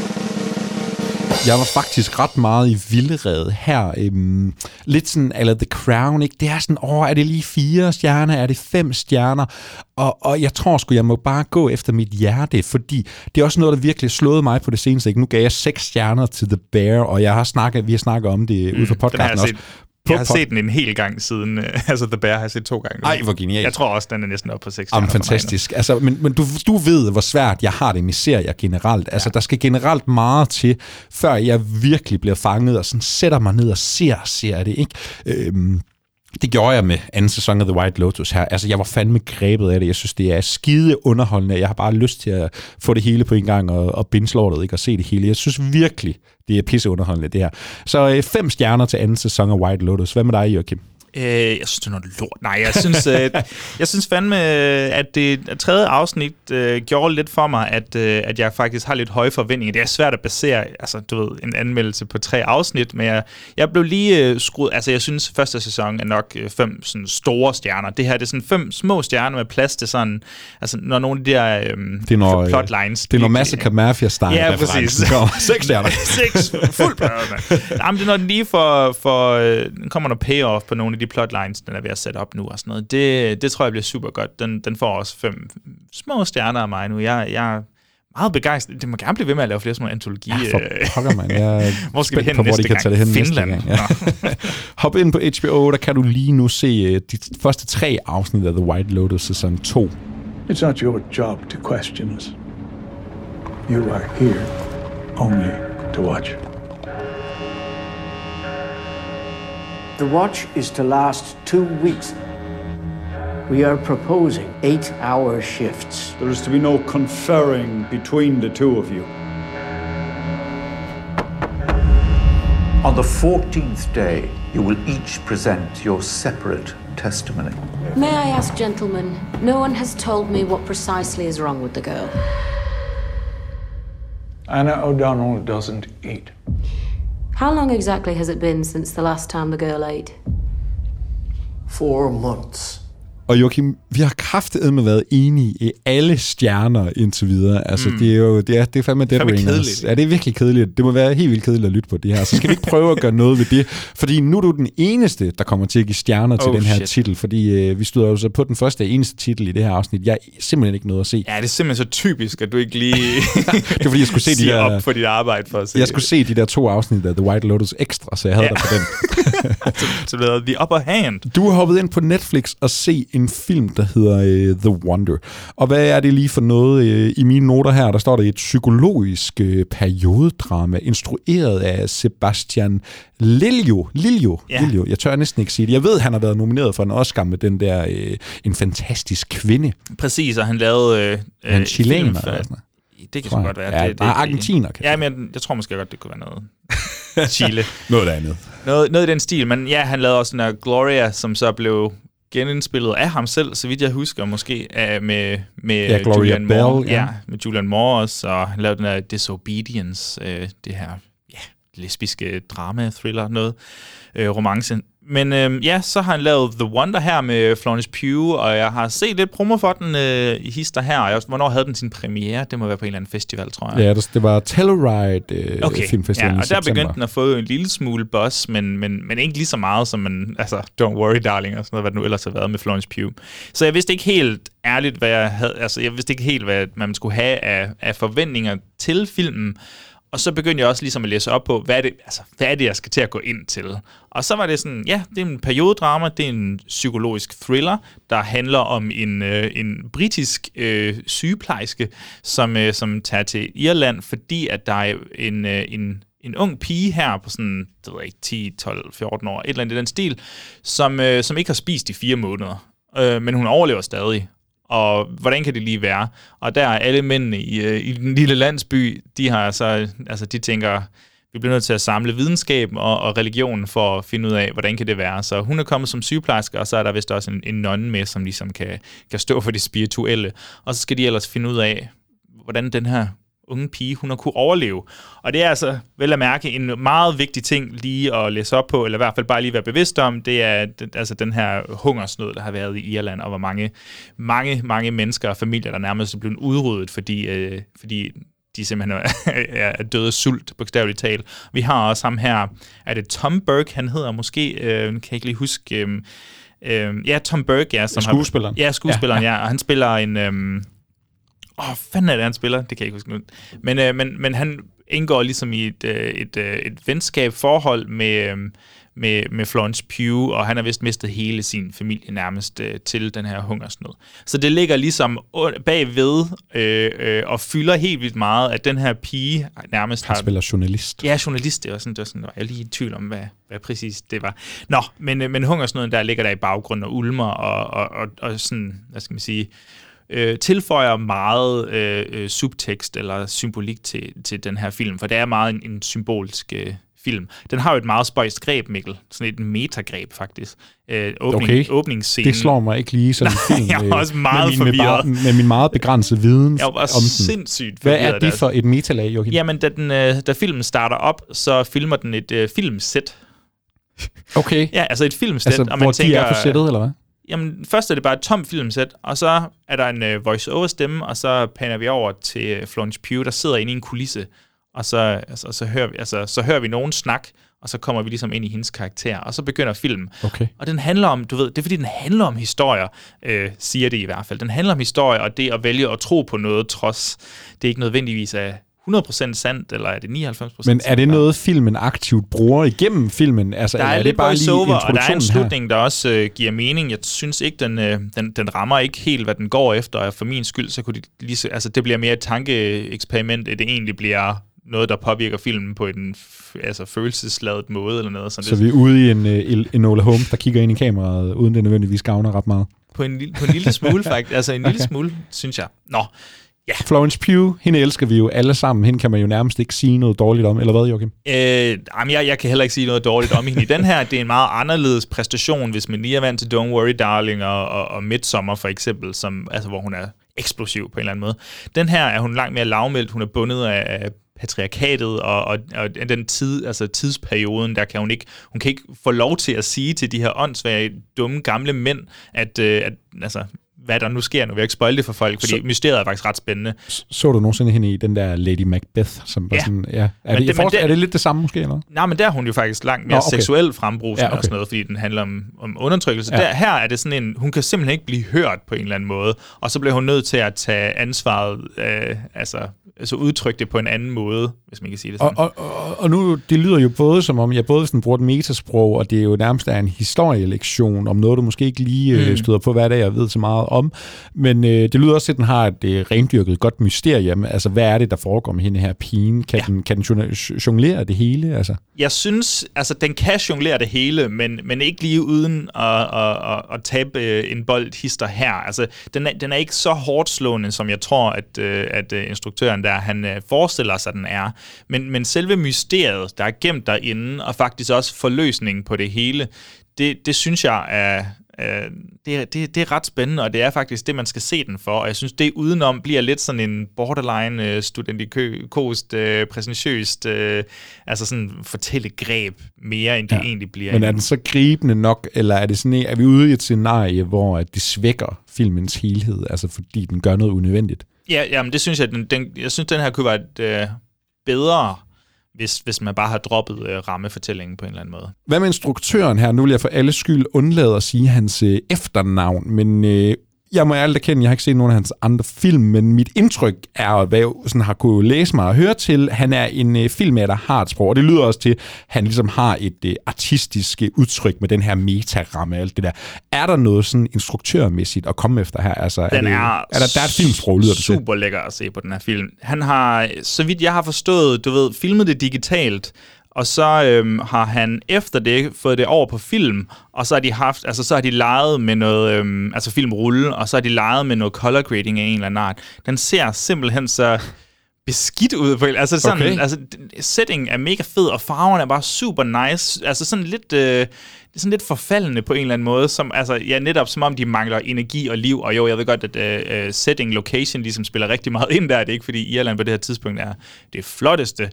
Jeg var faktisk ret meget i vildrede her. Lidt sådan, eller The Crown, ikke? Det er sådan, er det lige 4 stjerner? Er det 5 stjerner? Og jeg tror sgu, jeg må bare gå efter mit hjerte, fordi det er også noget, der virkelig slået mig på det seneste. Ikke? Nu gav jeg 6 stjerner til The Bear, og vi har snakket om det ude for podcasten også. Jeg har set den en hel gang siden, altså The Bear har jeg set 2 gange. Ej, hvor genialt. Jeg tror også, den er næsten oppe på 6 stjerner. Fantastisk. Altså, men du ved, hvor svært jeg har det med serier generelt. Altså, der skal generelt meget til, før jeg virkelig bliver fanget, og sådan sætter mig ned og ser det, ikke? Det gjorde jeg med anden sæson af The White Lotus her. Altså, jeg var fandme grebet af det. Jeg synes, det er skide underholdende. Jeg har bare lyst til at få det hele på en gang og binge-lortet, ikke? Og se det hele. Jeg synes virkelig, det er pisse underholdende, det her. Så 5 stjerner til anden sæson af White Lotus. Hvad med dig, Joachim? Jeg synes, det er noget lort. Nej, jeg synes fandme, at det tredje afsnit gjorde lidt for mig, at jeg faktisk har lidt høje forventninger. Det er svært at basere en anmeldelse på 3 afsnit, men jeg blev lige skruet... Altså, jeg synes, første sæson er nok 5 sådan store stjerner. Det her, det er sådan 5 små stjerner med plads til sådan... Altså, når nogle af de der plotlines... Det er når Massacre Mafia-style. Ja, præcis. 6 stjerner. 6 fuld plade, mand. Jamen, det er når den lige kommer der payoff på nogle af de plotlines, den er ved at sætte op nu og sådan noget. Det tror jeg bliver super godt. Den får også 5 små stjerner af mig nu. Jeg er meget begejstret. Det må gerne blive ved med at lave flere små antologi. Ja, for pokker, man. Jeg er hvor skal vi hen på, hvor næste de kan gang? tage det hen Finland. Næste gang. Ja. Hop ind på HBO, der kan du lige nu se de første 3 afsnit af The White Lotus sæson 2. It's not your job to question us. You are here only to watch. The watch is to last 2 weeks. We are proposing 8-hour shifts. There is to be no conferring between the two of you. On the 14th day, you will each present your separate testimony. May I ask, gentlemen, no one has told me what precisely is wrong with the girl. Anna O'Donnell doesn't eat. How long exactly has it been since the last time the girl ate? 4 months. Og Joachim, vi har kraftedeme været enige i alle stjerner indtil videre. Altså, det er jo det er fandme Dead Ringers. Ja, det er virkelig kedeligt. Det må være helt vildt kedeligt at lytte på det her. Så skal vi ikke prøve at gøre noget ved det? Fordi nu er du den eneste, der kommer til at give stjerner til den her titel. Fordi vi stod jo så på den første eneste titel i det her afsnit. Jeg er simpelthen ikke noget at se. Ja, det er simpelthen så typisk, at du ikke lige det er, fordi jeg skulle se de der op for dit arbejde for at se. Jeg skulle se de der 2 afsnit af The White Lotus ekstra, så jeg havde der på den. Så det er the upper hand. Du har hoppet ind på Netflix og se en film, der hedder The Wonder. Og hvad er det lige for noget? I mine noter her, der står der et psykologisk periodedrama, instrueret af Sebastian Lelio. Jeg tør næsten ikke sige det. Jeg ved, han har været nomineret for en Oscar med den der En fantastisk kvinde. Præcis, og han lavede... Han chilener eller sådan noget. Det kan så godt være. Ja, det argentiner. Ja, men jeg tror måske godt, det kunne være noget Chile. Noget andet. Noget i den stil. Men ja, han lavede også den der Gloria, som så blev genindspillet af ham selv, så vidt jeg husker, måske med Julianne Moore. Ja, med Julianne Moore også, og han lavede den der Disobedience, det her lesbiske drama-thriller, noget romance. Men så har han lavet The Wonder her med Florence Pugh, og jeg har set lidt promo for den i hister her. Hvornår havde den sin premiere? Det må være på en eller anden festival, tror jeg. Ja, det var Telluride Filmfestival. Ja, og der begyndte den at få en lille smule buzz, men ikke lige så meget som man, altså Don't Worry Darling og sådan noget, hvad det nu ellers har været med Florence Pugh. Så jeg vidste ikke helt ærligt, hvad man skulle have af forventninger til filmen. Og så begyndte jeg også ligesom at læse op på, hvad er det, jeg skal til at gå ind til. Og så var det sådan, ja, det er en periodedrama, det er en psykologisk thriller, der handler om en britisk sygeplejerske, som tager til Irland, fordi at der er en ung pige her på sådan, det ved jeg ikke, 10, 12, 14 år, et eller andet i den stil, som ikke har spist i 4 måneder, men hun overlever stadig. Og hvordan kan det lige være? Og der er alle mændene i den lille landsby, de tænker, vi bliver nødt til at samle videnskab og religion for at finde ud af, hvordan kan det være. Så hun er kommet som sygeplejerske, og så er der vist også en nonne med, som ligesom kan stå for det spirituelle. Og så skal de ellers finde ud af, hvordan den her unge pige, hun har kunne overleve. Og det er altså, vel at mærke, en meget vigtig ting lige at læse op på, eller i hvert fald bare lige være bevidst om, det er altså den her hungersnød, der har været i Irland, og hvor mange mennesker og familier, der nærmest er blevet udryddet, fordi de simpelthen er døde af sult, bogstaveligt talt. Vi har også ham her, er det Tom Burke, han hedder måske, kan jeg ikke lige huske, Tom Burke, ja. Skuespilleren. Skuespilleren, ja, og han spiller en... fanden er det, han spiller? Det kan jeg ikke huske nu. Men han indgår ligesom i et venskab forhold med Florence Pugh, og han har vist mistet hele sin familie nærmest til den her hungersnød. Så det ligger ligesom bagved og fylder helt vildt meget, at den her pige nærmest har... Han spiller journalist. Ja, journalist. Det var jeg er lige i tvivl om, hvad præcis det var. Nå, men hungersnøden, der ligger der i baggrunden og ulmer og sådan, hvad skal man sige... tilføjer meget subtekst eller symbolik til den her film, for det er meget en symbolsk film. Den har jo et meget spøjst greb, Mikkel. Sådan et metagreb, faktisk. Åbningsscenen. Det slår mig ikke lige sådan en film. Jeg er også meget forvirret. Med min meget begrænsede viden jeg var om sindssygt forvirret. Hvad er det for et metalag, Joachim? Jamen, da filmen starter op, så filmer den et filmsæt. Okay. Ja, altså et filmsæt. Altså, og hvor man tænker, de er på sættet, eller hvad? Jamen, først er det bare et tomt filmsæt, og så er der en voice-over-stemme, og så paner vi over til Florence Pugh, der sidder inde i en kulisse, og så hører vi nogen snak, og så kommer vi ligesom ind i hendes karakter, og så begynder filmen. Okay. Og den handler om, du ved, det er fordi, den handler om historier, siger det i hvert fald. Den handler om historier, og det at vælge at tro på noget, trods det ikke nødvendigvis er 100% sandt, eller er det 99% Men er det noget, filmen aktivt bruger igennem filmen? Altså, der er det bare lige voice-over, og der er en slutning, her? der også giver mening. Jeg synes ikke, den rammer ikke helt, hvad den går efter, og for min skyld, så kunne det bliver mere et tankeeksperiment, at det egentlig bliver noget, der påvirker filmen på en følelsesladet måde, eller noget. Så vi er ude i en Ola Holmes, der kigger ind i kameraet, uden det nødvendigvis gavner ret meget? På en lille smule, faktisk. Altså en lille smule, synes jeg. Nå. Ja. Florence Pugh, hende elsker vi jo alle sammen. Hende kan man jo nærmest ikke sige noget dårligt om, eller hvad, Joachim? Jeg kan heller ikke sige noget dårligt om hende i den her. Det er en meget anderledes præstation, hvis man lige er vant til Don't Worry Darling og Midsommar for eksempel, hvor hun er eksplosiv på en eller anden måde. Den her er hun langt mere lavmældt. Hun er bundet af patriarkatet og den tidsperioden, der kan hun kan ikke få lov til at sige til de her åndssvage, dumme, gamle mænd, at hvad der nu sker, nu vil jeg ikke spoil det for folk, fordi mysteriet er faktisk ret spændende. Så du nogensinde hende i den der Lady Macbeth, som var sådan, er det lidt det samme måske, eller? Nej, men der er hun jo faktisk langt mere seksuel frembrusende og sådan noget, fordi den handler om undertrykkelse. Ja. Her er det sådan hun kan simpelthen ikke blive hørt på en eller anden måde, og så bliver hun nødt til at tage ansvaret, altså udtrykke det på en anden måde, hvis man kan sige det sådan. Og nu, det lyder jo både som om, både hvis den bruger et metasprog, og det er jo nærmest en historielektion om noget, du måske ikke lige støder på hver dag og ved så meget om, men det lyder også, at den har et rendyrket godt mysterium. Altså, hvad er det, der foregår med hende her pigen? Kan den jonglere det hele? Altså? Jeg synes, den kan jonglere det hele, men ikke lige uden at tabe en bold hister her. Altså, den er ikke så hårdt slående, som jeg tror, at instruktøren der, han forestiller sig, den er. Men selve mysteriet, der er gemt derinde, og faktisk også forløsningen på det hele, det synes jeg er... Det er ret spændende, og det er faktisk det, man skal se den for, og jeg synes, det udenom bliver lidt sådan en borderline studentikost, præsentøst, altså sådan fortællegreb mere, end det egentlig bliver. Men er den så gribende nok, eller er det sådan, er vi ude i et scenarie, hvor det svækker filmens helhed, altså fordi den gør noget unødvendigt? Ja, men det synes jeg, jeg synes, den her kunne være et bedre, hvis man bare har droppet rammefortællingen på en eller anden måde. Hvad med instruktøren her? Nu vil jeg for alles skyld undlade at sige hans efternavn, men jeg må ærligt erkende, jeg har ikke set nogen af hans andre film, men mit indtryk er, hvad jeg sådan har kunne læse mig og høre til, han er en filmmager, der har et sprog, og det lyder også til, at han ligesom har et artistisk udtryk med den her metaramme og alt det der. Er der noget sådan instruktørmæssigt at komme efter her? Altså, der er et filmsprog, lyder det til? Super lækker at se på den her film. Han har, så vidt jeg har forstået, filmet det digitalt, og så har han efter det fået det over på film, og så har de leget med noget, filmrulle, og så har de leget med noget color grading af en eller anden art. Den ser simpelthen så beskidt ud på, settingen er mega fed, og farverne er bare super nice, altså sådan lidt forfaldende på en eller anden måde, som, netop som om de mangler energi og liv, og jo, jeg ved godt, at setting, location ligesom spiller rigtig meget ind der, det er ikke fordi Irland på det her tidspunkt er det flotteste,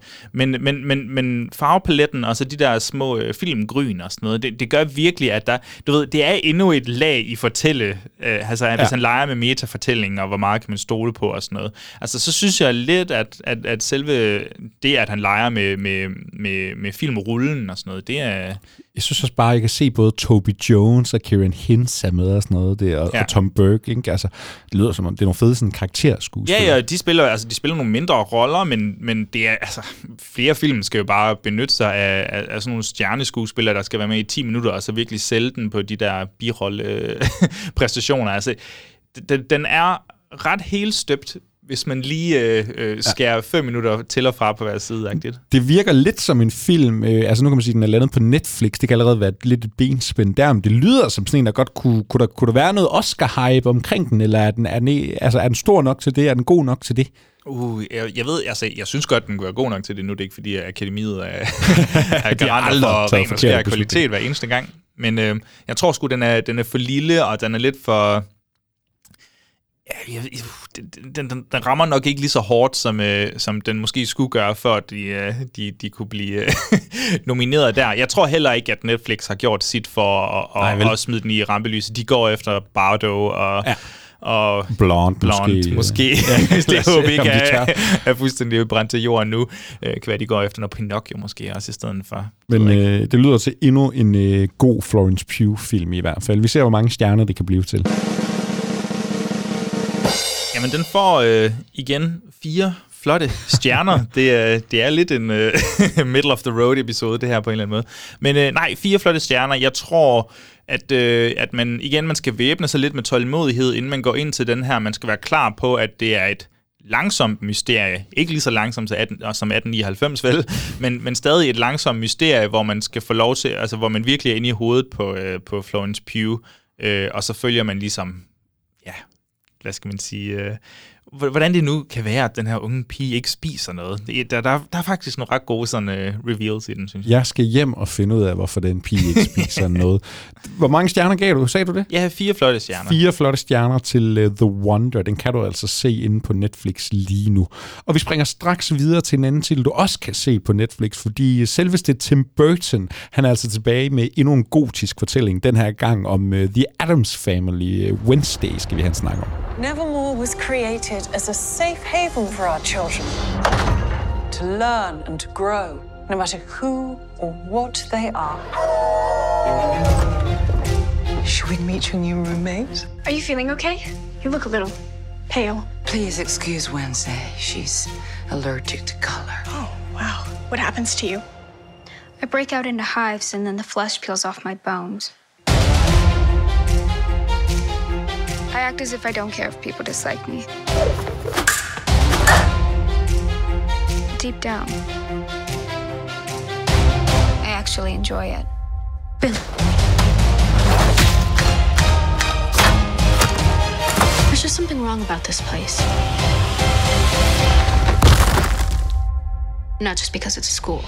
men farvepaletten, og så de der små filmgryn og sådan noget, det gør virkelig, at der, du ved, det er endnu et lag i hvis han leger med metafortællingen, og hvor meget kan man stole på og sådan noget. Altså, så synes jeg lidt, at selve det, at han leger med filmrullen og sådan noget, det er... Jeg synes også bare, at jeg kan se både Toby Jones og Kieran Hintz er med og sådan noget, og Tom Burke, ikke? Altså, det lyder som om, det er nogle fede sådan karakterskuespillere. Ja, de spiller nogle mindre roller, men det er, flere film skal jo bare benytte sig af sådan nogle stjerneskuespillere, der skal være med i 10 minutter, og så virkelig sælge den på de der birolle-præstationer. Altså, den er ret helt støbt, hvis man lige skærer 5 minutter til og fra på hver side. Det virker lidt som en film, altså nu kan man sige, den er landet på Netflix, det kan allerede være lidt et benspænd der, men det lyder som sådan en, der godt kunne der være noget Oscar-hype omkring den, eller er den stor nok til det, er den god nok til det? Jeg ved, altså, jeg synes godt, den kunne være god nok til det. Nu er det ikke, fordi akademiet er garanter for ren og skær kvalitet hver eneste gang. Men jeg tror sgu, den er for lille, og den er lidt for... Den rammer nok ikke lige så hårdt, som den måske skulle gøre, for de kunne blive nomineret der. Jeg tror heller ikke, at Netflix har gjort sit for at smide den i rampelyset. De går efter Bardo og Blonde måske. Det håber ikke er fuldstændig brændt til jorden nu. Kan være, de går efter noget Pinocchio måske også i stedet for. Men det lyder til endnu en god Florence Pugh-film i hvert fald. Vi ser, hvor mange stjerner det kan blive til. Jamen, den får igen 4 flotte stjerner. Det er lidt en middle of the road episode, det her på en eller anden måde. Men 4 flotte stjerner. Jeg tror, at man skal væbne sig lidt med tålmodighed, inden man går ind til den her. Man skal være klar på, at det er et langsomt mysterie. Ikke lige så langsomt som 1899, vel? Men stadig et langsomt mysterie, hvor man skal få lov til, altså hvor man virkelig er inde i hovedet på Florence Pugh. Og så følger man ligesom, hvad skal man sige, hvordan det nu kan være, at den her unge pige ikke spiser noget. Der er faktisk nogle ret gode sådan, reveals i den, synes jeg. Jeg skal hjem og finde ud af, hvorfor den pige ikke spiser noget. Hvor mange stjerner gav du? Sagde du det? Ja, 4 flotte stjerner. 4 flotte stjerner til The Wonder. Den kan du altså se inde på Netflix lige nu. Og vi springer straks videre til en anden titel, du også kan se på Netflix, fordi selveste Tim Burton, han er altså tilbage med endnu en gotisk fortælling, den her gang om The Addams Family. Wednesday skal vi have en snak om. Nevermore was created as a safe haven for our children to learn and to grow, no matter who or what they are. Should we meet your new roommate? Are you feeling okay? You look a little pale. Please excuse Wednesday. She's allergic to color. Oh, wow. What happens to you? I break out into hives and then the flesh peels off my bones. I act as if I don't care if people dislike me. Deep down, I actually enjoy it. Bill. There's just something wrong about this place. Not just because it's a school.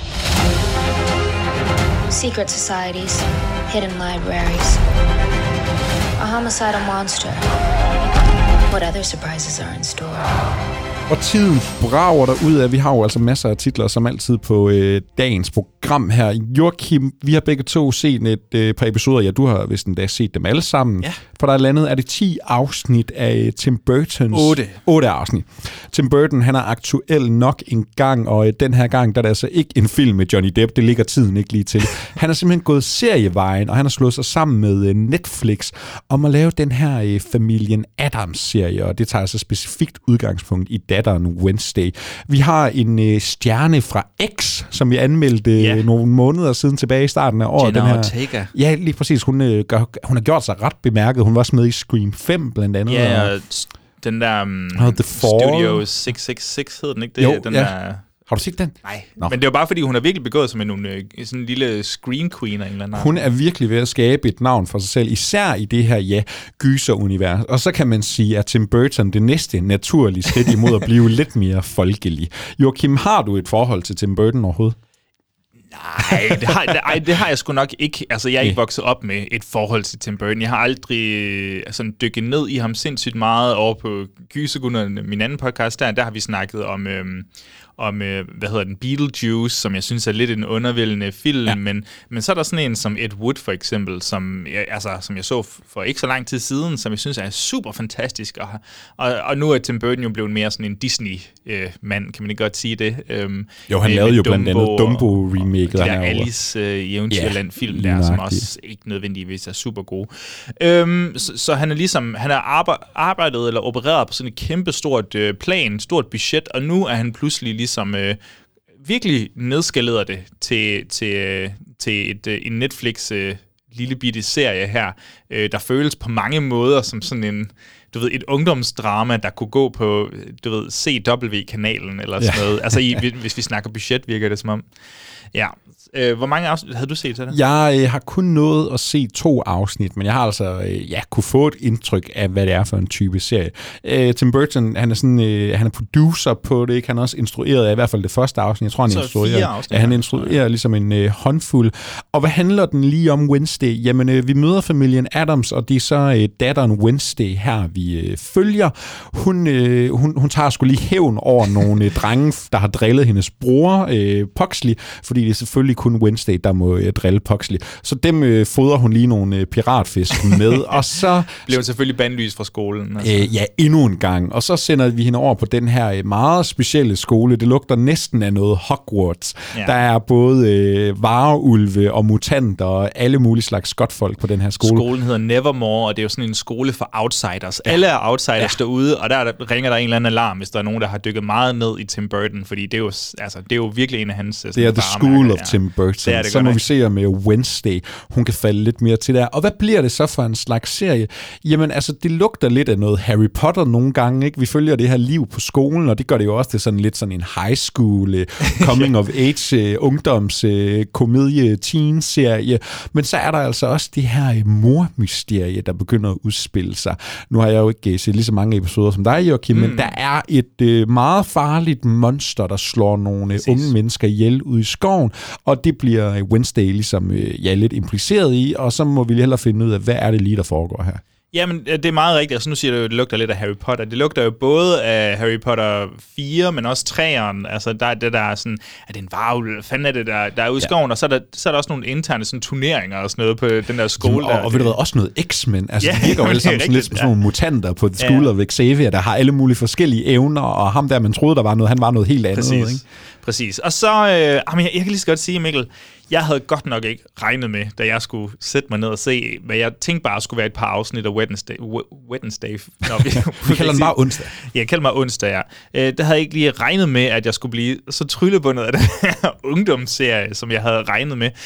Secret societies, hidden libraries, a homicidal monster. What other surprises are in store? Og tiden brager der ud af. Vi har jo altså masser af titler, som altid på dagens program her. Joachim, vi har begge to set et par episoder. Ja, du har vist endda set dem alle sammen. Ja. For der er landet, er det 10 afsnit af Tim Burtons... 8 afsnit. Tim Burton, han er aktuel nok en gang, og den her gang, der er det altså ikke en film med Johnny Depp. Det ligger tiden ikke lige til. Han er simpelthen gået serievejen, og han har slået sig sammen med Netflix om at lave den her familien Addams-serie, og det tager altså specifikt udgangspunkt i datteren Wednesday. Vi har en stjerne fra X, som vi anmeldte nogle måneder siden tilbage i starten af året. Jenna Ortega. Ja, lige præcis. Hun har gjort sig ret bemærket. Hun var også med i Scream 5, blandt andet. Ja, og den der Studio 666 hed den, ikke det? Jo, den ja. der... Har du set den? Nej, men det er jo bare, fordi hun har virkelig begået sig med nogle sådan en lille screen queen af en eller anden. Hun er virkelig ved at skabe et navn for sig selv, især i det her, gyser-univers. Og så kan man sige, at Tim Burton det næste naturlige skridt imod at blive lidt mere folkelig. Joachim, har du et forhold til Tim Burton overhovedet? Nej, det har jeg sgu nok ikke. Altså, jeg er ikke vokset op med et forhold til Tim Burton. Jeg har aldrig sådan dykket ned i ham sindssygt meget over på Gysergunnerne, min anden podcast der har vi snakket om hvad hedder den, Beetlejuice, som jeg synes er lidt en undervældende film, men så er der sådan en som Ed Wood for eksempel, som jeg så for ikke så lang tid siden, som jeg synes er super fantastisk, og nu er Tim Burton jo blevet mere sådan en Disney-mand, kan man ikke godt sige det? Jo, han lavede jo blandt andet Dumbo-remake. Og de der Alice i Eventyrland-film der, som også ikke nødvendigvis er super gode. Så han er ligesom, han har arbejdet eller opereret på sådan et kæmpestort plan, stort budget, og nu er han pludselig som virkelig nedskaleret det til en Netflix lille bitte serie her, der føles på mange måder som sådan en du ved, et ungdomsdrama, der kunne gå på, du ved, CW-kanalen eller sådan noget. Altså, hvis vi snakker budget, virker det som om. Ja. Hvor mange afsnit havde du set til det? Jeg har kun nået at se 2 afsnit, men jeg har altså kunne få et indtryk af, hvad det er for en type serie. Tim Burton, han er producer på det, ikke? Han har også instrueret af i hvert fald det første afsnit. Jeg tror, han instruerer. Han instruerer ligesom en håndfuld. Og hvad handler den lige om Wednesday? Jamen, vi møder familien Addams, og det er så datteren Wednesday her, vi følger. Hun tager sgu lige hævn over nogle drenge, der har drillet hendes bror, Pugsley, fordi det er selvfølgelig kun Wednesday, der må drille Pugsley. Så dem fodrer hun lige nogle piratfisk med, og så blev hun selvfølgelig bandlyst fra skolen. Altså. Ja, endnu en gang. Og så sender vi hende over på den her meget specielle skole. Det lugter næsten af noget Hogwarts. Ja. Der er både vareulve og mutanter og alle mulige slags godtfolk på den her skole. Skolen hedder Nevermore, og det er jo sådan en skole for outsiders. Ja. Alle er outsiders derude, og der ringer der en eller anden alarm, hvis der er nogen, der har dykket meget ned i Tim Burton, fordi det er jo virkelig en af hans det er The School of Tim Burton. Det så må vi se med Wednesday. Hun kan falde lidt mere til der. Og hvad bliver det så for en slags serie? Jamen, altså, det lugter lidt af noget Harry Potter nogle gange, ikke? Vi følger det her liv på skolen, og det gør det jo også til sådan lidt sådan en high school, coming of age, ungdoms, komedie, teen-serie. Men så er der altså også det her mormysterie, der begynder at udspille sig. Nu har jeg jo ikke set lige så mange episoder som dig, Joachim, men der er et meget farligt monster, der slår nogle unge mennesker ihjel ud i skoven, og det bliver Wednesday ligesom lidt impliceret i, og så må vi hellere finde ud af, hvad er det lige, der foregår her. Jamen, det er meget rigtigt. Altså, nu siger du, at det lugter lidt af Harry Potter. Det lugter jo både af Harry Potter 4, men også 3'eren. Altså, der er det der sådan, er det en varvel? Hvad fanden er det, der er ude i skoven? Og så er der også nogle interne sådan, turneringer og sådan noget på den der skole. Jamen, og ved du hvad, også noget X-Men. Altså, det virker jo alle sammen sådan lidt som sådan nogle mutanter på The School of Xavier, der har alle mulige forskellige evner, og ham der, man troede, der var noget, han var noget helt andet. Ikke? Præcis. Og så, jeg kan lige så godt sige, Mikkel, jeg havde godt nok ikke regnet med, da jeg skulle sætte mig ned og se, hvad jeg tænkte bare skulle være et par afsnit af Wednesday. Vi kalder den bare onsdag. Ja, jeg kalder mig onsdag, ja. Der havde jeg ikke lige regnet med, at jeg skulle blive så tryllebundet af den her ungdomsserie, som jeg havde regnet med.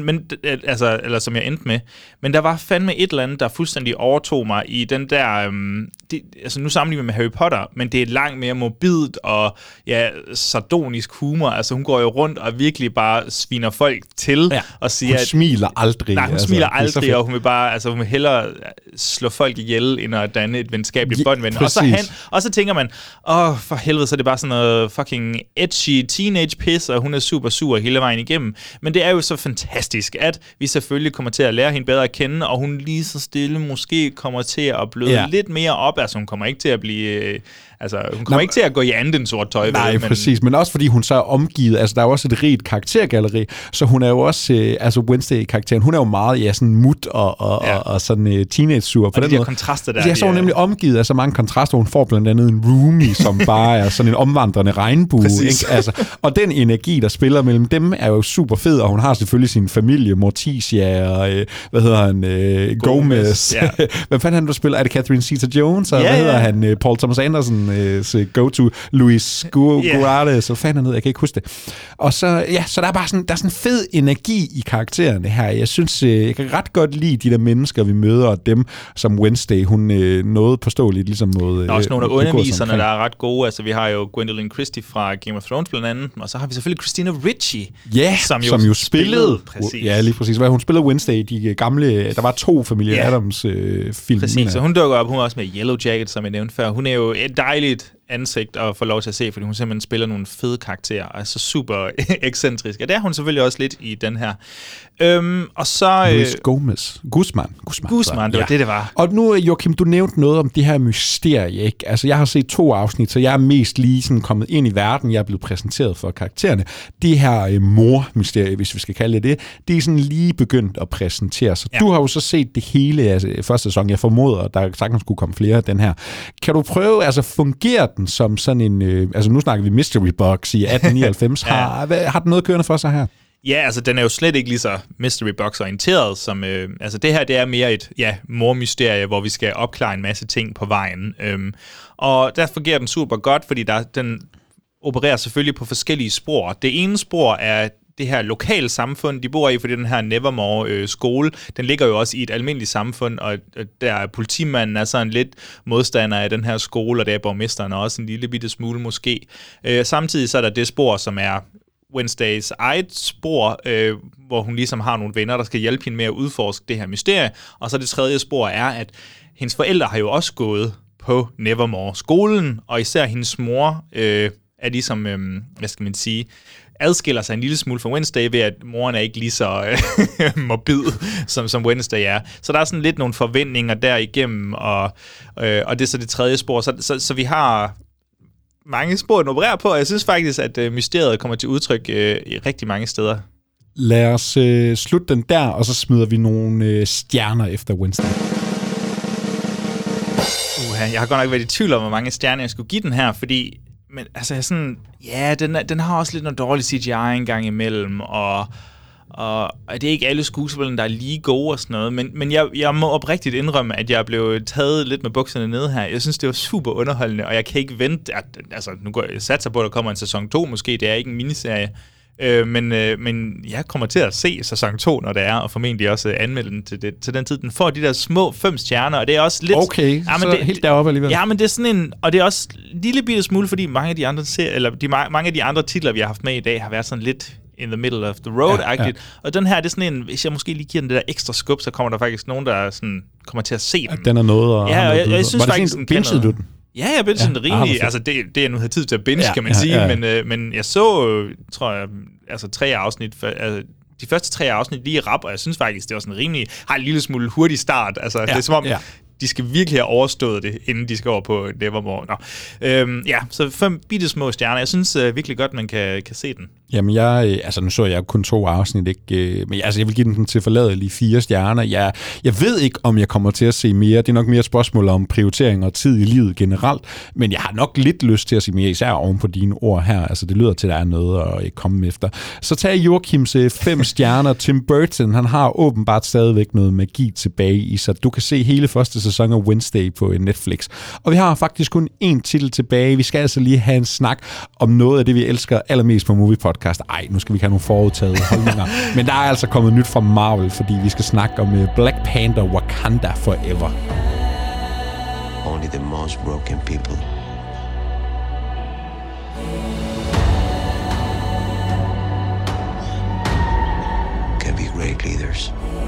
Eller som jeg endte med. Men der var fandme et eller andet, der fuldstændig overtog mig i den der... nu sammenligner vi med Harry Potter, men det er langt mere morbidt og sardonisk humor. Altså, hun går jo rundt og virkelig bare sviner folk til og siger, hun smiler aldrig. Nej, hun smiler aldrig, og hun vil bare, hun vil hellere slå folk ihjel, end at danne et venskabeligt bånd. Og så tænker man, for helvede, så er det bare sådan noget fucking edgy teenage piss, og hun er super sur hele vejen igennem. Men det er jo så fantastisk, at vi selvfølgelig kommer til at lære hende bedre at kende, og hun lige så stille måske kommer til at bløde lidt mere op. Altså, hun kommer ikke til at blive... hun kommer ikke til at gå i anden sort tøj. Nej, præcis. Men også fordi hun så er omgivet, altså der er også et rigt karaktergalleri, så hun er jo også, Wednesday-karakteren, hun er jo meget, sådan mut og sådan teenage-sur. Og de kontraster der. Ja, så er hun nemlig omgivet af så mange kontraster. Hun får blandt andet en roomie, som bare er sådan en omvandrende regnbue. Ikke? Altså, og den energi, der spiller mellem dem, er jo super fed, og hun har selvfølgelig sin familie, Morticia og, Gomez. Ja. Hvad fanden han, du spiller? Er det Catherine Zeta-Jones? Og hvad hedder han? Paul Thomas Anderson? Go-to Luis Guardes, så fanden jeg kan ikke huske det. Og så, så der er bare sådan, der er sådan fed energi i karaktererne her. Jeg synes, jeg kan ret godt lide de der mennesker, vi møder, og dem som Wednesday, hun nåede påståeligt ligesom mod... Der er også nogle af underviserne, der er ret gode. Altså, vi har jo Gwendolyn Christie fra Game of Thrones blandt andet, og så har vi selvfølgelig Christina Ricci, som jo spillede. Ja, lige præcis. Hun spillede Wednesday, de gamle... Der var 2 familie Addams film. Præcis, så hun dukker op. Hun er også med Yellow Jacket, som jeg nævnte før. Hun er jo et dejligt ansigt at få lov til at se, fordi hun simpelthen spiller nogle fede karakterer, og er så super ekscentrisk. Og det er hun selvfølgelig også lidt i den her. Og så... Luis Guzman, det var det var. Og nu, Joachim, du nævnte noget om det her mysterie, ikke? Altså, jeg har set 2 afsnit, så jeg er mest lige sådan kommet ind i verden. Jeg er blevet præsenteret for karaktererne. Det her mor-mysterie, hvis vi skal kalde det, det er sådan lige begyndt at præsentere sig. Ja. Du har jo så set det hele, altså første sæson. Jeg formoder, der sagtens skulle komme flere af den her. Kan du prøve, altså fungerer den som sådan en, altså nu snakker vi Mystery Box i 1899. Har den noget kørende for sig her? Ja, altså den er jo slet ikke lige så Mystery Box-orienteret som... altså det her, det er mere et mormysterie, hvor vi skal opklare en masse ting på vejen. Og der fungerer den super godt, fordi den opererer selvfølgelig på forskellige spor. Det ene spor er det her lokale samfund, de bor i, fordi den her Nevermore skole, den ligger jo også i et almindeligt samfund, og der politimanden er sådan lidt modstander af den her skole, og der er borgmesteren også en lille bitte smule måske. Samtidig så er der det spor, som er Wednesdays eget spor, hvor hun ligesom har nogle venner, der skal hjælpe hende med at udforske det her mysterie, og så det tredje spor er, at hendes forældre har jo også gået på Nevermore-skolen, og især hendes mor er ligesom, hvad skal man sige, adskiller sig en lille smule fra Wednesday ved, at moren er ikke lige så morbid, som Wednesday er. Så der er sådan lidt nogle forventninger derigennem, og det er så det tredje spor. Så vi har mange spor at operere på, og jeg synes faktisk, at mysteriet kommer til udtryk i rigtig mange steder. Lad os slutte den der, og så smider vi nogle stjerner efter Wednesday. Jeg har godt nok været i tvivl om, hvor mange stjerner jeg skulle give den her, fordi men altså sådan, ja, den har også lidt noget dårlig CGI en gang imellem, og det er ikke alle skuespillerne, der er lige gode og sådan noget, men jeg må oprigtigt indrømme, at jeg blev taget lidt med bukserne nede her. Jeg synes, det var super underholdende, og jeg kan ikke vente, altså nu går jeg satser på, at der kommer en sæson 2 måske, det er ikke en miniserie, men jeg kommer til at se sæson 2, når det er, og formentlig også anmelde den til den tid. Den får de der små 5 stjerner, og det er også lidt... Okay, ja, så helt deroppe alligevel. Ja, men det er sådan en... Og det er også en lille bitte smule, fordi mange af de andre titler, vi har haft med i dag, har været sådan lidt in the middle of the road-agtigt. Ja. Og den her, det er sådan en... Hvis jeg måske lige giver den det der ekstra skub, så kommer der faktisk nogen, der sådan, kommer til at se den. Den er noget, og... Ja, og jeg synes faktisk... Bingede du den? Ja, jeg blev sådan rimelig... Altså, det jeg nu havde tid til at binge, kan man sige. Men jeg så, tror jeg, altså 3 afsnit... de første 3 afsnit lige rap, og jeg synes faktisk, det var sådan rimelig... Har en lille smule hurtig start. Altså, det er som om... De skal virkelig have overstået det, inden de skal over på Nevermore. Så 5 bitte små stjerner. Jeg synes virkelig godt, man kan se den. Jamen, nu så jeg kun 2 afsnit, ikke? Men jeg vil give den til forladelige 4 stjerner. Jeg ved ikke, om jeg kommer til at se mere. Det er nok mere et spørgsmål om prioritering og tid i livet generelt, men jeg har nok lidt lyst til at se mere, især oven på dine ord her. Altså, det lyder til, at der er noget at komme efter. Så tag Joachims 5 stjerner. Tim Burton, han har åbenbart stadigvæk noget magi tilbage i sig. Du kan se hele første sæson af Wednesday på Netflix. Og vi har faktisk kun 1 titel tilbage. Vi skal altså lige have en snak om noget af det, vi elsker allermest på Movie Podcast. Nu skal vi ikke have nogle forudtagede holdninger. Men der er altså kommet nyt fra Marvel, fordi vi skal snakke om Black Panther Wakanda Forever. Only the most broken people can be great leaders.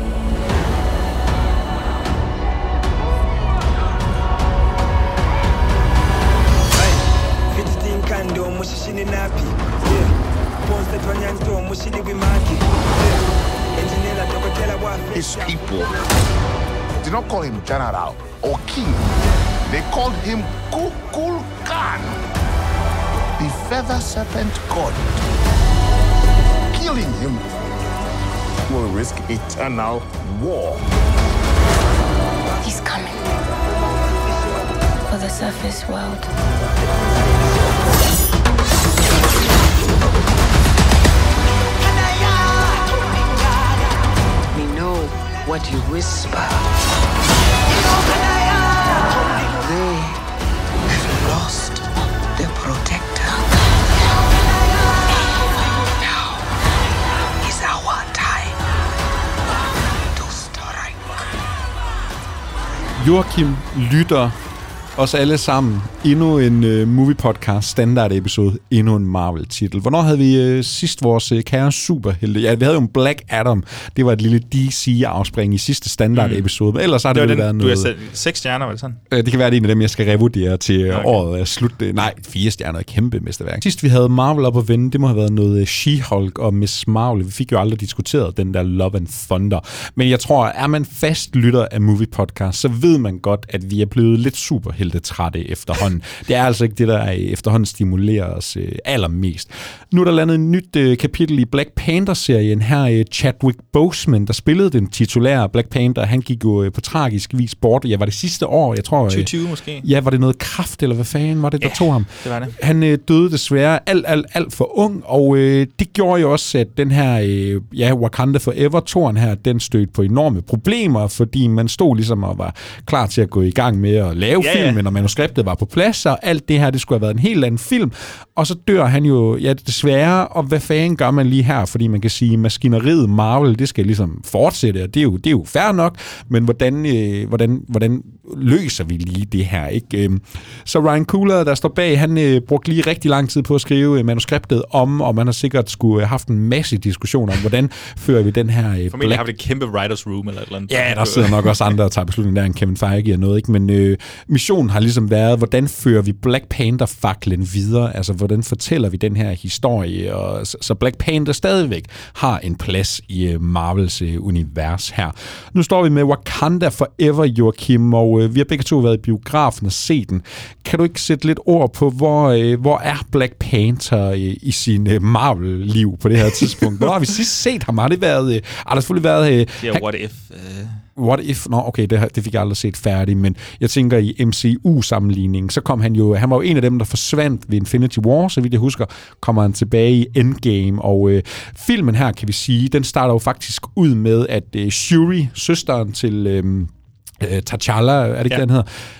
His people did not call him general or king. They called him Kukulkan, the feather serpent god. Killing him will risk eternal war. He's coming for the surface world. What you whisper. They have lost their protector. Now is our time to strike. Joachim lytter os alle sammen. Endnu en movie-podcast, standard-episode, endnu en Marvel-titel. Hvornår havde vi sidst vores kære superhelte? Ja, vi havde jo en Black Adam. Det var et lille DC-afspring i sidste standard-episode. Men ellers har det jo været noget... Du har 6 stjerner, var det sådan? Det kan være, det en af dem, jeg skal revurdere til året er slut. Nej, 4 stjerner. Kæmpe mesterværk. Sidst vi havde Marvel op at vende, det må have været noget She-Hulk og Miss Marvel. Vi fik jo aldrig diskuteret den der Love and Thunder. Men jeg tror, er man fast lytter af movie-podcast, så ved man godt, at vi er blevet lidt superhelte-trætte efterhånden. Det er altså ikke det, der efterhånden stimulerer os allermest. Nu er der landet et nyt kapitel i Black Panther-serien. Her Chadwick Boseman, der spillede den titulære Black Panther, han gik jo på tragisk vis bort. Ja, var det sidste år? Jeg tror 2020 måske. Ja, var det noget kræft, eller hvad fanden var det, der tog ham? Det var det. Han døde desværre alt for ung, og det gjorde jo også, at den her Wakanda Forever-toren her, den stødte på enorme problemer, fordi man stod ligesom og var klar til at gå i gang med at lave film, men manuskriptet var på plads, og alt det her, det skulle have været en helt anden film, og så dør han jo, ja, desværre, og hvad fanden gør man lige her, fordi man kan sige, maskineriet Marvel, det skal ligesom fortsætte, og det er jo fair nok, men hvordan løser vi lige det her, ikke? Så Ryan Coogler, der står bag, han brugte lige rigtig lang tid på at skrive manuskriptet om, og man har sikkert skulle have haft en masse diskussioner om, hvordan fører vi den her... Formentlig har vi et kæmpe writers room eller et eller andet. Ja, der sidder nok også andre, der tager beslutninger der end Kevin Feige og noget, ikke? Men missionen har ligesom været, hvordan fører vi Black Panther-faklen videre? Altså, hvordan fortæller vi den her historie? Og så Black Panther stadigvæk har en plads i Marvels univers her. Nu står vi med Wakanda Forever, Joachim, og vi har begge to været i biografen og set den. Kan du ikke sætte lidt ord på, hvor er Black Panther i sin Marvel-liv på det her tidspunkt? Hvornår har vi sidst set ham? Har det været... Har der selvfølgelig været... What If... What If? Nå, okay, det fik jeg aldrig set færdigt, men jeg tænker i MCU-sammenligningen, så kom han var jo en af dem, der forsvandt ved Infinity War, så vidt jeg husker, kommer han tilbage i Endgame, og filmen her, kan vi sige, den starter jo faktisk ud med, at Shuri, søsteren til... T'Challa, er det ikke, den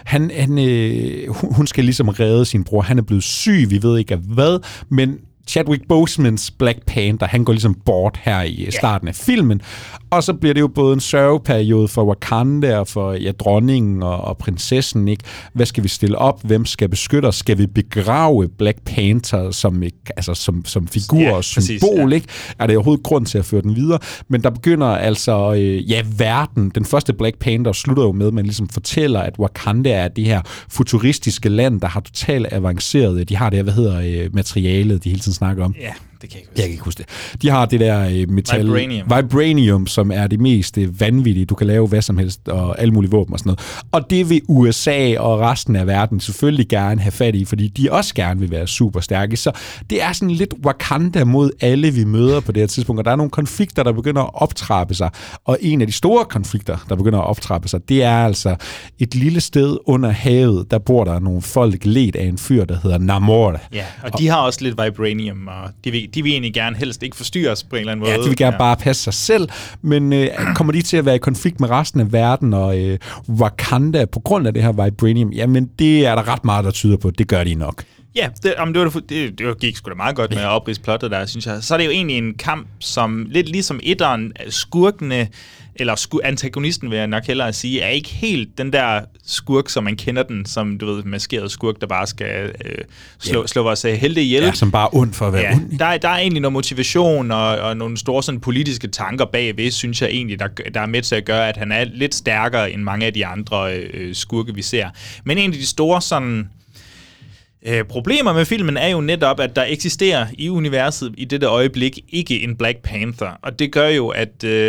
hedder? Hun skal ligesom redde sin bror. Han er blevet syg, vi ved ikke af hvad, men Chadwick Bosemans Black Panther, han går ligesom bort her i starten af filmen, og så bliver det jo både en sørgeperiode for Wakanda og for dronningen og prinsessen, ikke? Hvad skal vi stille op? Hvem skal beskytte os? Skal vi begrave Black Panther som figur og symbol, ikke? Er det overhovedet grund til at føre den videre? Men der begynder altså, verden, den første Black Panther slutter jo med, at man ligesom fortæller, at Wakanda er det her futuristiske land, der har totalt avanceret, de har det her, materialet, de hele tiden snakker om. Ja, det kan jeg ikke huske det. De har det der metal... Vibranium, som er det mest vanvittige. Du kan lave hvad som helst, og alle mulige våben og sådan noget. Og det vil USA og resten af verden selvfølgelig gerne have fat i, fordi de også gerne vil være super stærke. Så det er sådan lidt Wakanda mod alle, vi møder på det her tidspunkt. Og der er nogle konflikter, der begynder at optrappe sig. Og en af de store konflikter, der begynder at optrappe sig, det er altså et lille sted under havet, der bor der nogle folk ledt af en fyr, der hedder Namor. Ja, og de har også lidt vibranium, og de vil egentlig gerne helst ikke forstyrre os på en eller anden måde. Ja, de vil gerne bare passe sig selv, men kommer de til at være i konflikt med resten af verden og Wakanda på grund af det her vibranium? Jamen, det er der ret meget, der tyder på. Det gør de nok. Ja, det gik sgu da meget godt med at opridse plottet der, synes jeg. Så er det jo egentlig en kamp, som lidt ligesom etteren, skurkene, eller antagonisten vil jeg nok hellere sige, er ikke helt den der skurk, som man kender den, som du ved, maskeret skurk, der bare skal slå vores helte ihjel. Ja, som bare ond for at være ond. Der er egentlig noget motivation og nogle store sådan, politiske tanker bagved, synes jeg egentlig, der er med til at gøre, at han er lidt stærkere end mange af de andre skurke, vi ser. Men en af de store sådan... problemer med filmen er jo netop, at der eksisterer i universet i dette øjeblik ikke en Black Panther, og det gør jo,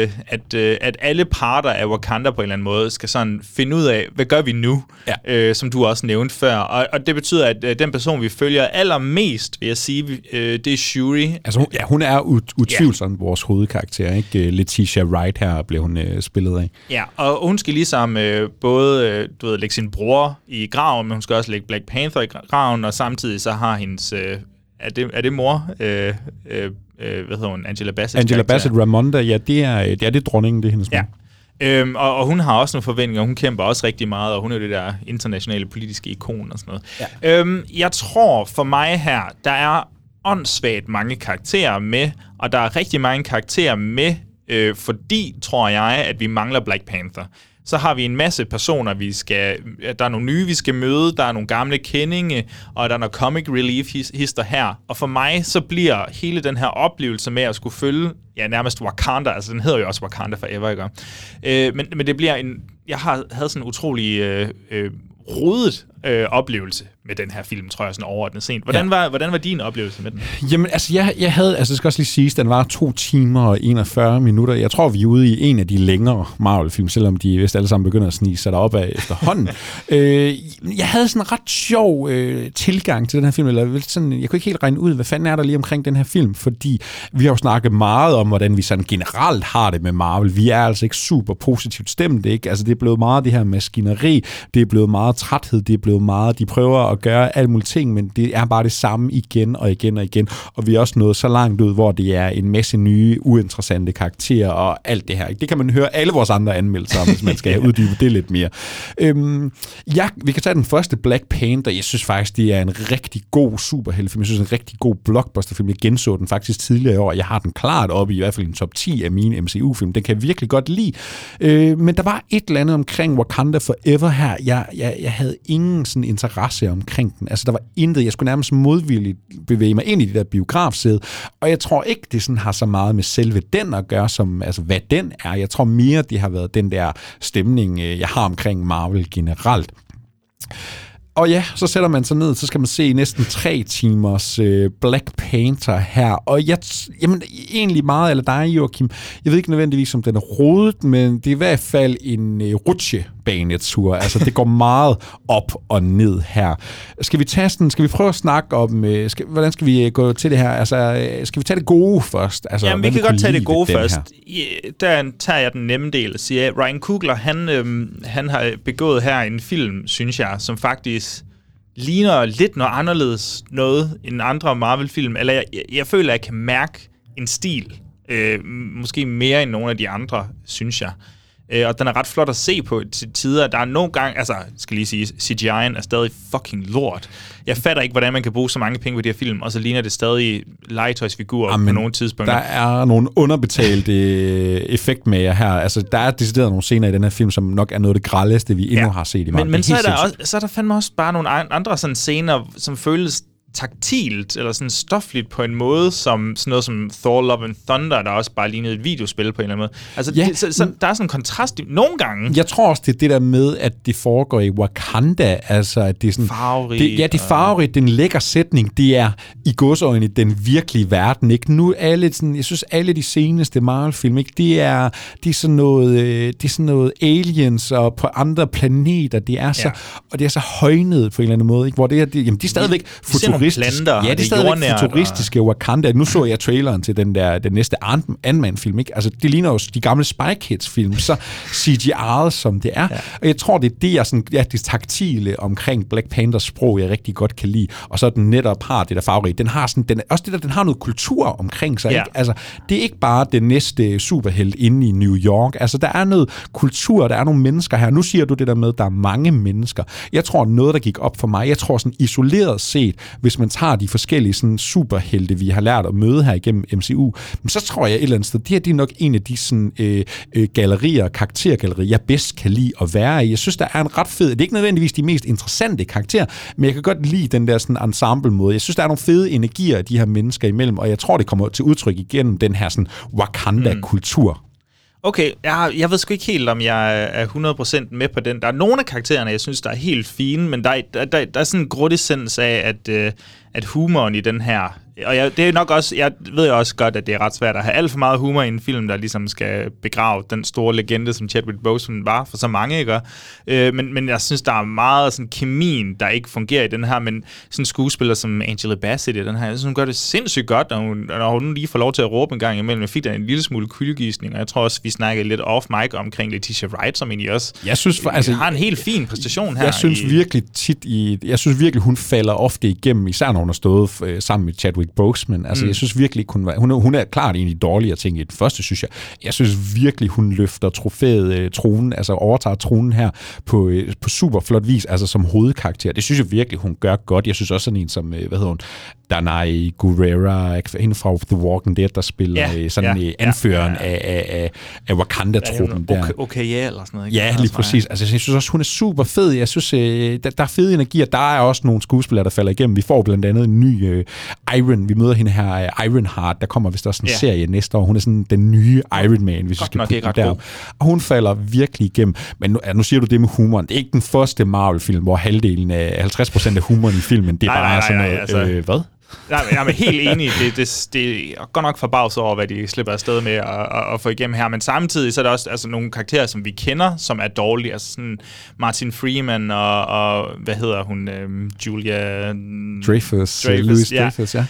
at alle parter af Wakanda på en eller anden måde skal sådan finde ud af, hvad gør vi nu, som du også nævnte før, og det betyder, at den person, vi følger allermest, vil jeg sige, det er Shuri. Altså, hun er utvivlsomt vores hovedkarakter, ikke? Letitia Wright her blev hun spillet af. Ja, og hun skal ligesom både, lægge sin bror i graven, men hun skal også lægge Black Panther i graven, og samtidig så har hendes... er det mor? Hvad hedder hun? Angela Bassett. Angela Bassett Ramonda, ja, det er dronningen, det er hendes mor. Ja. Og hun har også nogle forventninger, hun kæmper også rigtig meget, og hun er det der internationale politiske ikon og sådan noget. Ja. Jeg tror for mig her, der er åndssvagt mange karakterer med, og der er rigtig mange karakterer med, fordi, tror jeg, at vi mangler Black Panther. Så har vi en masse personer, der er nogle nye, vi skal møde, der er nogle gamle kendinge, og der er noget comic relief hister her. Og for mig, så bliver hele den her oplevelse med at skulle følge, nærmest Wakanda, altså den hedder jo også Wakanda Forever, ikke? Men det bliver jeg havde sådan en utrolig rodet oplevelse med den her film, tror jeg, sådan overordnet sent. Hvordan var din oplevelse med den? Jamen, altså, jeg havde, det skal også lige siges, den var 2 timer og 41 minutter. Jeg tror, vi er ude i en af de længere Marvel-film, selvom de vist alle sammen begynder at snige sig derop af efterhånden. Jeg havde sådan en ret sjov tilgang til den her film, eller sådan, jeg kunne ikke helt regne ud, hvad fanden er der lige omkring den her film, fordi vi har jo snakket meget om, hvordan vi sådan generelt har det med Marvel. Vi er altså ikke super positivt stemt, ikke? Altså, det er blevet meget det her maskineri, det er blevet meget træthed, det er blevet meget. De prøver at gøre alle mulige ting, men det er bare det samme igen og igen og igen. Og vi er også nået så langt ud, hvor det er en masse nye, uinteressante karakterer og alt det her. Det kan man høre alle vores andre anmeldelser om, hvis man skal uddybe det lidt mere. Vi kan tage den første, Black Panther. Jeg synes faktisk, det er en rigtig god superheltefilm. Jeg synes, det er en rigtig god blockbusterfilm. Jeg genså den faktisk tidligere i år. Jeg har den klart oppe i hvert fald en top 10 af mine MCU-film. Den kan jeg virkelig godt lide. Men der var et eller andet omkring Wakanda Forever her. Jeg havde ingen sådan interesse omkring den. Altså, der var intet. Jeg skulle nærmest modvilligt bevæge mig ind i det der biografsæde. Og jeg tror ikke, det sådan har så meget med selve den at gøre, som altså, hvad den er. Jeg tror mere, det har været den der stemning, jeg har omkring Marvel generelt. Og ja, så sætter man sig ned, så skal man se næsten 3 timers Black Panther her. Og jamen, egentlig meget, eller dig, Joachim, jeg ved ikke nødvendigvis, om den er rodet, men det er i hvert fald en rutsjebanetur. Altså, det går meget op og ned her. Skal vi prøve at snakke om, hvordan skal vi gå til det her? Altså, skal vi tage det gode først? Altså, jamen, vi kan godt tage det gode først. Der tager jeg den nemme del og siger, at Ryan Coogler, han har begået her en film, synes jeg, som faktisk ligner lidt noget anderledes noget end andre Marvel-film. Eller jeg føler, at jeg kan mærke en stil. Måske mere end nogle af de andre, synes jeg. Og den er ret flot at se på til tider. Der er nogle gange, altså, skal lige sige, CGI'en er stadig fucking lort. Jeg fatter ikke, hvordan man kan bruge så mange penge på de her film, og så ligner det stadig legetøjsfigurer på nogle tidspunkter. Der er nogle underbetalte effektmager her. Altså, der er decideret nogle scener i den her film, som nok er noget af det grelleste, vi endnu har set i Marvel. Men så er der fandme også bare nogle andre sådan scener, som føles taktilt, eller sådan stofligt på en måde, som sådan noget som Thor Love and Thunder, der også bare lignede et videospil på en eller anden måde. Altså, der er sådan en kontrast nogle gange. Jeg tror også, det er det der med, at det foregår i Wakanda, altså, at det er sådan... farverigt. Det er farverigt, det er en lækker sætning, det er i godsøjne i den virkelige verden, ikke? Nu alle sådan, jeg synes, alle de seneste Marvel-film, ikke? Det er sådan noget aliens og på andre planeter, det er så, og det er så højnet på en eller anden måde, ikke? Hvor det er, jamen, de er stadigvæk planter, ja, det er stadigvæk futuristiske Wakanda. Nu så jeg traileren til den næste Ant-Man-film, ikke? Altså, det ligner jo de gamle Spy Kids-film, så CGI'et som det er. Ja. Og jeg tror, det er det, jeg sådan, det taktile omkring Black Panthers sprog, jeg rigtig godt kan lide. Og så den netop har det der favorit. Den har sådan, også det der, den har noget kultur omkring sig, ikke? Altså, det er ikke bare den næste superhelt inde i New York. Altså, der er noget kultur, der er nogle mennesker her. Nu siger du det der med, at der er mange mennesker. Jeg tror, noget, der gik op for mig, jeg tror sådan isoleret set, hvis man tager de forskellige sådan superhelte, vi har lært at møde her igennem MCU, men så tror jeg et eller andet sted, det er nok en af de sådan, karaktergallerier, jeg bedst kan lide at være i. Jeg synes, der er en ret fed, det er ikke nødvendigvis de mest interessante karakterer, men jeg kan godt lide den der sådan ensemble-måde. Jeg synes, der er nogle fede energier, de her mennesker imellem, og jeg tror, det kommer til udtryk igennem den her sådan Wakanda-kultur. Okay, jeg ved sgu ikke helt, om jeg er 100% med på den. Der er nogle af karaktererne, jeg synes, der er helt fine, men der er sådan en grundessens af, at humoren i den her... Og det er nok også, jeg ved også godt, at det er ret svært at have alt for meget humor i en film, der ligesom skal begrave den store legende, som Chadwick Boseman var for så mange, ikke? Men jeg synes, der er meget sådan kemien, der ikke fungerer i den her, men sådan en skuespiller som Angela Bassett i den her, jeg synes, hun gør det sindssygt godt, når hun lige får lov til at råbe en gang imellem. Jeg fik da en lille smule kuldegysning, og jeg tror også, vi snakkede lidt off-mic omkring Letitia Wright, som egentlig også har en helt fin præstation her. Jeg synes virkelig, hun falder ofte igennem, især når hun har stået sammen med Chadwick Boseman. Altså, jeg synes virkelig, hun er klart en af de dårligere ting i det første, synes jeg. Jeg synes virkelig, hun løfter trofæet tronen, altså overtager tronen her på super flot vis, altså som hovedkarakter. Det synes jeg virkelig, hun gør godt. Jeg synes også sådan en som, Danai Gurira, hende fra The Walking Dead, der spiller anføreren af Wakanda-truppen der. Okay, eller sådan noget. Ikke? Ja, lige præcis. Altså, jeg synes også, hun er super fed. Jeg synes, der er fede energier. Der er også nogle skuespillere, der falder igennem. Vi får blandt andet en ny Iron. Vi møder hende her, Ironheart. Der kommer vist også en serie næste år. Hun er sådan den nye Iron Man, hvis vi skal putte der. Og hun falder virkelig igennem. Men nu siger du det med humoren. Det er ikke den første Marvel-film, hvor halvdelen af 50% af humoren i filmen, det er bare sådan noget... Altså, hvad? Jeg er helt enig. Det er godt nok forbavset over, hvad de slipper afsted med at få igennem her. Men samtidig så er der også altså, nogle karakterer, som vi kender, som er dårlige. Altså sådan Martin Freeman og hvad hedder hun? Julia... Louis Dreyfus, ja.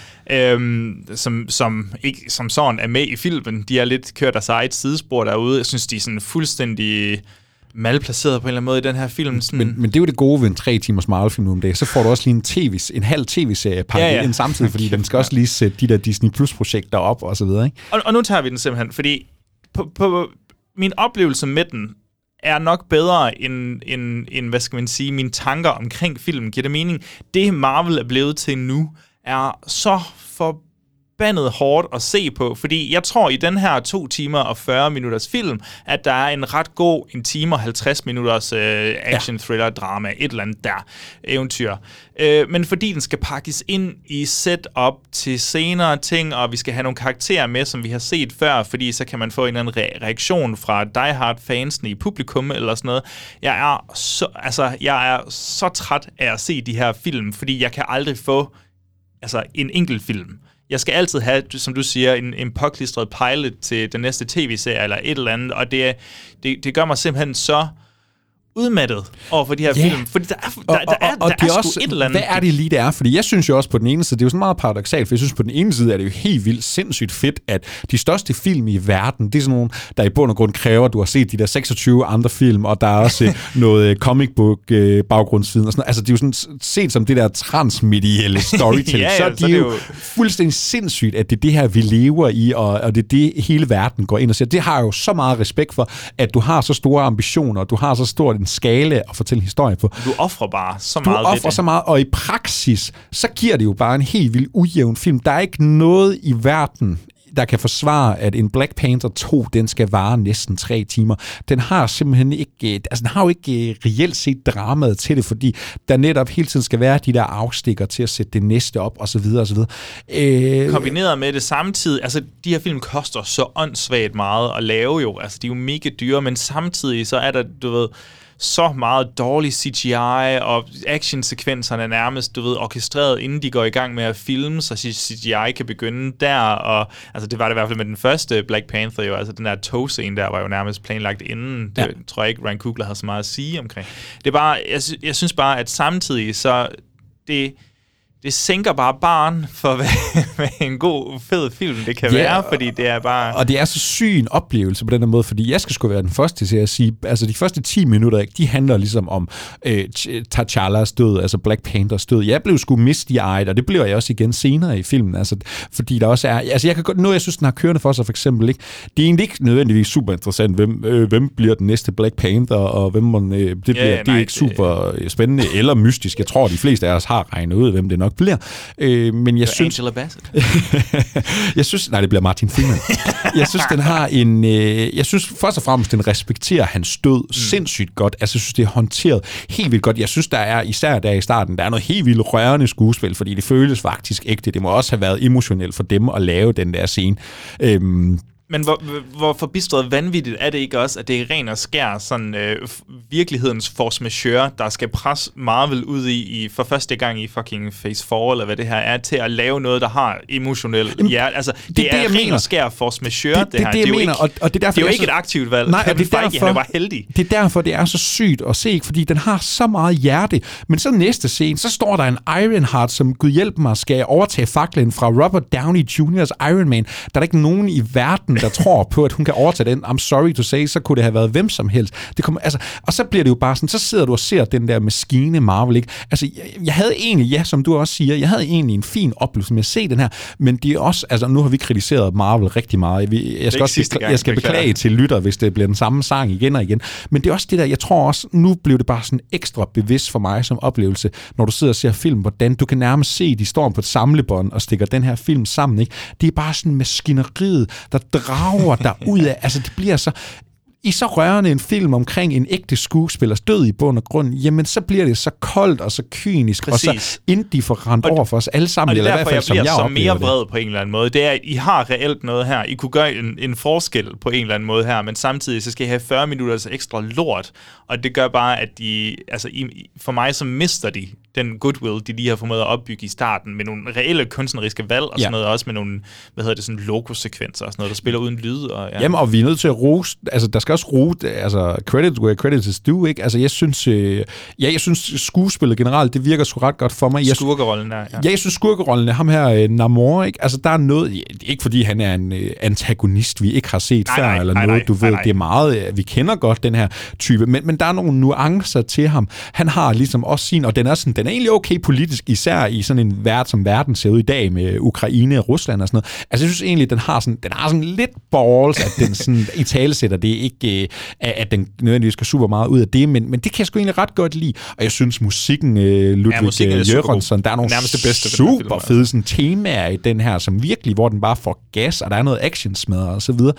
Som ikke som sådan er med i filmen. De er lidt kørt af sig et sidespor derude. Jeg synes, de er sådan fuldstændig... malplaceret på en eller anden måde i den her film. Sådan. Men det er jo det gode ved en 3 timers Marvel-film om dagen. Så får du også lige en halv tv-serie pakket ind samtidig, fordi den skal også lige sætte de der Disney Plus-projekter op og så videre. Ikke? Og nu tager vi den simpelthen, fordi på min oplevelse med den er nok bedre end hvad skal man sige, mine tanker omkring filmen. Giver det mening? Det Marvel er blevet til nu, er så forbandet hårdt at se på, fordi jeg tror i den her 2 timer og 40 minutters film, at der er en ret god 1 time og 50 minutters action thriller drama, et eller andet der eventyr. Men fordi den skal pakkes ind i setup til senere ting, og vi skal have nogle karakterer med, som vi har set før, fordi så kan man få en eller anden reaktion fra Die Hard-fansene i publikum eller sådan noget. Jeg er så træt af at se de her film, fordi jeg kan aldrig få en enkelt film. Jeg skal altid have, som du siger, en påklistret pilot til den næste tv-serie eller et eller andet, og det gør mig simpelthen så udmattet over for de her film, fordi der er sgu et eller andet. Hvad er det lige, det er? Fordi jeg synes jo også på den ene side, det er jo sådan meget paradoksalt, for jeg synes på den ene side er det jo helt vildt sindssygt fedt, at de største film i verden, det er sådan nogle, der i bund og grund kræver, at du har set de der 26 andre film, og der er også noget comic book baggrundsviden og sådan noget. Altså det er jo sådan set som det der transmedielle storytelling, så det er jo fuldstændig sindssygt, at det er det her, vi lever i, og det er det, hele verden går ind og siger. Det har jeg jo så meget respekt for, at du har så store ambitioner, og du har så stort en skala at fortælle historie på. Du offrer bare så meget. Du offrer så meget, og i praksis, så giver det jo bare en helt vildt ujævn film. Der er ikke noget i verden, der kan forsvare, at en Black Panther 2, den skal vare næsten 3 timer. Den har simpelthen ikke, den har jo ikke reelt set dramaet til det, fordi der netop hele tiden skal være de der afstikker til at sætte det næste op, og så videre, og så videre. Kombineret med det samtidig, de her film koster så åndssvagt meget at lave jo, de er jo mega dyre, men samtidig så er der, du ved, så meget dårlig CGI, og actionsekvenserne er nærmest, orkestreret, inden de går i gang med at filme, så CGI kan begynde der, og det var det i hvert fald med den første Black Panther jo, den der togscene der var jo nærmest planlagt inden. Det tror jeg ikke, Ryan Coogler havde så meget at sige omkring. Det er bare, jeg synes bare, at samtidig så, det sænker bare barn for, hvad en god, fed film det kan være, fordi det er bare... Og det er så syg en oplevelse på den her måde, fordi jeg skal sgu være den første til at sige, de første 10 minutter, de handler ligesom om T'Challas død, Black Panthers død. Jeg blev sgu misty-eyed, og det bliver jeg også igen senere i filmen, fordi der også er... jeg kan godt... Noget, jeg synes, den har kørende for sig, for eksempel, ikke? Det er egentlig ikke nødvendigvis super interessant, hvem bliver den næste Black Panther, og hvem det er ikke super spændende eller mystisk. Jeg tror, de fleste af os har regnet ud, hvem det nok bliver. Men jeg synes... Angela Bassett. jeg synes... Nej, det bliver Martin Freeman. Jeg synes, den har en... jeg synes først og fremmest, den respekterer hans død sindssygt godt. Jeg synes, det er håndteret helt vildt godt. Jeg synes, der er, især der i starten, der er noget helt vildt rørende skuespil, fordi det føles faktisk ægte. Det må også have været emotionelt for dem at lave den der scene. Men hvor forbistret vanvittigt er det ikke også, at det er ren og skær sådan virkelighedens force majeure, der skal presse Marvel ud i for første gang i fucking Phase 4, eller hvad det her er, til at lave noget, der har emotionel hjerte. Det er ren og skær force majeure, det her. Det er jo ikke et aktivt valg. Nej, og det er derfor, han er bare heldig. Det er derfor, det er så sygt at se, fordi den har så meget hjerte. Men så næste scene, så står der en Ironheart, som Gud hjælp mig, skal overtage faklen fra Robert Downey Jr.'s Iron Man. Der er ikke nogen i verden, der tror på, at hun kan overtage den. I'm sorry to say, så kunne det have været hvem som helst. Og så bliver det jo bare sådan, så sidder du og ser den der maskine Marvel, ikke? Jeg havde egentlig, som du også siger, jeg havde egentlig en fin oplevelse med at se den her, men det er også, nu har vi kritiseret Marvel rigtig meget. Jeg skal beklage til lytter, hvis det bliver den samme sang igen og igen. Men det er også det der, jeg tror også, nu blev det bare sådan ekstra bevidst for mig som oplevelse, når du sidder og ser film, hvordan du kan nærmest se, de står på et samlebånd og stikker den her film sammen, ikke? Det er bare sådan maskineriet, der drager derud af, det bliver så... I så rørende en film omkring en ægte skuespillers død i bund og grund, jamen så bliver det så koldt og så kynisk. Præcis. Og så indifferent over for os alle sammen. Og det er derfor, jeg bliver så mere vred på en eller anden måde. Det er, at I har reelt noget her. I kunne gøre en forskel på en eller anden måde her, men samtidig så skal I have 40 minutter ekstra lort. Og det gør bare, at for mig så mister de den goodwill, de lige har formået at opbygge i starten, med nogle reelle kunstneriske valg, og sådan noget, også med nogle, sådan logosekvenser, og sådan noget, der spiller uden lyd. Og, Jamen, og vi er nødt til at rose, altså der skal også rose, altså credit where credit is due, ikke? Altså jeg synes skuespillet generelt, det virker sgu ret godt for mig. Skurkerollen der, ja. Jeg synes skurkerollen er ham her, Namor, ikke? Altså der er noget, ikke fordi han er en antagonist, vi ikke har set før, eller noget, du ved, det er meget, vi kender godt den her type, men der er nogle nuancer til ham. Han har ligesom også sin, og den er egentlig okay politisk, især i sådan en verden, som verden ser ud i dag med Ukraine og Rusland og sådan noget. Altså jeg synes egentlig, den har sådan lidt balls, at den sådan i talesætter det ikke, at den nødvendigvis skal super meget ud af det, men det kan jeg sgu egentlig ret godt lide. Og jeg synes musikken, Ludwig Göransson, der er nogle super fede sådan temaer i den her, som virkelig, hvor den bare får gas, og der er noget actionsmadder og så videre.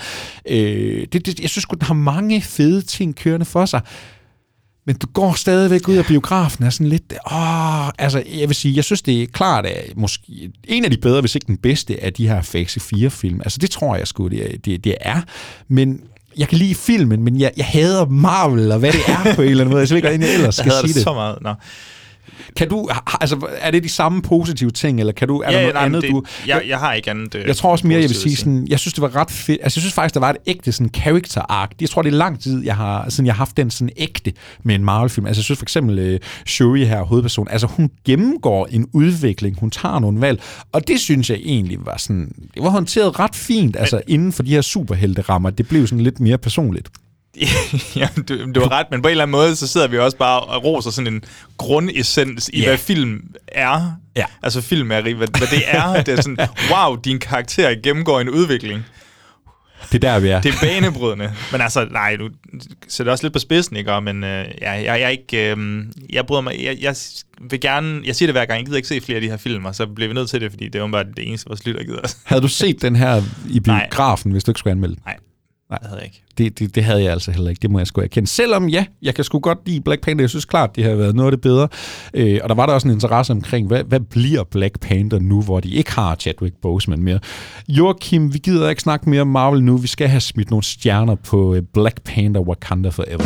Jeg synes sgu, den har mange fede ting kørende for sig. Men du går stadigvæk ud af biografen og sådan lidt, altså jeg vil sige, jeg synes det er klart, at måske en af de bedre, hvis ikke den bedste af de her Fase 4-film. Altså det tror jeg sgu, det er. Men jeg kan lide filmen, men jeg hader Marvel, eller hvad det er på en eller anden måde. Jeg ved ikke, hvordan jeg ellers skal sige det. Jeg hader det så meget, Kan du, altså, er det de samme positive ting, eller kan du, er der noget andet, du... Jeg har ikke andet... Jeg tror også mere, jeg vil sige sådan, jeg synes, det var ret fedt, altså jeg synes faktisk, der var et ægte sådan character arc. Jeg tror, det er lang tid, siden jeg har haft den sådan ægte med en Marvel-film. Altså jeg synes for eksempel, Shuri her, hovedperson, altså hun gennemgår en udvikling, hun tager nogle valg, og det synes jeg egentlig var sådan, det var håndteret ret fint, altså inden for de her superhelterammer, det blev sådan lidt mere personligt. Ja, du har ret, men på en eller anden måde, så sidder vi også bare og roser sådan en grundessens i, hvad film er. Ja. Altså film er, hvad det er. Det er sådan, wow, din karakter gennemgår en udvikling. Det er der, vi er. Det er banebrydende. Men altså, nej, du sætter også lidt på spidsen, ikke? Men jeg er ikke... jeg bryder mig... Jeg vil gerne... Jeg siger det hver gang, jeg gider ikke se flere af de her film, og så bliver vi nødt til det, fordi det er jo bare det eneste, vores lytter gider. Havde du set den her i biografen, hvis du ikke skulle anmelde den? Nej, det havde jeg ikke. Det havde jeg altså heller ikke, det må jeg sgu erkende. Selvom jeg kan sgu godt lide Black Panther, jeg synes klart, det har været noget af det bedre. Og der var der også en interesse omkring, hvad bliver Black Panther nu, hvor de ikke har Chadwick Boseman mere. Joachim, vi gider ikke snakke mere om Marvel nu, vi skal have smidt nogle stjerner på Black Panther Wakanda Forever.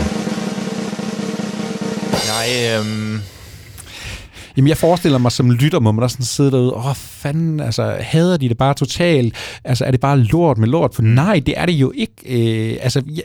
Jamen, jeg forestiller mig som lytter, må man da sådan sidde derude, fanden, altså, hader de det bare totalt? Altså, er det bare lort med lort? For nej, det er det jo ikke.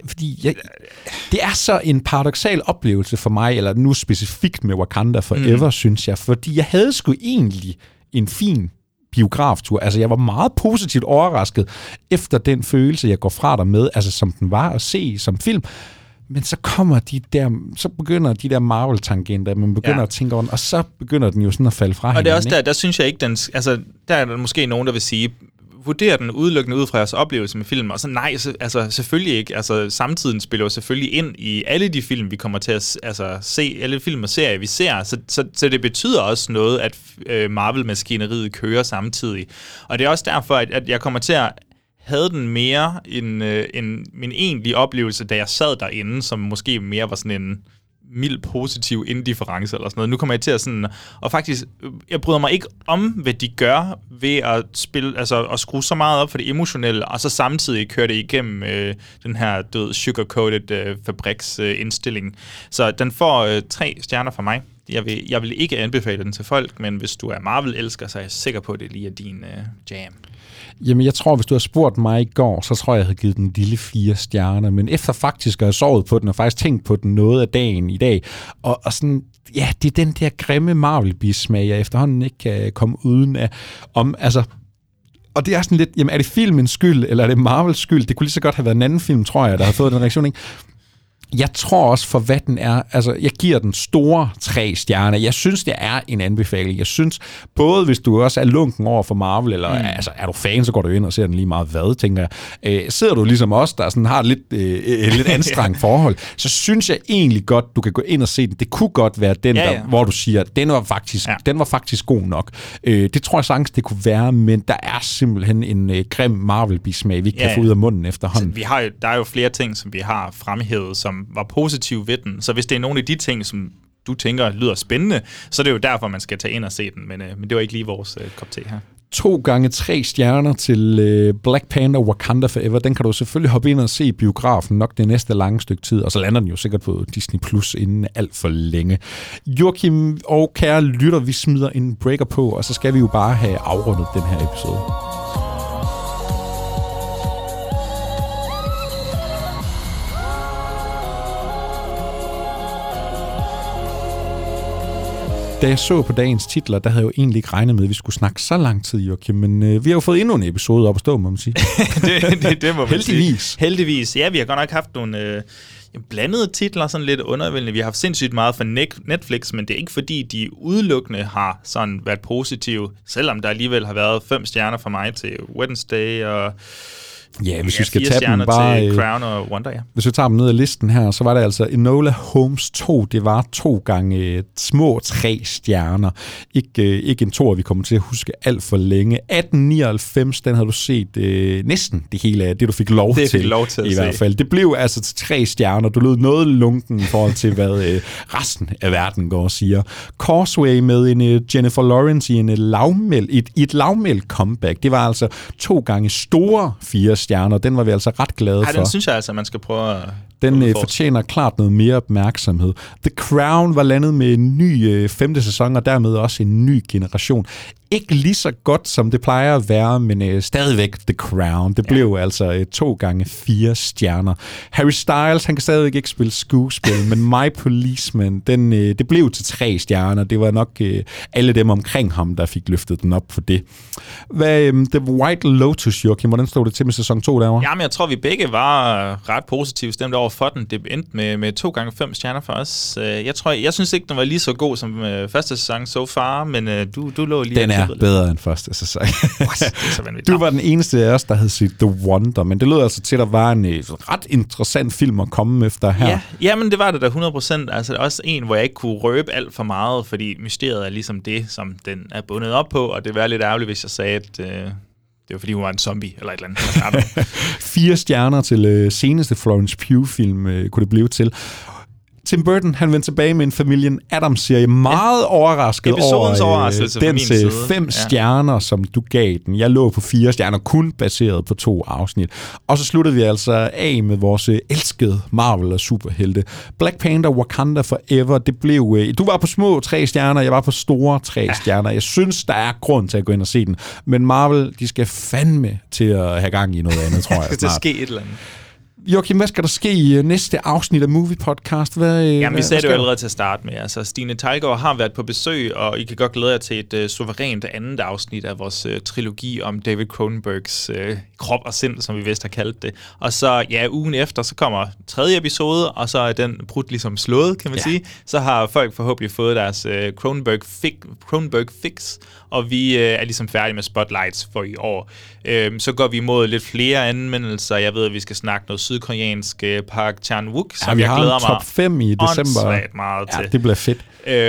Det er så en paradoksal oplevelse for mig, eller nu specifikt med Wakanda Forever, synes jeg, fordi jeg havde sgu egentlig en fin biograftur. Altså, jeg var meget positivt overrasket efter den følelse, jeg går fra der med, altså som den var at se som film. Men så begynder de der Marvel-tangenter, man begynder at tænke over den, og så begynder den jo sådan at falde fra hinanden. Og det er også der synes jeg ikke, der er der måske nogen, der vil sige, vurderer den udelukkende ud fra jeres oplevelse med film, og så nej, selvfølgelig ikke. Altså, samtiden spiller jo selvfølgelig ind i alle de film, vi kommer til at se, alle film og serier, vi ser, så det betyder også noget, at Marvel-maskineriet kører samtidig. Og det er også derfor, at jeg kommer til at havde den mere end min egentlige oplevelse, da jeg sad derinde, som måske mere var sådan en mild positiv indifference eller sådan noget. Nu kommer jeg til at sådan, og faktisk, jeg bryder mig ikke om, hvad de gør ved at spille, altså at skrue så meget op for det emotionelle, og så samtidig køre det igennem den her sugar-coated fabriksindstilling. Så den får 3 stjerner fra mig. Jeg vil ikke anbefale den til folk, men hvis du er Marvel-elsker, så er jeg sikker på, at det lige er din jam. Jamen, jeg tror, hvis du har spurgt mig i går, så tror jeg havde givet den lille 4 stjerner. Men efter faktisk at have sovet på den, og faktisk tænkt på den noget af dagen i dag, og sådan, ja, det er den der grimme Marvel-bismag, jeg efterhånden ikke kan komme uden af. Og det er sådan lidt, jamen er det filmens skyld, eller er det Marvels skyld? Det kunne lige så godt have været en anden film, tror jeg, der har fået den reaktion, ikke? Jeg tror også, for hvad den er, altså jeg giver den store 3 stjerner. Jeg synes, det er en anbefaling. Jeg synes, både hvis du også er lunken over for Marvel, eller altså, er du fan, så går du ind og ser den lige meget hvad, tænker jeg. Sidder du ligesom os, der sådan har et lidt anstrengt forhold, så synes jeg egentlig godt, du kan gå ind og se den. Det kunne godt være den, hvor du siger, den var faktisk god nok. Det tror jeg sagtens, det kunne være, men der er simpelthen en grim Marvel-bismag, vi kan få ud af munden efterhånden. Der er jo flere ting, som vi har fremhævet, som var positiv ved den. Så hvis det er nogle af de ting, som du tænker lyder spændende, så er det jo derfor, man skal tage ind og se den. Men det var ikke lige vores kop te her. 2x3 stjerner til Black Panther Wakanda Forever. Den kan du selvfølgelig hoppe ind og se i biografen nok det næste lange stykke tid, og så lander den jo sikkert på Disney Plus inden alt for længe. Joachim og kære lytter, vi smider en breaker på, og så skal vi jo bare have afrundet den her episode. Da jeg så på dagens titler, der havde jeg jo egentlig ikke regnet med, at vi skulle snakke så lang tid, Joachim, men vi har jo fået endnu en episode op at stå, må man sige. det må man Heldigvis. Sige. Heldigvis. Ja, vi har godt nok haft nogle blandede titler, sådan lidt undervældende. Vi har haft sindssygt meget fra Netflix, men det er ikke fordi, de udelukkende har sådan været positive, selvom der alligevel har været 5 stjerner fra mig til Wednesday og... Ja, hvis vi skal tage dem bare... til Crown og Wonder, ja. Hvis vi tager dem ned af listen her, så var det altså Enola Holmes 2. Det var 2 gange små 3 stjerner. Ikke en 2, vi kommer til at huske alt for længe. 1899, den havde du set næsten det hele af det, du fik lov til. I hvert fald. Det blev altså til 3 stjerner. Du lød noget lunken i forhold til, hvad resten af verden går og siger. Causeway med en Jennifer Lawrence i et lavmældt comeback. Det var altså 2 gange store 4 stjerner. Den var vi altså ret glade for. Den synes jeg altså, man skal prøve at... Den fortjener klart noget mere opmærksomhed. The Crown var landet med en ny 5. sæson, og dermed også en ny generation. Ikke lige så godt, som det plejer at være, men stadigvæk The Crown. Det blev altså 2 gange 4 stjerner. Harry Styles, han kan stadigvæk ikke spille skuespil, men My Policeman, det blev til 3 stjerner. Det var nok alle dem omkring ham, der fik løftet den op for det. The White Lotus, Joachim, hvordan stod det til med sæson 2 derovre? Jamen, jeg tror, vi begge var ret positivt stemt over for den. Det endte med 2 gange 5 stjerner for os. Jeg synes ikke, den var lige så god som første sæson so far, men du lå lige... Den er bedre end første sæson. Du var den eneste af os, der havde set The Wonder, men det lød altså til, at der var en ret interessant film at komme efter her. Ja, men det var det da 100%. Altså også en, hvor jeg ikke kunne røbe alt for meget, fordi mysteriet er ligesom det, som den er bundet op på, og det var lidt ærgerligt, hvis jeg sagde, at... Det var fordi, hun var en zombie, eller et eller andet. 4 stjerner til seneste Florence Pugh-film kunne det blive til. Tim Burton, han vendte tilbage med en Familien Addams-serie. Meget overrasket over den 5 stjerner, som du gav den. Jeg lå på 4 stjerner, kun baseret på 2 afsnit. Og så sluttede vi altså af med vores elskede Marvel og superhelte. Black Panther Wakanda Forever, det blev... Du var på små 3 stjerner, jeg var på store 3 stjerner. Jeg synes, der er grund til at gå ind og se den. Men Marvel, de skal fandme til at have gang i noget andet, tror jeg. Det skal ske et eller andet. Joachim, hvad skal der ske i næste afsnit af Movie Podcast? Jamen, vi sagde det jo allerede til at starte med. Altså, Stine Theilgaard har været på besøg, og I kan godt glæde jer til et suverænt andet afsnit af vores trilogi om David Cronenbergs krop og sind, som vi vist har kaldt det. Og så, ugen efter, så kommer 3. episode, og så er den brudt ligesom slået, kan man sige. Så har folk forhåbentlig fået deres Cronenberg fix, og vi er ligesom færdige med Spotlights for i år. Så går vi imod lidt flere anmeldelser. Jeg ved, at vi skal snakke noget sydkoreansk Park Chan-wook, som vi jeg glæder mig top 5 i december. Meget til. Det bliver fedt.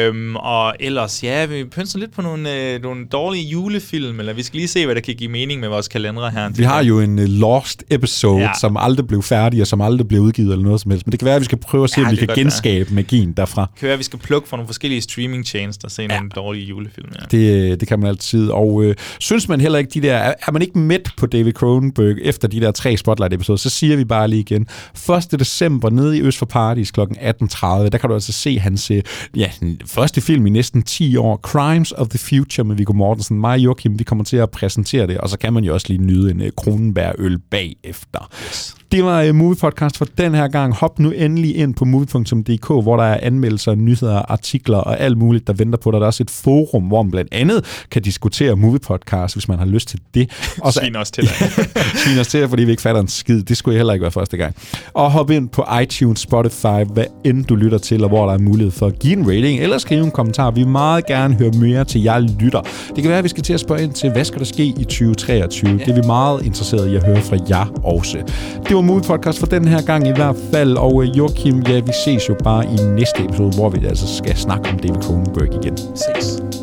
Og ellers, vi pynser lidt på nogle dårlige julefilm, eller vi skal lige se, hvad der kan give mening med vores kalendere her. Vi har jo en lost episode, som aldrig blev færdig, og som aldrig blev udgivet eller noget som helst. Men det kan være, at vi skal prøve at se, om vi kan genskabe magien derfra. Det kan være, at vi skal plukke fra nogle forskellige streaming-tjenester og se nogle dårlige julefilm. Ja. Det kan man altid. Og synes man heller ikke, er man ikke mæt på David Cronenberg efter de der 3 Spotlight-episoder, så siger vi bare lige igen. 1. december nede i Øst for Paradis kl. 18.30, der kan du altså se hans første film i næsten 10 år, Crimes of the Future med Viggo Mortensen. Mig og Joachim, vi kommer til at præsentere det, og så kan man jo også lige nyde en Kronenberg-øl bagefter. Yes. Det var Movie Podcast for den her gang. Hop nu endelig ind på movie.dk, hvor der er anmeldelser, nyheder, artikler og alt muligt, der venter på dig. Der er også et forum, hvor man blandt andet kan diskutere Movie Podcast, hvis man har lyst til det. Og så, svin os til dig. Svin os til dig, fordi vi ikke fatter en skid. Det skulle heller ikke være første gang. Og hop ind på iTunes, Spotify, hvad end du lytter til, og hvor der er mulighed for at give en rating eller skrive en kommentar. Vi vil meget gerne høre mere til jer lytter. Det kan være, at vi skal til at spørge ind til, hvad skal der ske i 2023? Det er vi meget interesserede i at høre fra jer også. Det var Movie Podcast for den her gang i hvert fald, og Joachim, vi ses jo bare i næste episode, hvor vi altså skal snakke om David Cronenberg igen. Ses.